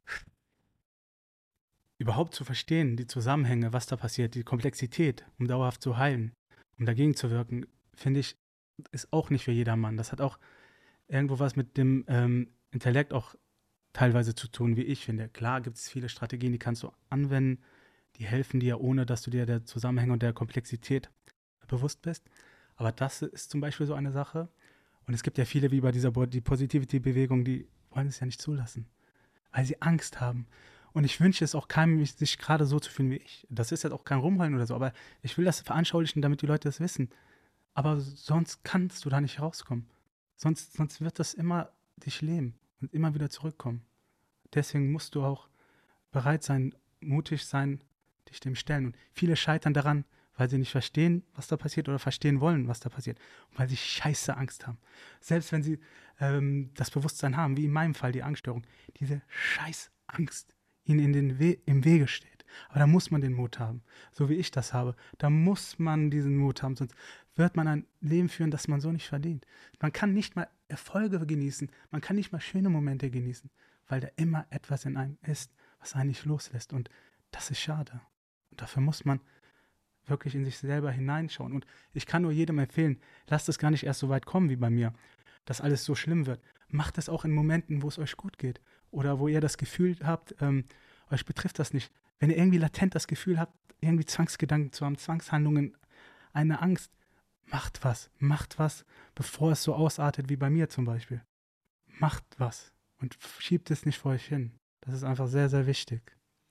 Überhaupt zu verstehen, die Zusammenhänge, was da passiert, die Komplexität, um dauerhaft zu heilen, um dagegen zu wirken, finde ich, ist auch nicht für jedermann. Das hat auch irgendwo was mit dem Intellekt auch teilweise zu tun, wie ich finde. Klar gibt es viele Strategien, die kannst du anwenden, die helfen dir, ohne dass du dir der Zusammenhänge und der Komplexität bewusst bist. Aber das ist zum Beispiel so eine Sache. Und es gibt ja viele, wie bei dieser Body Positivity-Bewegung, die wollen es ja nicht zulassen, weil sie Angst haben. Und ich wünsche es auch keinem, sich gerade so zu fühlen wie ich. Das ist jetzt auch kein Rumheulen oder so, aber ich will das veranschaulichen, damit die Leute das wissen. Aber sonst kannst du da nicht rauskommen. Sonst wird das immer dich lähmen und immer wieder zurückkommen. Deswegen musst du auch bereit sein, mutig sein, dich dem stellen. Und viele scheitern daran, weil sie nicht verstehen, was da passiert oder verstehen wollen, was da passiert. Und weil sie scheiße Angst haben. Selbst wenn sie das Bewusstsein haben, wie in meinem Fall die Angststörung, diese scheiß Angst ihnen im Wege steht. Aber da muss man den Mut haben, so wie ich das habe. Da muss man diesen Mut haben, sonst wird man ein Leben führen, das man so nicht verdient. Man kann nicht mal Erfolge genießen, man kann nicht mal schöne Momente genießen, weil da immer etwas in einem ist, was einen nicht loslässt. Und das ist schade. Und dafür muss man wirklich in sich selber hineinschauen. Und ich kann nur jedem empfehlen, lasst es gar nicht erst so weit kommen wie bei mir, dass alles so schlimm wird. Macht es auch in Momenten, wo es euch gut geht oder wo ihr das Gefühl habt, euch betrifft das nicht. Wenn ihr irgendwie latent das Gefühl habt, irgendwie Zwangsgedanken zu haben, Zwangshandlungen, eine Angst, macht was, bevor es so ausartet wie bei mir zum Beispiel. Macht was und schiebt es nicht vor euch hin. Das ist einfach sehr, sehr wichtig.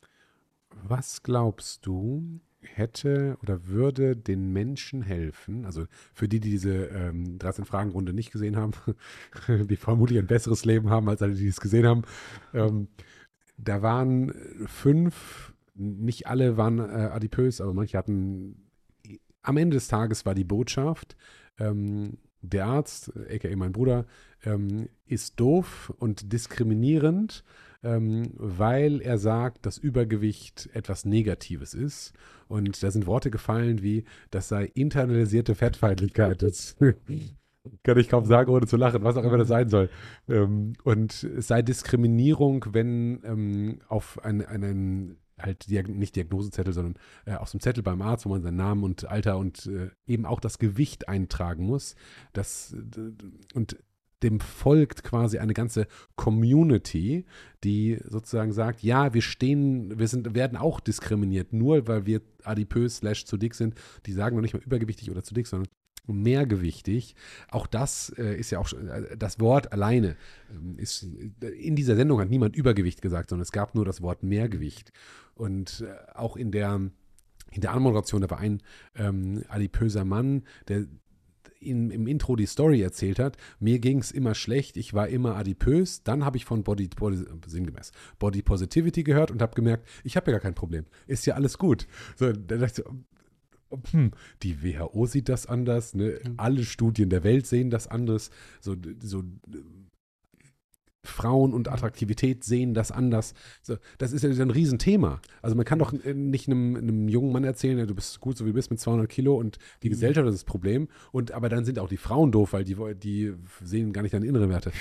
Was glaubst du, hätte oder würde den Menschen helfen, also für die diese 13-Fragen-Runde nicht gesehen haben, die vermutlich ein besseres Leben haben als alle, die es gesehen haben, da waren 5, nicht alle waren adipös, aber manche hatten, am Ende des Tages war die Botschaft, der Arzt, aka mein Bruder, ist doof und diskriminierend, weil er sagt, dass Übergewicht etwas Negatives ist. Und da sind Worte gefallen wie, das sei internalisierte Fettfeindlichkeit. Das kann ich kaum sagen, ohne zu lachen, was auch immer das sein soll. Und es sei Diskriminierung, wenn auf einen halt nicht Diagnosezettel, sondern auf so einem Zettel beim Arzt, wo man seinen Namen und Alter und eben auch das Gewicht eintragen muss. Und dem folgt quasi eine ganze Community, die sozusagen sagt, ja, werden auch diskriminiert, nur weil wir adipös / zu dick sind. Die sagen noch nicht mal übergewichtig oder zu dick, sondern mehrgewichtig. Auch das ist ja auch das Wort alleine ist, in dieser Sendung hat niemand Übergewicht gesagt, sondern es gab nur das Wort Mehrgewicht. Und auch in der Anmoderation, da war ein adipöser Mann, der im Intro die Story erzählt hat, mir ging es immer schlecht, ich war immer adipös, dann habe ich von Body Positivity gehört und habe gemerkt, ich habe ja gar kein Problem, ist ja alles gut. So, da dachte ich, die WHO sieht das anders, ne? Alle Studien der Welt sehen das anders, so Frauen und Attraktivität sehen das anders. So, das ist ja ein Riesenthema. Also man kann doch nicht einem jungen Mann erzählen, ja, du bist gut, so wie du bist, mit 200 Kilo und die Gesellschaft ist das Problem. Aber dann sind auch die Frauen doof, weil die sehen gar nicht deine inneren Werte.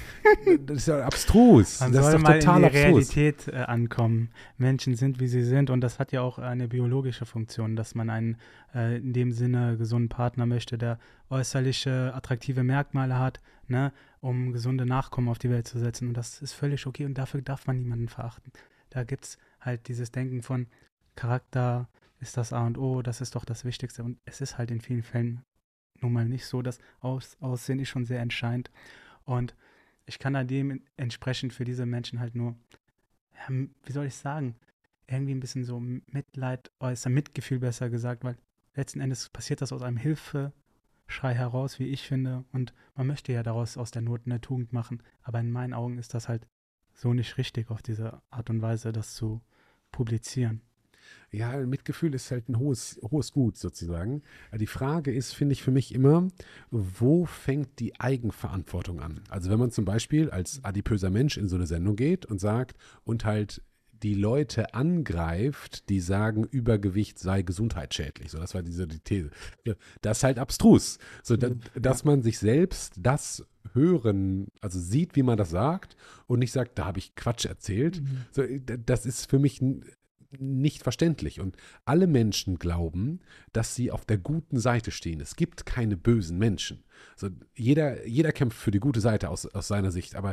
Das ist ja abstrus. Man das soll ist doch mal total in die abstrus. Realität ankommen. Menschen sind, wie sie sind und das hat ja auch eine biologische Funktion, dass man einen in dem Sinne gesunden Partner möchte, der äußerliche, attraktive Merkmale hat, ne, um gesunde Nachkommen auf die Welt zu setzen. Und das ist völlig okay und dafür darf man niemanden verachten. Da gibt es halt dieses Denken von Charakter ist das A und O, das ist doch das Wichtigste. Und es ist halt in vielen Fällen nun mal nicht so. Das Aussehen ist schon sehr entscheidend. Und ich kann da dementsprechend für diese Menschen halt nur, ja, wie soll ich sagen, irgendwie ein bisschen so Mitleid äußern, Mitgefühl besser gesagt, weil letzten Endes passiert das aus einem Hilfeschrei heraus, wie ich finde. Und man möchte ja daraus aus der Not eine Tugend machen. Aber in meinen Augen ist das halt so nicht richtig, auf diese Art und Weise das zu publizieren. Ja, Mitgefühl ist halt ein hohes Gut sozusagen. Die Frage ist, finde ich für mich immer, wo fängt die Eigenverantwortung an? Also wenn man zum Beispiel als adipöser Mensch in so eine Sendung geht und sagt und halt die Leute angreift, die sagen, Übergewicht sei gesundheitsschädlich. So, das war die These. Das ist halt abstrus. So, dass man sich selbst das hören, also sieht, wie man das sagt und nicht sagt, da habe ich Quatsch erzählt. So, das ist für mich nicht verständlich. Und alle Menschen glauben, dass sie auf der guten Seite stehen. Es gibt keine bösen Menschen. So, jeder kämpft für die gute Seite aus seiner Sicht, aber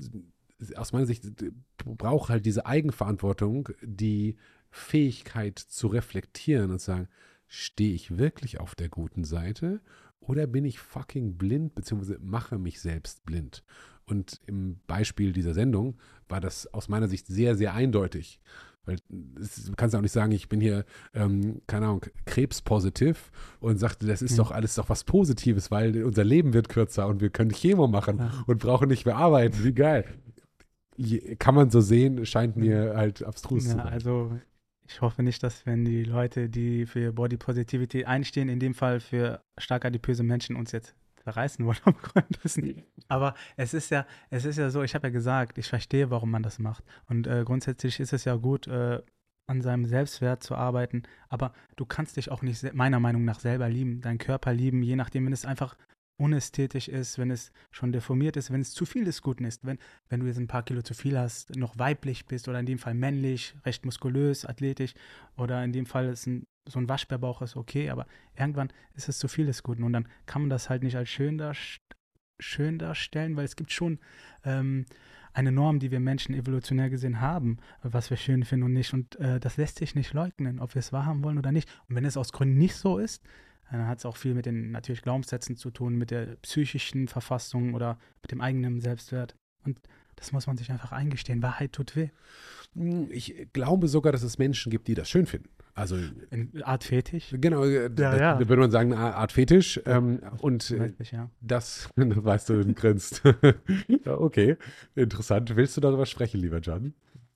aus meiner Sicht braucht halt diese Eigenverantwortung die Fähigkeit zu reflektieren und zu sagen, stehe ich wirklich auf der guten Seite oder bin ich fucking blind, beziehungsweise mache mich selbst blind? Und im Beispiel dieser Sendung war das aus meiner Sicht sehr, sehr eindeutig. Weil du kannst ja auch nicht sagen, ich bin hier, keine Ahnung, krebspositiv und sagte, das ist doch alles doch was Positives, weil unser Leben wird kürzer und wir können Chemo machen und brauchen nicht mehr arbeiten. Wie geil. Kann man so sehen, scheint mir halt abstrus zu sein. Also ich hoffe nicht, dass wenn die Leute, die für Body Positivity einstehen, in dem Fall für stark adipöse Menschen, uns jetzt verreißen wollen aufgrund dessen. Aber es ist ja so, ich habe ja gesagt, ich verstehe, warum man das macht. Und grundsätzlich ist es ja gut, an seinem Selbstwert zu arbeiten. Aber du kannst dich auch nicht, meiner Meinung nach, selber lieben, deinen Körper lieben, je nachdem, wenn es einfach unästhetisch ist, wenn es schon deformiert ist, wenn es zu viel des Guten ist, wenn du jetzt ein paar Kilo zu viel hast, noch weiblich bist oder in dem Fall männlich, recht muskulös, athletisch oder in dem Fall es ein so ein Waschbärbauch ist okay, aber irgendwann ist es zu viel des Guten und dann kann man das halt nicht als schön darstellen, weil es gibt schon eine Norm, die wir Menschen evolutionär gesehen haben, was wir schön finden und nicht. Und das lässt sich nicht leugnen, ob wir es wahrhaben wollen oder nicht. Und wenn es aus Gründen nicht so ist, dann hat es auch viel mit den natürlich Glaubenssätzen zu tun, mit der psychischen Verfassung oder mit dem eigenen Selbstwert. Und das muss man sich einfach eingestehen. Wahrheit tut weh. Ich glaube sogar, dass es Menschen gibt, die das schön finden. Also Eine Art Fetisch. genau, ja. würde man sagen, eine Art Fetisch. Und Richtig, ja. das weißt du, du grinst. Ja, okay, interessant. Willst du darüber sprechen, lieber John?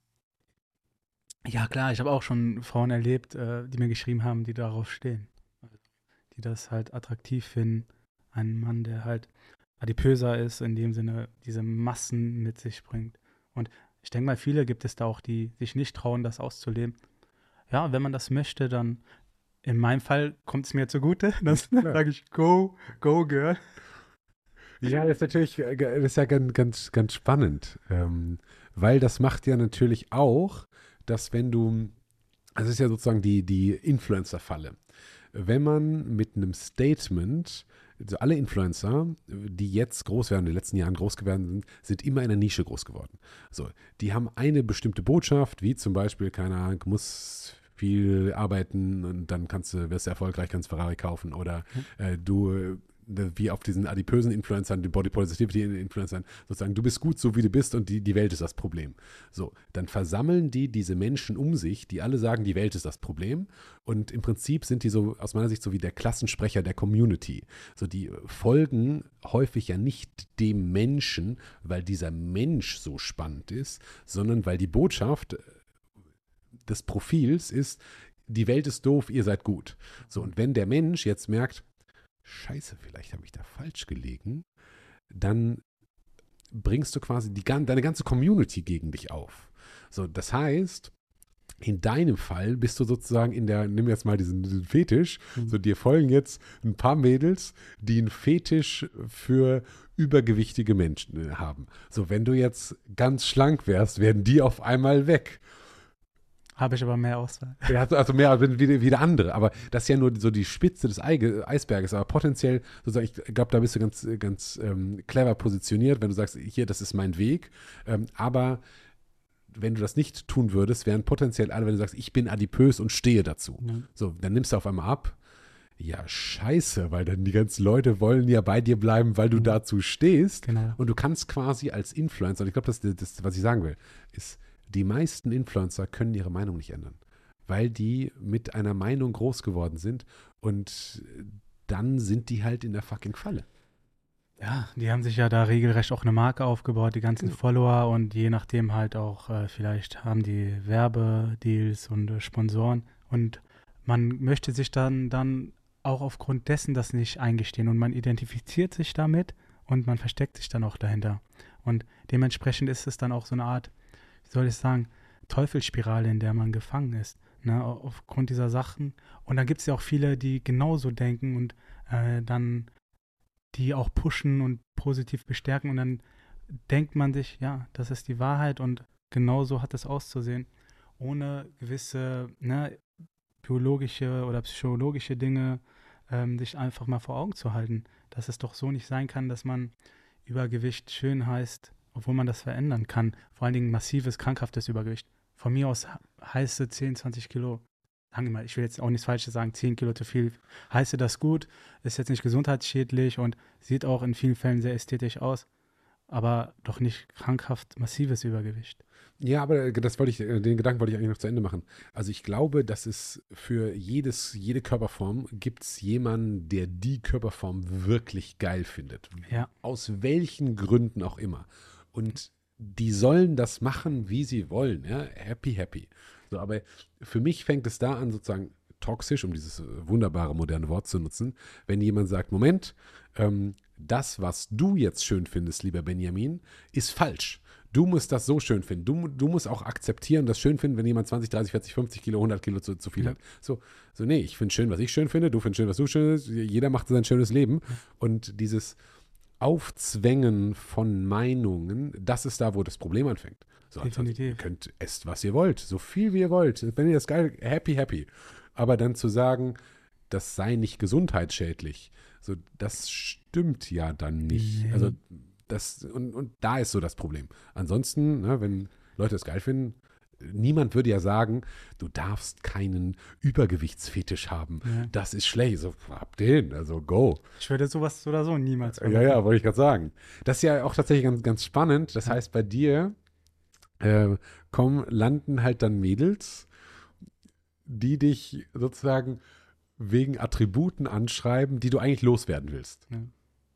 Ja, klar, ich habe auch schon Frauen erlebt, die mir geschrieben haben, die darauf stehen. Die das halt attraktiv finden. Ein Mann, der halt adipöser ist, in dem Sinne diese Massen mit sich bringt. Und ich denke mal, viele gibt es da auch, die sich nicht trauen, das auszuleben. Ja, wenn man das möchte, dann in meinem Fall kommt es mir zugute. Dann sage ich, go, girl. Ja, das ist natürlich, das ist ja ganz spannend, weil das macht ja natürlich auch, dass wenn du, also es ist ja sozusagen die Influencer-Falle. Wenn man mit einem Statement, also alle Influencer, die jetzt groß werden, in den letzten Jahren groß geworden sind immer in der Nische groß geworden. So, die haben eine bestimmte Botschaft, wie zum Beispiel, keine Ahnung, muss viel arbeiten und dann wirst du erfolgreich, kannst Ferrari kaufen oder wie auf diesen adipösen Influencern, den Body Positivity Influencern, sozusagen, du bist gut, so wie du bist und die Welt ist das Problem. So, dann versammeln die diese Menschen um sich, die alle sagen, die Welt ist das Problem und im Prinzip sind die so, aus meiner Sicht, so wie der Klassensprecher der Community. So, die folgen häufig ja nicht dem Menschen, weil dieser Mensch so spannend ist, sondern weil die Botschaft des Profils ist, die Welt ist doof, ihr seid gut. So, und wenn der Mensch jetzt merkt, Scheiße, vielleicht habe ich da falsch gelegen, dann bringst du quasi deine ganze Community gegen dich auf. So, das heißt, in deinem Fall bist du sozusagen nimm jetzt mal diesen Fetisch, so dir folgen jetzt ein paar Mädels, die einen Fetisch für übergewichtige Menschen haben. So, wenn du jetzt ganz schlank wärst, werden die auf einmal weg. Habe ich aber mehr Auswahl. Ja, also mehr wie der andere. Aber das ist ja nur so die Spitze des Eisberges. Aber potenziell, sozusagen, ich glaube, da bist du ganz clever positioniert, wenn du sagst, hier, das ist mein Weg. Aber wenn du das nicht tun würdest, wären potenziell alle, wenn du sagst, ich bin adipös und stehe dazu. Mhm. So, dann nimmst du auf einmal ab. Ja, scheiße, weil dann die ganzen Leute wollen ja bei dir bleiben, weil du dazu stehst. Genau. Und du kannst quasi als Influencer, und ich glaube, das, was ich sagen will, ist, die meisten Influencer können ihre Meinung nicht ändern, weil die mit einer Meinung groß geworden sind und dann sind die halt in der fucking Falle. Ja, die haben sich ja da regelrecht auch eine Marke aufgebaut, die ganzen Follower und je nachdem halt auch, vielleicht haben die Werbedeals und Sponsoren und man möchte sich dann auch aufgrund dessen das nicht eingestehen und man identifiziert sich damit und man versteckt sich dann auch dahinter und dementsprechend ist es dann auch so eine Art, wie soll ich sagen, Teufelsspirale, in der man gefangen ist, ne, aufgrund dieser Sachen. Und dann gibt es ja auch viele, die genauso denken und dann die auch pushen und positiv bestärken. Und dann denkt man sich, ja, das ist die Wahrheit und genauso hat es auszusehen, ohne gewisse biologische oder psychologische Dinge sich einfach mal vor Augen zu halten. Dass es doch so nicht sein kann, dass man Übergewicht schön heißt, obwohl man das verändern kann. Vor allen Dingen massives, krankhaftes Übergewicht. Von mir aus heiße 10, 20 Kilo. Sagen wir mal, ich will jetzt auch nichts Falsches sagen, 10 Kilo zu viel. Heiße das gut, ist jetzt nicht gesundheitsschädlich und sieht auch in vielen Fällen sehr ästhetisch aus, aber doch nicht krankhaft massives Übergewicht. Ja, aber den Gedanken wollte ich eigentlich noch zu Ende machen. Also ich glaube, dass es für jede Körperform gibt es jemanden, der die Körperform wirklich geil findet. Ja. Aus welchen Gründen auch immer. Und die sollen das machen, wie sie wollen. Ja? Happy. So, aber für mich fängt es da an, sozusagen toxisch, um dieses wunderbare moderne Wort zu nutzen, wenn jemand sagt, Moment, das, was du jetzt schön findest, lieber Benjamin, ist falsch. Du musst das so schön finden. Du musst auch akzeptieren, das schön finden, wenn jemand 20, 30, 40, 50 Kilo, 100 Kilo zu viel hat. So, nee, ich finde schön, was ich schön finde. Du findest schön, was du schön findest. Jeder macht sein schönes Leben. Und dieses Aufzwängen von Meinungen, das ist da, wo das Problem anfängt. So, definitiv. Also, ihr könnt esst, was ihr wollt. So viel, wie ihr wollt. Wenn ihr das geil, happy. Aber dann zu sagen, das sei nicht gesundheitsschädlich, so, das stimmt ja dann nicht. Nee. Also und da ist so das Problem. Ansonsten, ne, wenn Leute es geil finden, niemand würde ja sagen, du darfst keinen Übergewichtsfetisch haben. Ja. Das ist schlecht. So, hab den, also go. Ich würde sowas so oder so niemals Ja, ja, wollte ich gerade sagen. Das ist ja auch tatsächlich ganz, ganz spannend. Das heißt, bei dir landen halt dann Mädels, die dich sozusagen wegen Attributen anschreiben, die du eigentlich loswerden willst. Ja.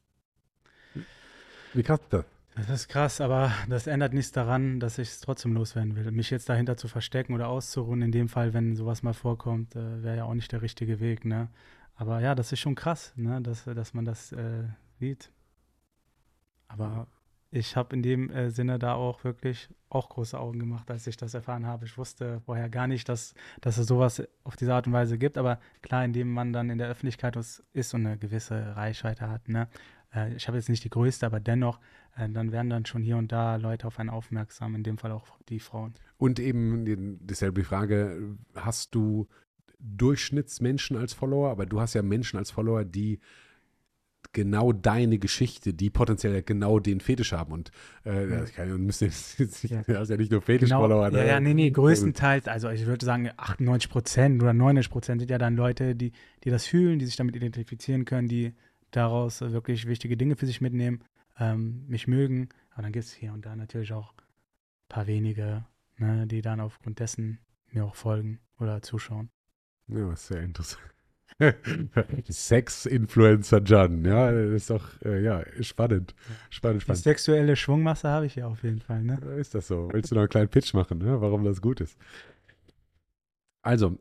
Wie krass ist das? Das ist krass, aber das ändert nichts daran, dass ich es trotzdem loswerden will. Mich jetzt dahinter zu verstecken oder auszuruhen, in dem Fall, wenn sowas mal vorkommt, wäre ja auch nicht der richtige Weg, ne? Aber ja, das ist schon krass, ne? Dass man das sieht. Aber ich habe in dem Sinne da auch wirklich auch große Augen gemacht, als ich das erfahren habe. Ich wusste vorher gar nicht, dass es sowas auf diese Art und Weise gibt. Aber klar, indem man dann in der Öffentlichkeit ist und eine gewisse Reichweite hat, ne? Ich habe jetzt nicht die größte, aber dennoch, dann werden dann schon hier und da Leute auf einen aufmerksam, in dem Fall auch die Frauen. Und eben dieselbe Frage, hast du Durchschnittsmenschen als Follower, aber du hast ja Menschen als Follower, die genau deine Geschichte, die potenziell genau den Fetisch haben. Und das ist ja nicht nur Fetisch-Follower. Genau, nee, größtenteils, also ich würde sagen 98% oder 99% sind ja dann Leute, die das fühlen, die sich damit identifizieren können, die daraus wirklich wichtige Dinge für sich mitnehmen, mich mögen. Aber dann gibt es hier und da natürlich auch ein paar wenige, ne, die dann aufgrund dessen mir auch folgen oder zuschauen. Ja, sehr interessant. Sex-Influencer Jan, ja, das ist doch, spannend. Spannend. Die sexuelle Schwungmasse habe ich ja auf jeden Fall, ne? Ist das so? Willst du noch einen kleinen Pitch machen, ne? Warum das gut ist? Also,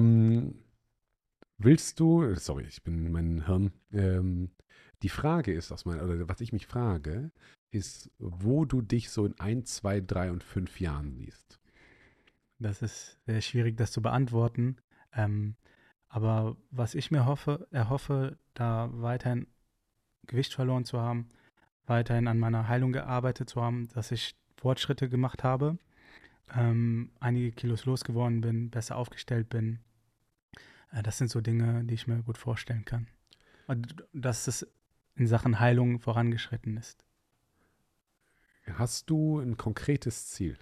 willst du, sorry, ich bin in meinem Hirn, die Frage ist oder was ich mich frage, ist, wo du dich so in 1, 2, 3 und 5 Jahren siehst. Das ist sehr schwierig, das zu beantworten. Aber was ich mir erhoffe, da weiterhin Gewicht verloren zu haben, weiterhin an meiner Heilung gearbeitet zu haben, dass ich Fortschritte gemacht habe, einige Kilos losgeworden bin, besser aufgestellt bin. Das sind so Dinge, die ich mir gut vorstellen kann. Und dass es in Sachen Heilung vorangeschritten ist. Hast du ein konkretes Ziel?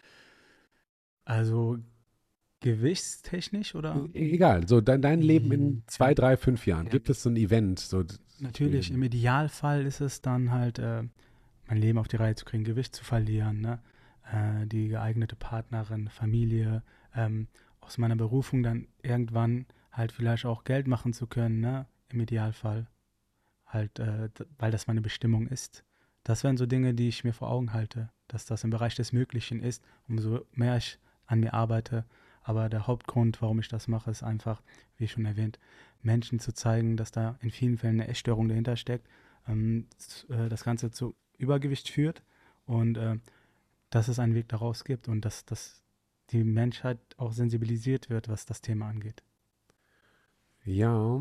Also gewichtstechnisch oder? Egal, so dein Leben in 2, 3, 5 Jahren. Ja. Gibt es so ein Event? So, Natürlich, im Idealfall ist es dann halt, mein Leben auf die Reihe zu kriegen, Gewicht zu verlieren, ne? Die geeignete Partnerin, Familie, aus meiner Berufung dann irgendwann halt vielleicht auch Geld machen zu können, ne? Im Idealfall. Halt, weil das meine Bestimmung ist. Das wären so Dinge, die ich mir vor Augen halte, dass das im Bereich des Möglichen ist, umso mehr ich an mir arbeite. Aber der Hauptgrund, warum ich das mache, ist einfach, wie schon erwähnt, Menschen zu zeigen, dass da in vielen Fällen eine Essstörung dahinter steckt, das Ganze zu Übergewicht führt und dass es einen Weg daraus gibt und dass die Menschheit auch sensibilisiert wird, was das Thema angeht. Ja,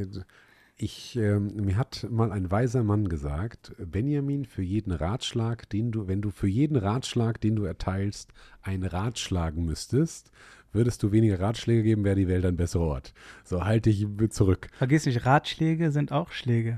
mir hat mal ein weiser Mann gesagt, Benjamin, wenn du für jeden Ratschlag, den du erteilst, einen ratschlagen müsstest, würdest du weniger Ratschläge geben, wäre die Welt ein besserer Ort. So, halte ich zurück. Vergiss nicht, Ratschläge sind auch Schläge.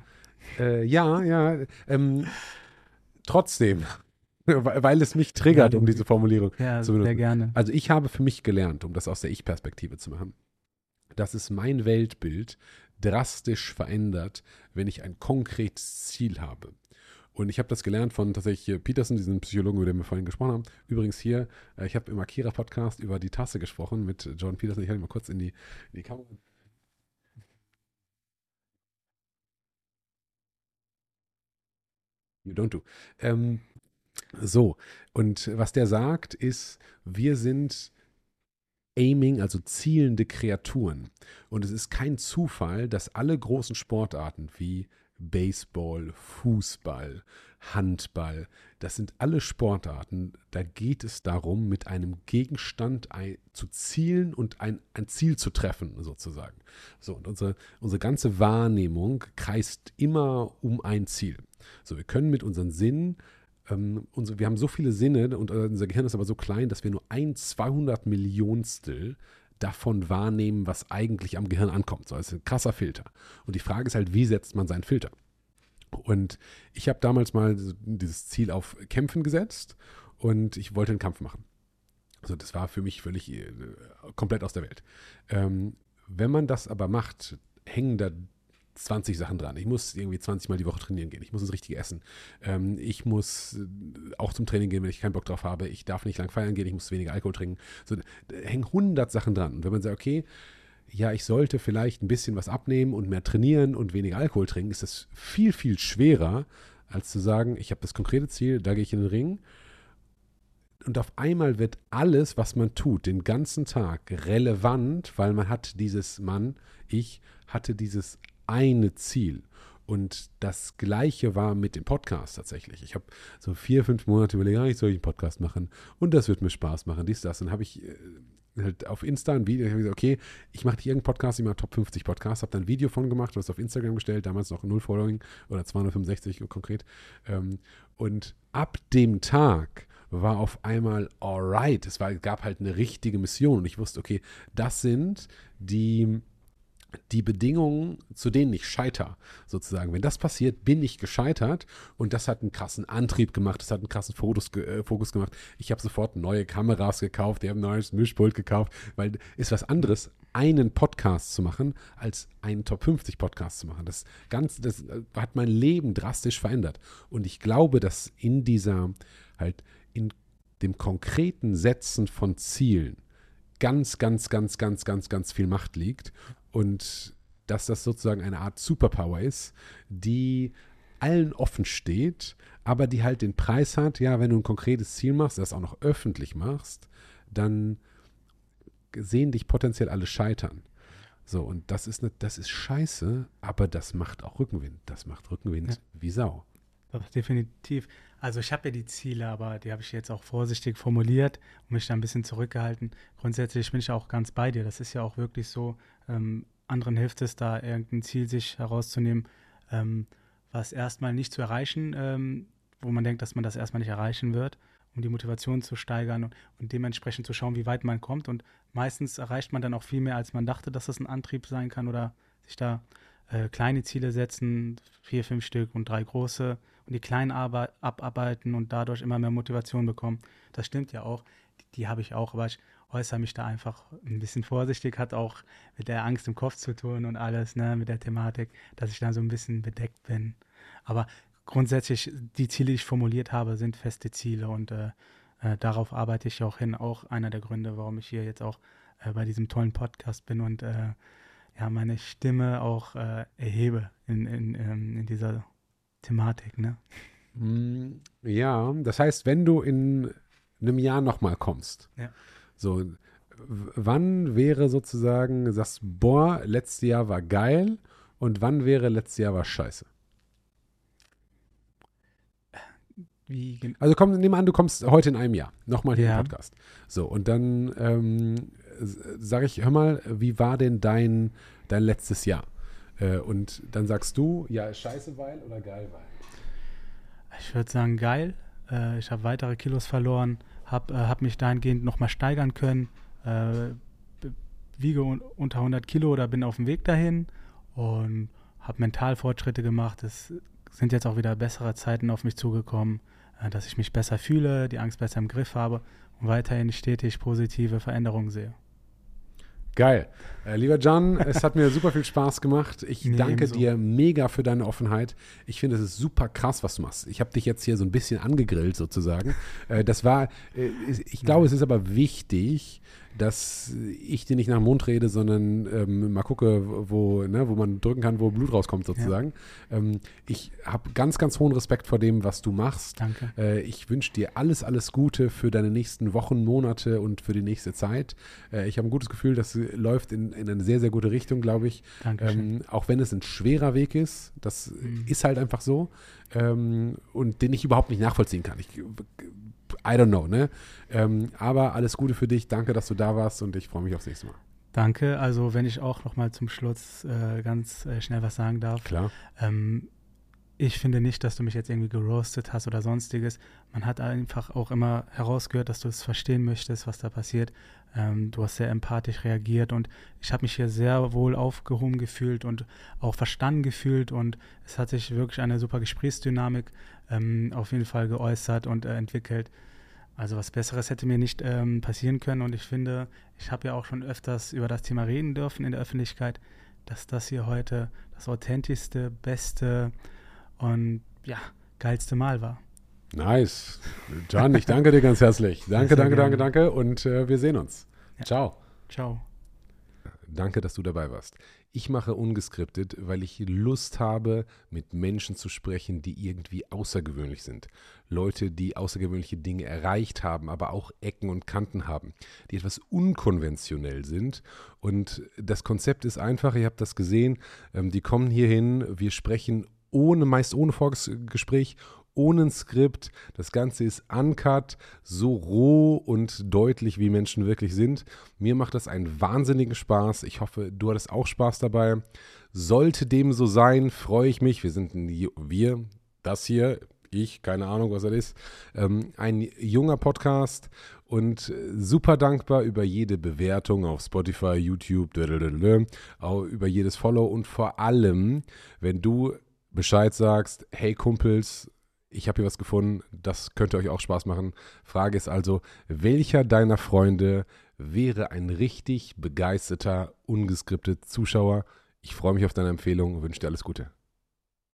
Trotzdem, weil es mich triggert, um diese Formulierung zu benutzen. Sehr gerne. Also ich habe für mich gelernt, um das aus der Ich-Perspektive zu machen, dass es mein Weltbild drastisch verändert, wenn ich ein konkretes Ziel habe. Und ich habe das gelernt von tatsächlich Peterson, diesem Psychologen, über den wir vorhin gesprochen haben. Übrigens hier, ich habe im Akira-Podcast über die Tasse gesprochen mit John Peterson. Ich halte ihn mal kurz in die Kamera. You don't do. So, und was der sagt, ist, wir sind aiming, also zielende Kreaturen. Und es ist kein Zufall, dass alle großen Sportarten wie Baseball, Fußball, Handball, das sind alle Sportarten, da geht es darum, mit einem Gegenstand zu zielen und ein Ziel zu treffen, sozusagen. So, und unsere ganze Wahrnehmung kreist immer um ein Ziel. So, wir können mit unseren Sinnen wir haben so viele Sinne und unser Gehirn ist aber so klein, dass wir nur 1/200 Millionstel davon wahrnehmen, was eigentlich am Gehirn ankommt. So, das ist ein krasser Filter. Und die Frage ist halt, wie setzt man seinen Filter? Und ich habe damals mal dieses Ziel auf Kämpfen gesetzt und ich wollte einen Kampf machen. Also das war für mich völlig komplett aus der Welt. Wenn man das aber macht, hängen da 20 Sachen dran. Ich muss irgendwie 20 Mal die Woche trainieren gehen. Ich muss das Richtige essen. Ich muss auch zum Training gehen, wenn ich keinen Bock drauf habe. Ich darf nicht lang feiern gehen. Ich muss weniger Alkohol trinken. So, da hängen 100 Sachen dran. Und wenn man sagt, okay, ja, ich sollte vielleicht ein bisschen was abnehmen und mehr trainieren und weniger Alkohol trinken, ist das viel, viel schwerer, als zu sagen, ich habe das konkrete Ziel, da gehe ich in den Ring. Und auf einmal wird alles, was man tut, den ganzen Tag relevant, weil man hat ich hatte dieses eine Ziel. Und das Gleiche war mit dem Podcast tatsächlich. Ich habe so 4, 5 Monate überlegt, ich soll einen Podcast machen und das wird mir Spaß machen, dies, das. Dann habe ich halt auf Insta ein Video, ich habe gesagt, okay, ich mache nicht irgendeinen Podcast, ich mache Top 50 Podcasts, habe dann ein Video von gemacht, was auf Instagram gestellt, damals noch 0 Following oder 265 konkret. Und ab dem Tag war auf einmal alright. Gab halt eine richtige Mission und ich wusste, okay, das sind die Bedingungen, zu denen ich scheitere, sozusagen. Wenn das passiert, bin ich gescheitert und das hat einen krassen Antrieb gemacht, das hat einen krassen Fokus gemacht. Ich habe sofort neue Kameras gekauft, ich habe ein neues Mischpult gekauft, weil es was anderes, einen Podcast zu machen, als einen Top 50 Podcast zu machen. Das hat mein Leben drastisch verändert und ich glaube, dass in dem konkreten Setzen von Zielen ganz, ganz, ganz, ganz, ganz, ganz viel Macht liegt und dass das sozusagen eine Art Superpower ist, die allen offen steht, aber die halt den Preis hat, ja, wenn du ein konkretes Ziel machst, das auch noch öffentlich machst, dann sehen dich potenziell alle scheitern. So, und das ist scheiße, aber das macht auch Rückenwind. Das macht Rückenwind wie Sau. Das definitiv. Also ich habe ja die Ziele, aber die habe ich jetzt auch vorsichtig formuliert und mich da ein bisschen zurückgehalten. Grundsätzlich bin ich auch ganz bei dir. Das ist ja auch wirklich so, anderen hilft es da, irgendein Ziel sich herauszunehmen, was erstmal nicht zu erreichen, wo man denkt, dass man das erstmal nicht erreichen wird, um die Motivation zu steigern und dementsprechend zu schauen, wie weit man kommt. Und meistens erreicht man dann auch viel mehr, als man dachte, dass das ein Antrieb sein kann oder sich da kleine Ziele setzen, 4, 5 Stück und 3 große und die kleinen abarbeiten und dadurch immer mehr Motivation bekommen. Das stimmt ja auch, die habe ich auch, aber ich äußere mich da einfach ein bisschen vorsichtig, hat auch mit der Angst im Kopf zu tun und alles, ne, mit der Thematik, dass ich da so ein bisschen bedeckt bin. Aber grundsätzlich, die Ziele, die ich formuliert habe, sind feste Ziele und darauf arbeite ich auch hin. Auch einer der Gründe, warum ich hier jetzt auch bei diesem tollen Podcast bin und meine Stimme auch erhebe in dieser Thematik, ne? Ja, das heißt, wenn du in einem Jahr nochmal kommst, so, wann wäre sozusagen, sagst boah, letztes Jahr war geil und wann wäre letztes Jahr war scheiße? Also nehmen wir an, du kommst heute in einem Jahr nochmal hier im Podcast. So, und dann sage ich, hör mal, wie war denn dein letztes Jahr? Und dann sagst du, ja, scheiße, weil oder geil, weil? Ich würde sagen, geil. Ich habe weitere Kilos verloren, hab mich dahingehend nochmal steigern können, wiege unter 100 Kilo oder bin auf dem Weg dahin und habe mental Fortschritte gemacht. Es sind jetzt auch wieder bessere Zeiten auf mich zugekommen, dass ich mich besser fühle, die Angst besser im Griff habe und weiterhin stetig positive Veränderungen sehe. Geil. Lieber Can, es hat mir super viel Spaß gemacht. Ich danke dir mega für deine Offenheit. Ich finde, es ist super krass, was du machst. Ich habe dich jetzt hier so ein bisschen angegrillt sozusagen. Ich glaube, es ist aber wichtig, dass ich dir nicht nach dem Mund rede, sondern mal gucke, wo man drücken kann, wo Blut rauskommt sozusagen. Ja. Ich habe ganz, ganz hohen Respekt vor dem, was du machst. Danke. Ich wünsche dir alles, alles Gute für deine nächsten Wochen, Monate und für die nächste Zeit. Ich habe ein gutes Gefühl, das läuft in eine sehr, sehr gute Richtung, glaube ich. Auch wenn es ein schwerer Weg ist, das ist halt einfach so und den ich überhaupt nicht nachvollziehen kann. I don't know, ne? Aber alles Gute für dich. Danke, dass du da warst und ich freue mich aufs nächste Mal. Danke. Also wenn ich auch noch mal zum Schluss ganz schnell was sagen darf. Klar. ich finde nicht, dass du mich jetzt irgendwie geroastet hast oder sonstiges. Man hat einfach auch immer herausgehört, dass du es verstehen möchtest, was da passiert. Du hast sehr empathisch reagiert und ich habe mich hier sehr wohl aufgehoben gefühlt und auch verstanden gefühlt und es hat sich wirklich eine super Gesprächsdynamik auf jeden Fall geäußert und entwickelt. Also was Besseres hätte mir nicht passieren können und ich finde, ich habe ja auch schon öfters über das Thema reden dürfen in der Öffentlichkeit, dass das hier heute das authentischste, beste und ja, geilste Mal war. Nice. Can, ich danke dir ganz herzlich. Danke, Sehr danke, danke, gerne. danke und wir sehen uns. Ja, Ciao. ciao. Danke, dass du dabei warst. Ich mache ungeskriptet, weil ich Lust habe, mit Menschen zu sprechen, die irgendwie außergewöhnlich sind. Leute, die außergewöhnliche Dinge erreicht haben, aber auch Ecken und Kanten haben, die etwas unkonventionell sind. Und das Konzept ist einfach, ihr habt das gesehen, die kommen hier hin, wir sprechen meist ohne Vorgespräch, ohne ein Skript. Das Ganze ist uncut, so roh und deutlich, wie Menschen wirklich sind. Mir macht das einen wahnsinnigen Spaß. Ich hoffe, du hattest auch Spaß dabei. Sollte dem so sein, freue ich mich. Das hier, ich, keine Ahnung, was das ist, ein junger Podcast und super dankbar über jede Bewertung auf Spotify, YouTube, auch über jedes Follow und vor allem, wenn du Bescheid sagst, hey Kumpels, ich habe hier was gefunden, das könnte euch auch Spaß machen. Frage ist also, welcher deiner Freunde wäre ein richtig begeisterter, ungeskripteter Zuschauer? Ich freue mich auf deine Empfehlung und wünsche dir alles Gute.